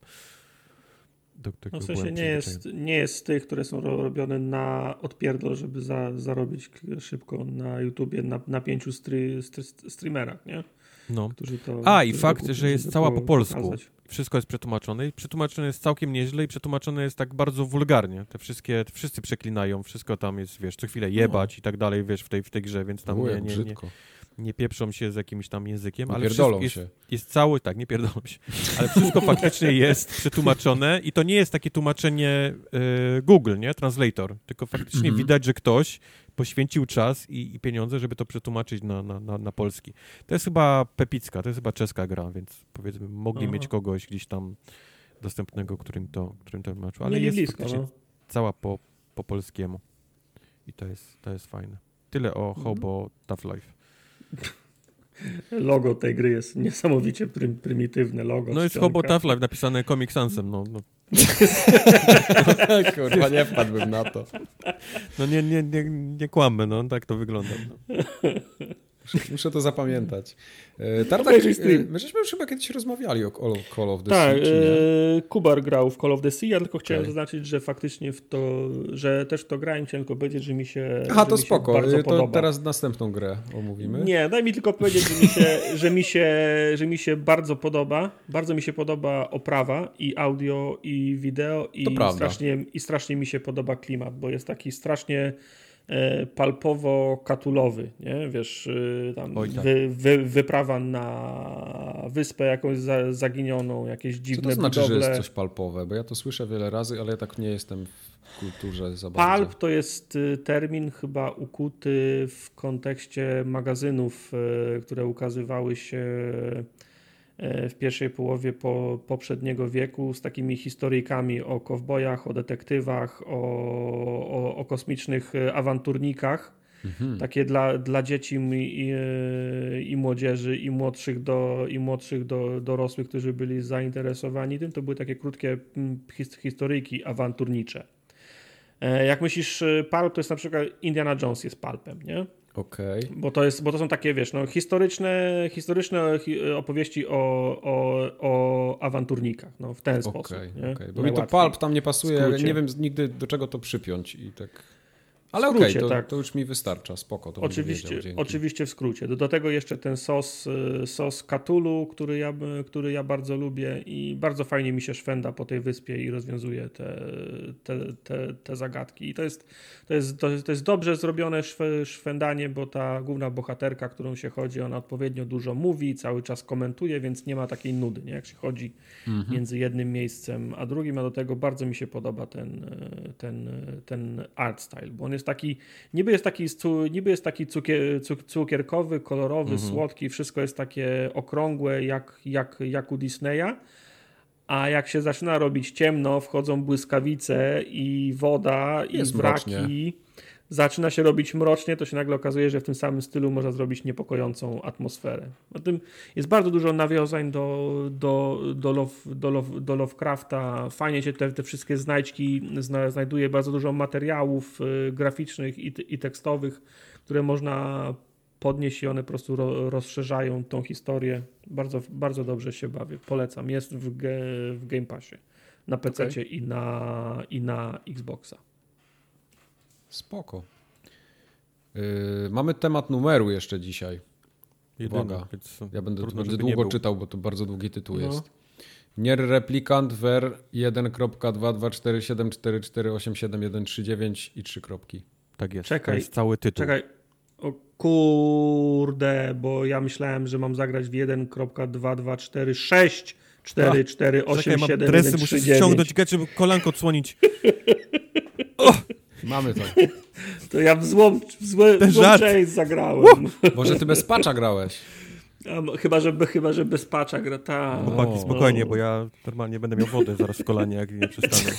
No w sensie nie jest z tych, które są robione na odpierdol, żeby zarobić szybko na YouTubie, na 5 streamerach, nie? No. I fakt, że jest cała po polsku. Pokazać. Wszystko jest przetłumaczone i przetłumaczone jest całkiem nieźle i przetłumaczone jest tak bardzo wulgarnie. Wszyscy przeklinają, wszystko tam jest, wiesz, co chwilę jebać i tak dalej, wiesz, w tej grze, więc tam nie pieprzą się z jakimś tam językiem, ale wszystko jest cały, tak, nie pierdolą się, ale wszystko faktycznie jest przetłumaczone i to nie jest takie tłumaczenie Google, nie, Translator, tylko faktycznie widać, że ktoś poświęcił czas i pieniądze, żeby to przetłumaczyć na polski. To jest chyba pepicka, to jest chyba czeska gra, więc powiedzmy mogli mieć kogoś gdzieś tam dostępnego, którym to tłumaczył, ale jest blisko, faktycznie cała po polskiemu i to jest fajne. Tyle o Hobo Tough Life. Logo tej gry jest niesamowicie prymitywne logo. No jest Hobo Tough Life napisane Comic Sansem, no. Kurwa, nie wpadłbym na to. No nie kłammy, no tak to wygląda. No. Muszę to zapamiętać. Tartak, my żeśmy już chyba kiedyś rozmawiali o Call of the Sea, Kubar grał w Call of the Sea, ja tylko chciałem zaznaczyć, że faktycznie że też w to grałem, chciałem tylko powiedzieć, że mi się to spoko, bardzo to podoba. teraz następną grę omówimy. Nie, daj mi tylko powiedzieć, że mi się bardzo podoba. Bardzo mi się podoba oprawa i audio, i wideo, i strasznie mi się podoba klimat, bo jest taki strasznie palpowo-katulowy, nie? Wiesz, tam wyprawa na wyspę jakąś zaginioną, jakieś dziwne budowle. Co to znaczy, że jest coś palpowe? Bo ja to słyszę wiele razy, ale ja tak nie jestem w kulturze za bardzo. Palp to jest termin chyba ukuty w kontekście magazynów, które ukazywały się w pierwszej połowie poprzedniego wieku z takimi historyjkami o kowbojach, o detektywach, o kosmicznych awanturnikach. Takie dla dzieci i młodzieży, i młodszych do dorosłych, którzy byli zainteresowani tym. To były takie krótkie historyjki awanturnicze. Jak myślisz, pulp to jest na przykład Indiana Jones jest pulpem, nie? Okej. Bo to są takie, wiesz, no, historyczne opowieści o awanturnikach, no, w ten sposób. Okej. Bo mi to pulp tam nie pasuje, ja nie wiem nigdy do czego to przypiąć i tak... Ale okej, to już mi wystarcza, spoko. To oczywiście w skrócie. Do tego jeszcze ten sos Cthulhu, który ja bardzo lubię i bardzo fajnie mi się szwenda po tej wyspie i rozwiązuje te zagadki. I to jest dobrze zrobione szwendanie, bo ta główna bohaterka, którą się chodzi, ona odpowiednio dużo mówi, cały czas komentuje, więc nie ma takiej nudy, nie? Jak się chodzi między jednym miejscem a drugim, a do tego bardzo mi się podoba ten art style, bo on jest taki, niby jest taki cukierkowy, kolorowy, słodki, wszystko jest takie okrągłe jak u Disneya, a jak się zaczyna robić ciemno, wchodzą błyskawice i woda i wraki, mrocznie. Zaczyna się robić mrocznie, to się nagle okazuje, że w tym samym stylu można zrobić niepokojącą atmosferę. O tym jest bardzo dużo nawiązań do Lovecrafta. Fajnie się te wszystkie znajdźki znajduje, bardzo dużo materiałów graficznych i tekstowych, które można podnieść i one po prostu rozszerzają tą historię. Bardzo, bardzo dobrze się bawię. Polecam. Jest w Game Passie. Na PC-cie i na Xboxa. Spoko. Mamy temat numeru jeszcze dzisiaj. Uwaga. Ja będę długo czytał, bo to bardzo długi tytuł jest. Nier Replicant ver 1.22474487139 i 3 kropki. Tak jest. Czekaj, to jest cały tytuł. Czekaj. O kurde, bo ja myślałem, że mam zagrać w 1.22464487139. Dresy muszę ściągnąć, żeby kolanko odsłonić. Mamy to. To ja w złą część zagrałem. Może ty bez patcha grałeś? Chyba, że bez patcha gra. Chłopaki, spokojnie, bo ja normalnie będę miał wodę zaraz w kolanie, jak nie przestanę.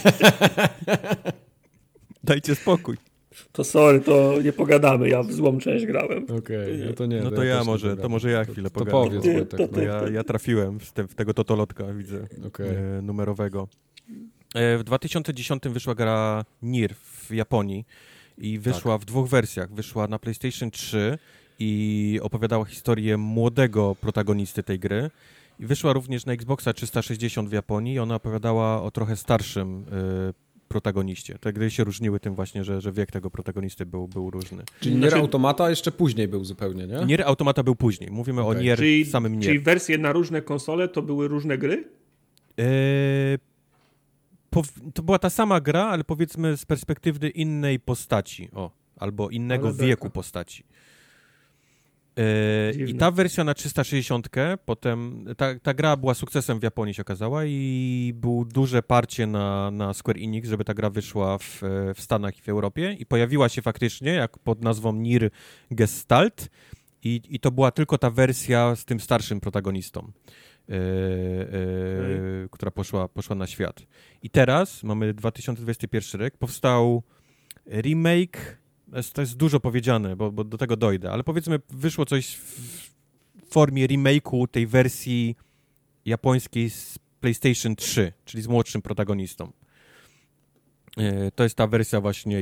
Dajcie spokój. To sorry, to nie pogadamy, ja w złą część grałem. Okej, no to nie. No to może ja chwilę pogadam. To powiedz, Wojtek. Ja trafiłem w tego totolotka, widzę, numerowego. W 2010 wyszła gra Nier w Japonii i wyszła w 2 wersjach. Wyszła na PlayStation 3 i opowiadała historię młodego protagonisty tej gry. I wyszła również na Xboxa 360 w Japonii i ona opowiadała o trochę starszym protagoniście. Te gry się różniły tym właśnie, że wiek tego protagonisty był różny. Czyli Nier Automata jeszcze później był zupełnie, nie? Nier Automata był później. Mówimy o Nier, samym Nier. Czyli wersje na różne konsole to były różne gry? To była ta sama gra, ale powiedzmy z perspektywy innej postaci. Albo innego wieku postaci. I ta wersja na 360 potem, ta gra była sukcesem w Japonii się okazała i było duże parcie na Square Enix, żeby ta gra wyszła w Stanach i w Europie i pojawiła się faktycznie jak pod nazwą Nier Gestalt i to była tylko ta wersja z tym starszym protagonistą, która poszła na świat. I teraz mamy 2021 rok, powstał remake. To jest dużo powiedziane, bo do tego dojdę, ale powiedzmy wyszło coś w formie remake'u tej wersji japońskiej z PlayStation 3, czyli z młodszym protagonistą. To jest ta wersja właśnie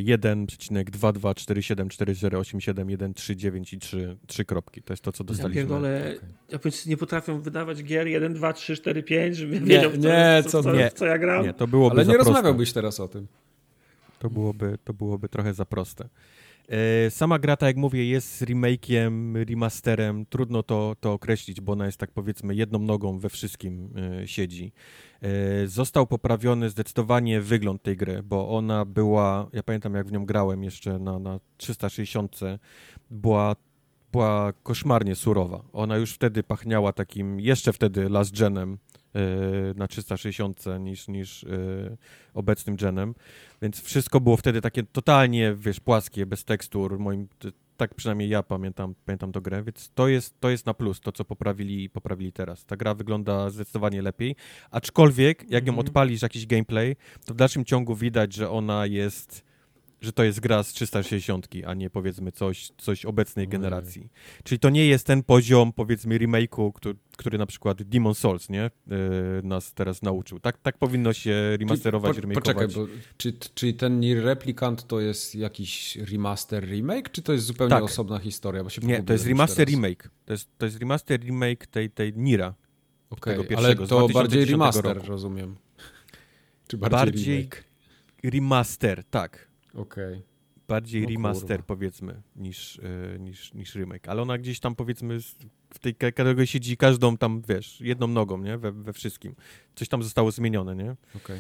1.22474087139 i 3 kropki. To jest to, co dostaliśmy. Ja pierdolę, Japończycy nie potrafią wydawać gier 1, 2, 3, 4, 5, żebym wiedział, w co ja gram. Nie, to byłoby ale nie za rozmawiałbyś teraz o tym. To byłoby trochę za proste. Sama gra, tak jak mówię, jest remake'iem, remasterem. Trudno to określić, bo ona jest tak powiedzmy jedną nogą we wszystkim siedzi. Został poprawiony zdecydowanie wygląd tej gry, bo ona była, ja pamiętam jak w nią grałem jeszcze na 360, była koszmarnie surowa. Ona już wtedy pachniała takim, jeszcze wtedy last genem na 360 niż obecnym genem, więc wszystko było wtedy takie totalnie, płaskie, bez tekstur, tak przynajmniej ja pamiętam tę grę, więc to jest na plus, to co poprawili teraz. Ta gra wygląda zdecydowanie lepiej, aczkolwiek jak ją odpalisz jakiś gameplay, to w dalszym ciągu widać, że ona jest że to jest gra z 360, a nie powiedzmy coś obecnej generacji. Czyli to nie jest ten poziom, powiedzmy, remake'u, który na przykład Demon's Souls, nie? Nas teraz nauczył. Tak powinno się remasterować, remake'ować. Poczekaj, bo czy ten Nier Replicant to jest jakiś remaster, remake, czy to jest zupełnie osobna historia? Bo się nie, to jest remaster, remake. To jest remaster, remake tej Nira. Okej, ale to bardziej remaster, roku. Rozumiem. Czy bardziej remake? Remaster, tak. Okej. Bardziej remaster, powiedzmy, niż remake. Ale ona gdzieś tam, powiedzmy, w tej kategorii siedzi każdą tam, wiesz, jedną nogą, nie? We wszystkim. Coś tam zostało zmienione, nie? Okej.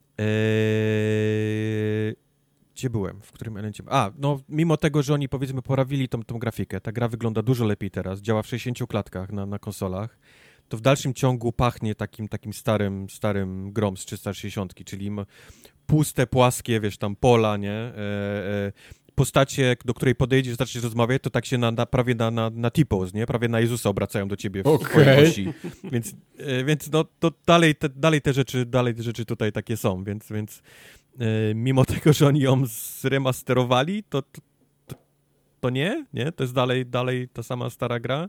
Gdzie byłem? W którym elemencie? No mimo tego, że oni, powiedzmy, poprawili tą grafikę, ta gra wygląda dużo lepiej teraz, działa w 60 klatkach na konsolach, to w dalszym ciągu pachnie takim starym grom z 360, czyli puste, płaskie, wiesz, tam pola, nie? Postacie, do której podejdziesz, zaczniesz rozmawiać, to tak się prawie na T-pose, nie? Prawie na Jezusa obracają do ciebie w swojej osi. Więc no, to dalej te rzeczy tutaj takie są, więc mimo tego, że oni ją zremasterowali, to nie? To jest dalej ta sama stara gra.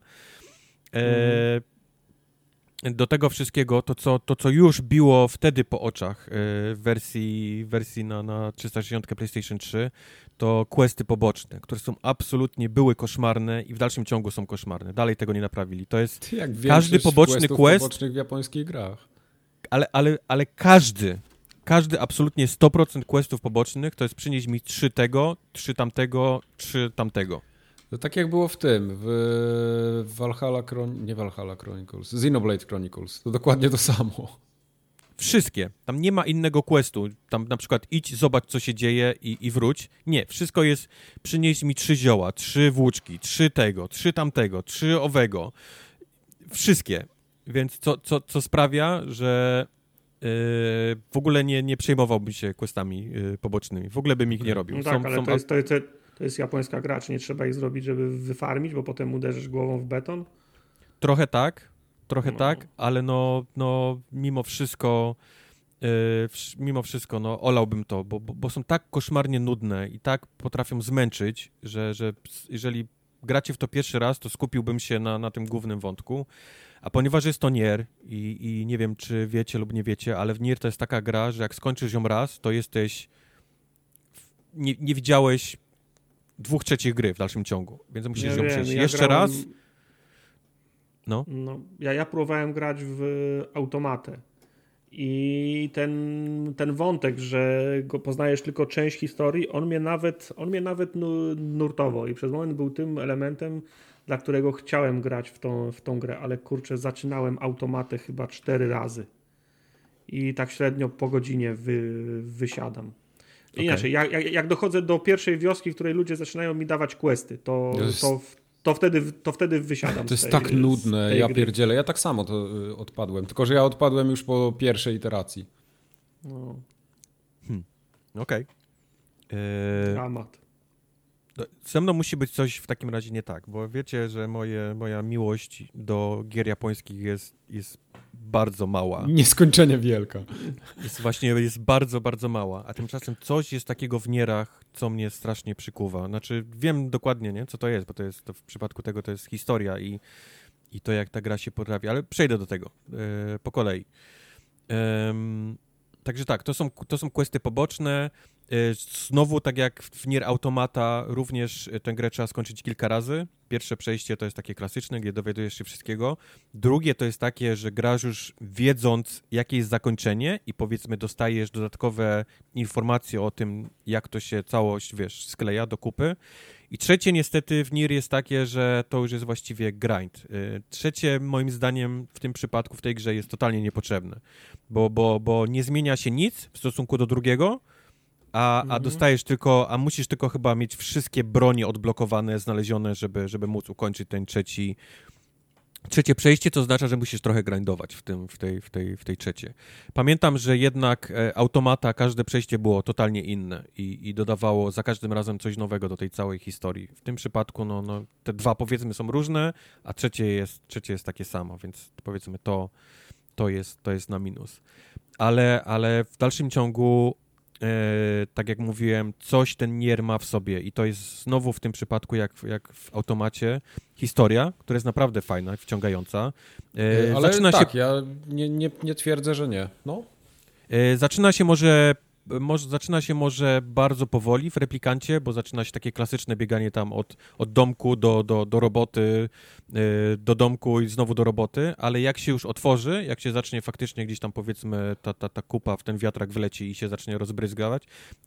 Do tego wszystkiego, to co już biło wtedy po oczach w wersji na 360 PlayStation 3, to questy poboczne, które absolutnie były koszmarne i w dalszym ciągu są koszmarne. Dalej tego nie naprawili. To jest jak każdy poboczny quest pobocznych w japońskich grach. Ale każdy absolutnie 100% questów pobocznych to jest przynieść mi 3 tego, 3 tamtego, 3 tamtego. To tak jak było w nie Valhalla Chronicles, Xenoblade Chronicles. To dokładnie to samo. Wszystkie. Tam nie ma innego questu. Tam na przykład idź, zobacz, co się dzieje i wróć. Nie, wszystko jest przynieś mi 3 zioła, 3 włóczki, 3 tego, 3 tamtego, 3 owego. Wszystkie. Więc co sprawia, że w ogóle nie przejmowałbym się questami pobocznymi. W ogóle bym ich nie robił. No tak, ale to jest japońska gra, czy nie trzeba ich zrobić, żeby wyfarmić, bo potem uderzysz głową w beton? Trochę tak, ale no mimo wszystko no olałbym to, bo są tak koszmarnie nudne i tak potrafią zmęczyć, że jeżeli gracie w to pierwszy raz, to skupiłbym się na tym głównym wątku. A ponieważ jest to Nier i nie wiem, czy wiecie lub nie wiecie, ale w Nier to jest taka gra, że jak skończysz ją raz, to jesteś... Nie widziałeś 2/3 gry w dalszym ciągu, więc musisz ją przejść jeszcze raz. No. Ja próbowałem grać w automatę i ten wątek, że go poznajesz tylko część historii, on mnie nawet nurtował i przez moment był tym elementem, dla którego chciałem grać w tą grę, ale kurczę, zaczynałem automatę chyba 4 razy i tak średnio po godzinie wysiadam. Okay. Inaczej, jak dochodzę do pierwszej wioski, w której ludzie zaczynają mi dawać questy, to wtedy wysiadam. To jest tak nudne, ja pierdzielę. Ja tak samo to odpadłem, tylko że ja odpadłem już po pierwszej iteracji. No. Okej. Dramat. Ze mną musi być coś w takim razie nie tak, bo wiecie, że moja miłość do gier japońskich jest bardzo mała. Nieskończenie wielka. Jest bardzo, bardzo mała, a tymczasem coś jest takiego w Nierach, co mnie strasznie przykuwa. Znaczy wiem dokładnie, nie, co to jest, bo to w przypadku tego to jest historia i to, jak ta gra się potrafi, ale przejdę do tego po kolei. Także tak, to są questy poboczne. Znowu, tak jak w Nier Automata, również tę grę trzeba skończyć kilka razy. Pierwsze przejście to jest takie klasyczne, gdzie dowiadujesz się wszystkiego. Drugie to jest takie, że grasz już wiedząc, jakie jest zakończenie i powiedzmy dostajesz dodatkowe informacje o tym, jak to się całość, skleja do kupy. I trzecie niestety w Nier jest takie, że to już jest właściwie grind. Trzecie moim zdaniem w tym przypadku w tej grze jest totalnie niepotrzebne, bo nie zmienia się nic w stosunku do drugiego, a dostajesz tylko, a musisz tylko chyba mieć wszystkie bronie odblokowane, znalezione, żeby móc ukończyć ten trzecie przejście, co oznacza, że musisz trochę grindować w tej trzeciej. Pamiętam, że jednak Automata, każde przejście było totalnie inne i dodawało za każdym razem coś nowego do tej całej historii. W tym przypadku te dwa powiedzmy są różne, a trzecie jest takie samo, więc powiedzmy to jest na minus. Ale w dalszym ciągu tak jak mówiłem, coś ten Nier ma w sobie i to jest znowu w tym przypadku, jak w Automacie, historia, która jest naprawdę fajna, wciągająca. Ale zaczyna tak, ja nie twierdzę, że nie. No. Zaczyna się może bardzo powoli w Replikancie, bo zaczyna się takie klasyczne bieganie tam od domku do roboty, do domku i znowu do roboty, ale jak się już otworzy, jak się zacznie faktycznie gdzieś tam powiedzmy ta kupa w ten wiatrak wleci i się zacznie rozbryzgać,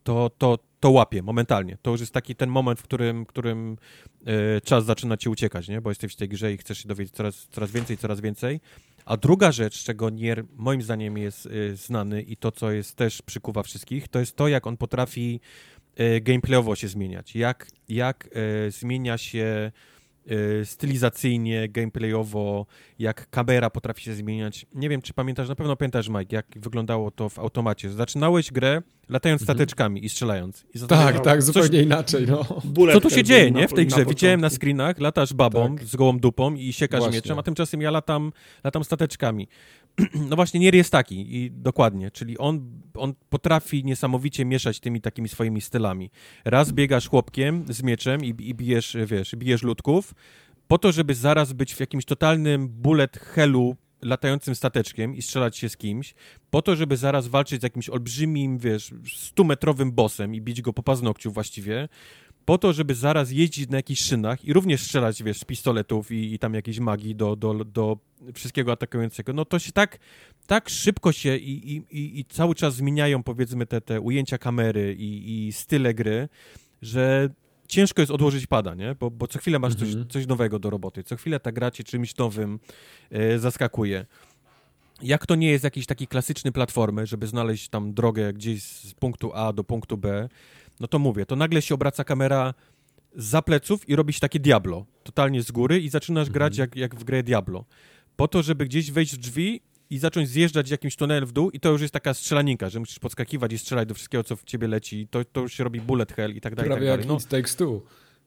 to łapie momentalnie. To już jest taki ten moment, w którym czas zaczyna ci uciekać, nie? Bo jesteś w tej grze i chcesz się dowiedzieć coraz więcej. A druga rzecz, czego Nier moim zdaniem jest znany i to, co jest też przykuwa wszystkich, to jest to, jak on potrafi gameplayowo się zmieniać. Jak zmienia się stylizacyjnie, gameplayowo, jak kamera potrafi się zmieniać. Nie wiem, czy pamiętasz, na pewno pamiętasz, Mike, jak wyglądało to w Automacie. Zaczynałeś grę latając stateczkami i strzelając. I tak, zupełnie inaczej. No. Co tu się dzieje, nie? W tej grze. Widziałem na screenach, latasz babą z gołą dupą i siekasz mieczem, a tymczasem ja latam stateczkami. No właśnie, Nier jest taki i dokładnie, czyli on potrafi niesamowicie mieszać tymi takimi swoimi stylami. Raz biegasz chłopkiem z mieczem i bijesz ludków, po to, żeby zaraz być w jakimś totalnym bullet hellu latającym stateczkiem i strzelać się z kimś, po to, żeby zaraz walczyć z jakimś olbrzymim, 100-metrowym bossem i bić go po paznokciu właściwie, po to, żeby zaraz jeździć na jakichś szynach i również strzelać, z pistoletów i tam jakiejś magii do wszystkiego atakującego. No to się tak szybko się i cały czas zmieniają, powiedzmy, te ujęcia kamery i style gry, że ciężko jest odłożyć pada, nie? Bo co chwilę masz coś nowego do roboty. Co chwilę ta gra cię czymś nowym zaskakuje. Jak to nie jest jakiś taki klasyczny platformer, żeby znaleźć tam drogę gdzieś z punktu A do punktu B, no to mówię, to nagle się obraca kamera zza pleców i robisz takie Diablo, totalnie z góry i zaczynasz grać jak w grę Diablo. Po to, żeby gdzieś wejść w drzwi i zacząć zjeżdżać jakimś tunelem w dół i to już jest taka strzelaninka, że musisz podskakiwać i strzelać do wszystkiego, co w ciebie leci. To już się robi bullet hell i tak dalej. Prawie jak It Takes Two.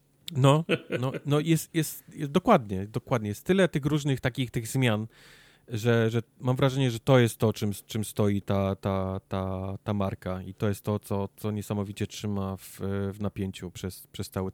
No jest dokładnie. Jest tyle tych różnych takich tych zmian, że mam wrażenie, że to jest to, czym stoi ta marka i to jest to, co niesamowicie trzyma w napięciu przez cały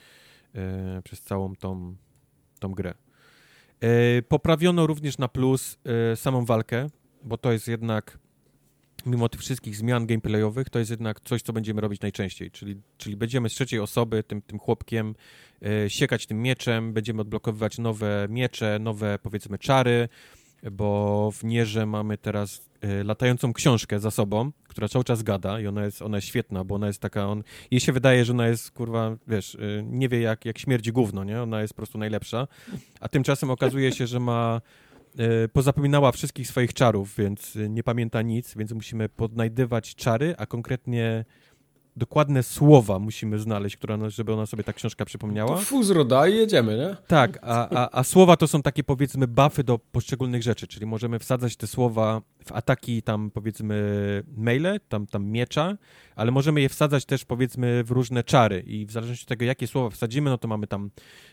przez całą tą grę. Poprawiono również na plus samą walkę, bo to jest jednak, mimo tych wszystkich zmian gameplayowych, to jest jednak coś, co będziemy robić najczęściej, czyli będziemy z trzeciej osoby tym chłopkiem siekać tym mieczem, będziemy odblokowywać nowe miecze, nowe, powiedzmy, czary, bo w Nierze mamy teraz latającą książkę za sobą, która cały czas gada i ona jest świetna, bo ona jest taka, jej się wydaje, że ona jest, kurwa, nie wie jak śmierdzi gówno, nie? Ona jest po prostu najlepsza, a tymczasem okazuje się, że pozapominała wszystkich swoich czarów, więc nie pamięta nic, więc musimy podnajdywać czary, a konkretnie dokładne słowa musimy znaleźć, żeby ona sobie ta książka przypomniała. To fuzro da i jedziemy, nie? Tak, a słowa to są takie, powiedzmy, buffy do poszczególnych rzeczy, czyli możemy wsadzać te słowa w ataki tam, powiedzmy, maile, tam miecza, ale możemy je wsadzać też, powiedzmy, w różne czary i w zależności od tego, jakie słowa wsadzimy, no to mamy tam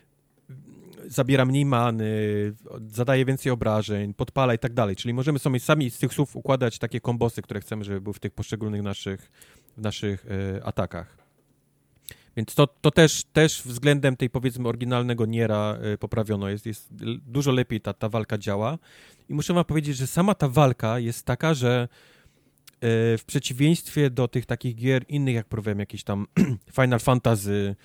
zabiera mniej many, zadaje więcej obrażeń, podpala i tak dalej, czyli możemy sobie sami z tych słów układać takie kombosy, które chcemy, żeby były w tych poszczególnych naszych atakach. Więc to też względem tej, powiedzmy, oryginalnego Niera poprawiono. Jest dużo lepiej ta walka działa. I muszę wam powiedzieć, że sama ta walka jest taka, że w przeciwieństwie do tych takich gier innych, jak próbowałem jakieś tam Final Fantasy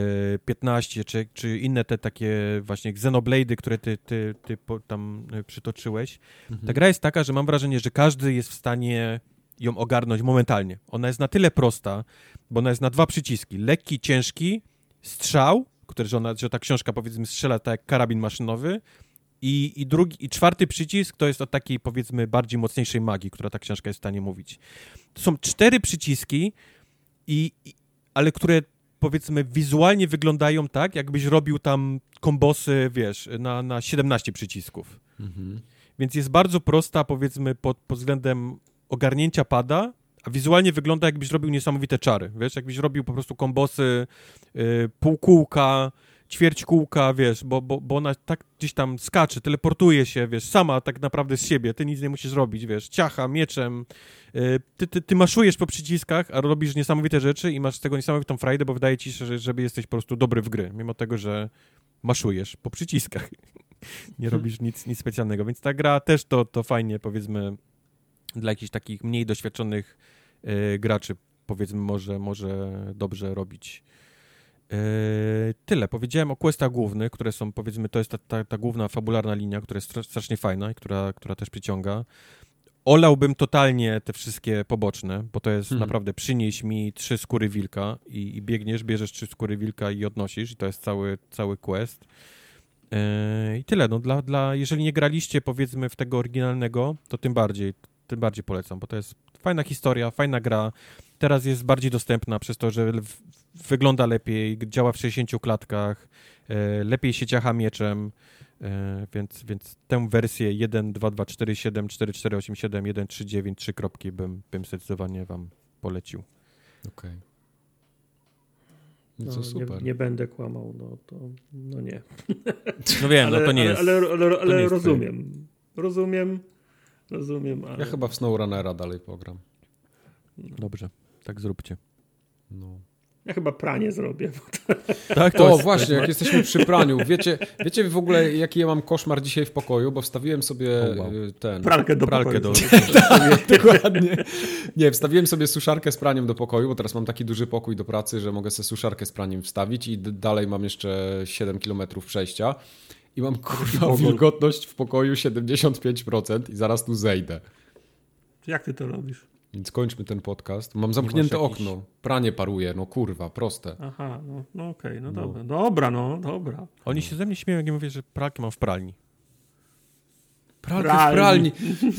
15 czy inne te takie właśnie Xenoblade'y, które ty tam przytoczyłeś, ta gra jest taka, że mam wrażenie, że każdy jest w stanie ją ogarnąć momentalnie. Ona jest na tyle prosta, bo ona jest na 2 przyciski. Lekki, ciężki, strzał, że ta książka, powiedzmy, strzela tak jak karabin maszynowy i drugi, i 4 przycisk to jest od takiej, powiedzmy, bardziej mocniejszej magii, która ta książka jest w stanie mówić. To są 4 przyciski, ale które, powiedzmy, wizualnie wyglądają tak, jakbyś robił tam kombosy, na 17 przycisków. Więc jest bardzo prosta, powiedzmy, pod względem ogarnięcia pada, a wizualnie wygląda, jakbyś robił niesamowite czary. Jakbyś robił po prostu kombosy, półkółka, ćwierć kółka, wiesz, bo ona tak gdzieś tam skacze, teleportuje się, wiesz, sama tak naprawdę z siebie, ty nic nie musisz robić, wiesz, ciacha mieczem, ty maszujesz po przyciskach, a robisz niesamowite rzeczy i masz z tego niesamowitą frajdę, bo wydaje ci się, że jesteś po prostu dobry w gry, mimo tego, że maszujesz po przyciskach. Nie robisz nic specjalnego, więc ta gra też to fajnie, powiedzmy, dla jakichś takich mniej doświadczonych graczy, powiedzmy, może dobrze robić. Tyle. Powiedziałem o questach głównych, które są, powiedzmy, to jest ta główna fabularna linia, która jest strasznie fajna i która też przyciąga. Olałbym totalnie te wszystkie poboczne, bo to jest naprawdę przynieś mi 3 skóry wilka i biegniesz, bierzesz 3 skóry wilka i odnosisz i to jest cały quest. I tyle. No, jeżeli nie graliście, powiedzmy, w tego oryginalnego, to tym bardziej polecam, bo to jest fajna historia, fajna gra. Teraz jest bardziej dostępna przez to, że wygląda lepiej, działa w 60 klatkach, lepiej się ciacha mieczem, więc tę wersję 1.2.2.4.7.4.4.8.7 1.3.9 3 kropki bym zdecydowanie wam polecił. Okej. No to super. Nie będę kłamał, no nie. No wiem, ale, no to nie jest. Ale rozumiem. Ale... Ja chyba w SnowRunnera dalej pogram. Dobrze, tak zróbcie. No. Ja chyba pranie zrobię. Tak, właśnie, jak jesteśmy przy praniu. Wiecie w ogóle, jaki ja mam koszmar dzisiaj w pokoju, bo wstawiłem sobie pralkę do pokoju. Dokładnie. Nie, wstawiłem sobie suszarkę z praniem do pokoju, bo teraz mam taki duży pokój do pracy, że mogę sobie suszarkę z praniem wstawić i dalej mam jeszcze 7 km przejścia. I mam wilgotność w pokoju 75% i zaraz tu zejdę. Jak ty to robisz? Więc kończmy ten podcast. Mam zamknięte okno. Pranie paruje, no kurwa, proste. Aha, no okej, no dobra. Dobra. Oni się ze mnie śmieją, jak ja mówię, że pralkę mam w pralni. Pralkę w pralni.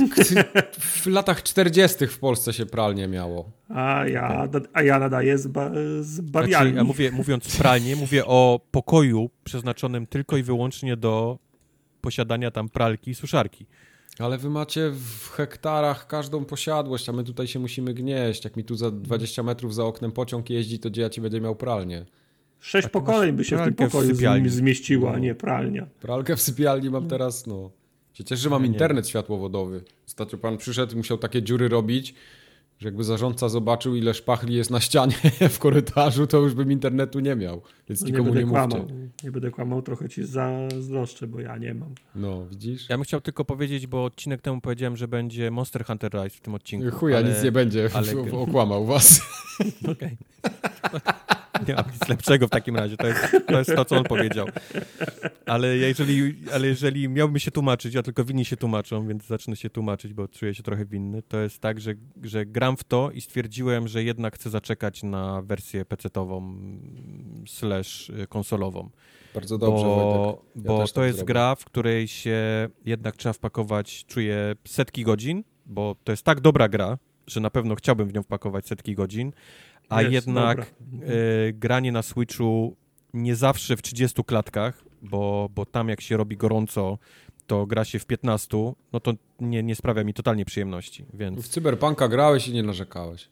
W latach 40. w Polsce się pralnie miało. A ja nadaję z bawialni. Znaczy, ja mówiąc pralnie, mówię o pokoju przeznaczonym tylko i wyłącznie do posiadania tam pralki i suszarki. Ale wy macie w hektarach każdą posiadłość, a my tutaj się musimy gnieść. Jak mi tu za 20 metrów za oknem pociąg jeździ, to gdzie ja ci będę miał pralnię? 6 pokoleń by się w tym pokoju zmieściło, a nie pralnia. Pralkę w sypialni mam teraz, no. Się cieszę, że mam internet światłowodowy. Ostatnio pan przyszedł i musiał takie dziury robić, że jakby zarządca zobaczył, ile szpachli jest na ścianie w korytarzu, to już bym internetu nie miał. Więc nikomu nie mówcie. Nie będę kłamał, trochę ci zazdroszczę, bo ja nie mam. No, widzisz? Ja bym chciał tylko powiedzieć, bo odcinek temu powiedziałem, że będzie Monster Hunter Rise w tym odcinku. Chuja, nic nie będzie, okłamał was. Okej. Nie mam nic lepszego w takim razie. To jest to, co on powiedział. Ale jeżeli miałbym się tłumaczyć, ja tylko winni się tłumaczą, więc zacznę się tłumaczyć, bo czuję się trochę winny. To jest tak, że gram w to i stwierdziłem, że jednak chcę zaczekać na wersję PC-tową / konsolową. Bardzo dobrze, Wojtek. Bo to jest gra, w której się jednak trzeba wpakować, czuję, setki godzin, bo to jest tak dobra gra, że na pewno chciałbym w nią wpakować setki godzin, a jednak granie na Switchu nie zawsze w 30 klatkach, bo tam jak się robi gorąco, to gra się w 15, no to nie sprawia mi totalnie przyjemności. Więc... W Cyberpunka grałeś i nie narzekałeś.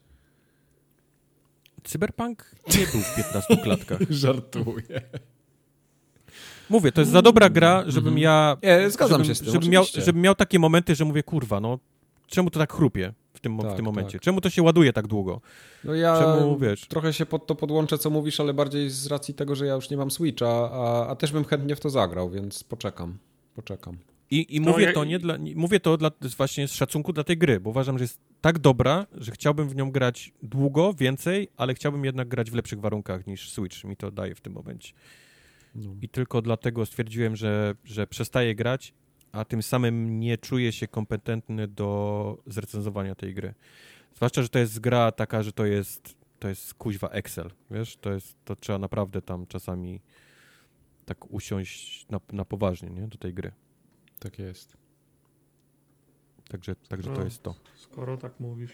Cyberpunk nie był w 15 klatkach. Żartuję. Mówię, to jest za dobra gra, żebym ja... Zgadzam się z tym, żebym miał takie momenty, że mówię, kurwa, no czemu to tak chrupie w tym momencie? Tak. Czemu to się ładuje tak długo? No ja trochę się pod to podłączę, co mówisz, ale bardziej z racji tego, że ja już nie mam Switcha, a też bym chętnie w to zagrał, więc poczekam. I mówię to właśnie z szacunku dla tej gry, bo uważam, że jest tak dobra, że chciałbym w nią grać długo, więcej, ale chciałbym jednak grać w lepszych warunkach niż Switch mi to daje w tym momencie. No. I tylko dlatego stwierdziłem, że przestaję grać, a tym samym nie czuję się kompetentny do zrecenzowania tej gry. Zwłaszcza, że to jest gra taka, że to jest kuźwa Excel, wiesz? To trzeba naprawdę tam czasami tak usiąść na poważnie, nie? Do tej gry. Tak jest. Także to jest to. Skoro tak mówisz.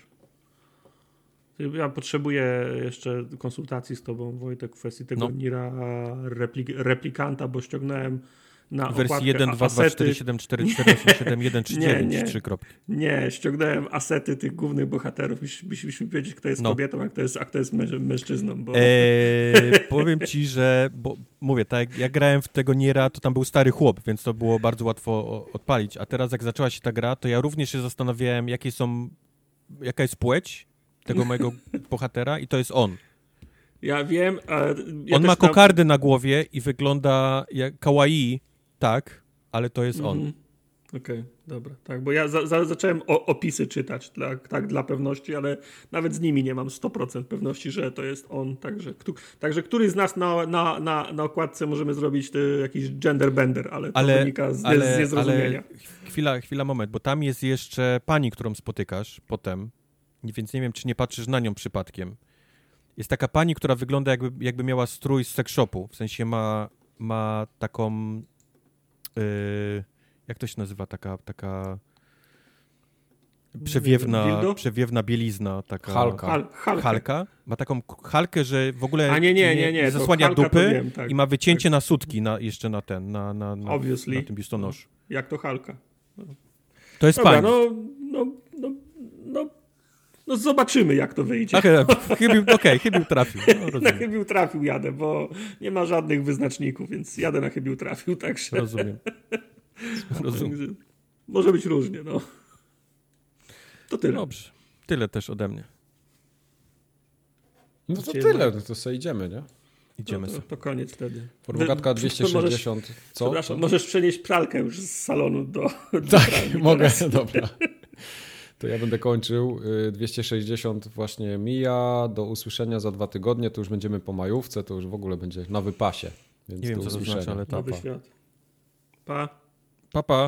Ja potrzebuję jeszcze konsultacji z tobą, Wojtek, w kwestii tego Nira replikanta, bo ściągnąłem na w wersji okładkę 1.2.2.4.7.4.4.8.7.1.3.9 3 kropki. Nie, ściągnąłem asety tych głównych bohaterów. Musisz mi powiedzieć, kto jest kobietą, a kto jest mężczyzną. Bo... Powiem ci, że mówię, tak jak grałem w tego Niera, to tam był stary chłop, więc to było bardzo łatwo odpalić. A teraz jak zaczęła się ta gra, to ja również się zastanawiałem, jaka jest płeć tego mojego bohatera i to jest on. Ja wiem. On ma kokardę na głowie i wygląda jak kawaii, tak, ale to jest on. Okej, dobra. Tak, bo ja zacząłem opisy czytać dla pewności, ale nawet z nimi nie mam 100% pewności, że to jest on. Także któryś z nas na okładce możemy zrobić jakiś gender bender, ale to wynika z niezrozumienia. Chwila, moment, bo tam jest jeszcze pani, którą spotykasz potem, więc nie wiem, czy nie patrzysz na nią przypadkiem. Jest taka pani, która wygląda jakby miała strój z sex shopu. W sensie ma taką... jak to się nazywa? Taka przewiewna bielizna. Taka halka. Ma taką halkę, że w ogóle nie zasłania dupy wiem, tak, i ma wycięcie na sutki jeszcze na tym biustonoszu. Jak to halka. To jest pani. No zobaczymy, jak to wyjdzie. Chybił trafił. No, na chybił trafił jadę, bo nie ma żadnych wyznaczników, więc jadę na chybił trafił, także... Rozumiem. Może być różnie, no. To tyle. Dobrze. Tyle też ode mnie. No to tyle, no to sobie idziemy, nie? Idziemy sobie. To koniec wtedy. Formogatka 260, co? Przepraszam, możesz przenieść pralkę już z salonu do tak, mogę, dobra. To ja będę kończył. 260 właśnie mija. Do usłyszenia za 2 tygodnie. To już będziemy po majówce. To już w ogóle będzie na wypasie. Więc nie wiem, co to znaczy, ale to nowy świat. Pa. Pa.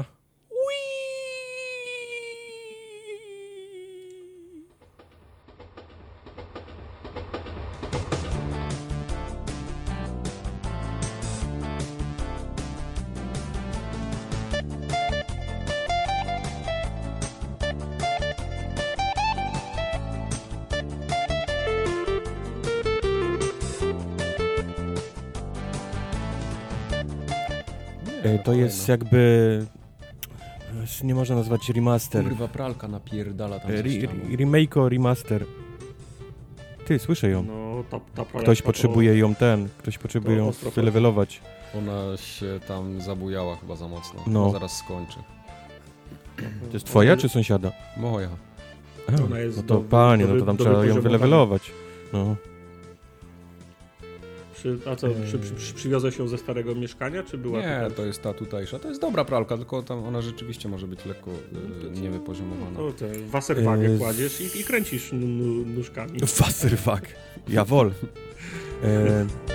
To jest jakby... Nie można nazwać remaster. Kurwa, pralka napierdala tam Remake, remaster. Ty, słyszę ją. No, ta pralka. Ktoś potrzebuje ją wylevelować. Ona się tam zabujała chyba za mocno. No. Zaraz skończy. To jest twoja czy sąsiada? Moja. Ona jest no to panie, no to tam trzeba ją wylevelować. No. Przywiozłeś ją ze starego mieszkania, czy była? Nie, tutaj? To jest ta tutejsza. To jest dobra pralka, tylko tam ona rzeczywiście może być lekko niewypoziomowana. No to Wasserwagę kładziesz i kręcisz nóżkami. Wasserwag. Jawohl.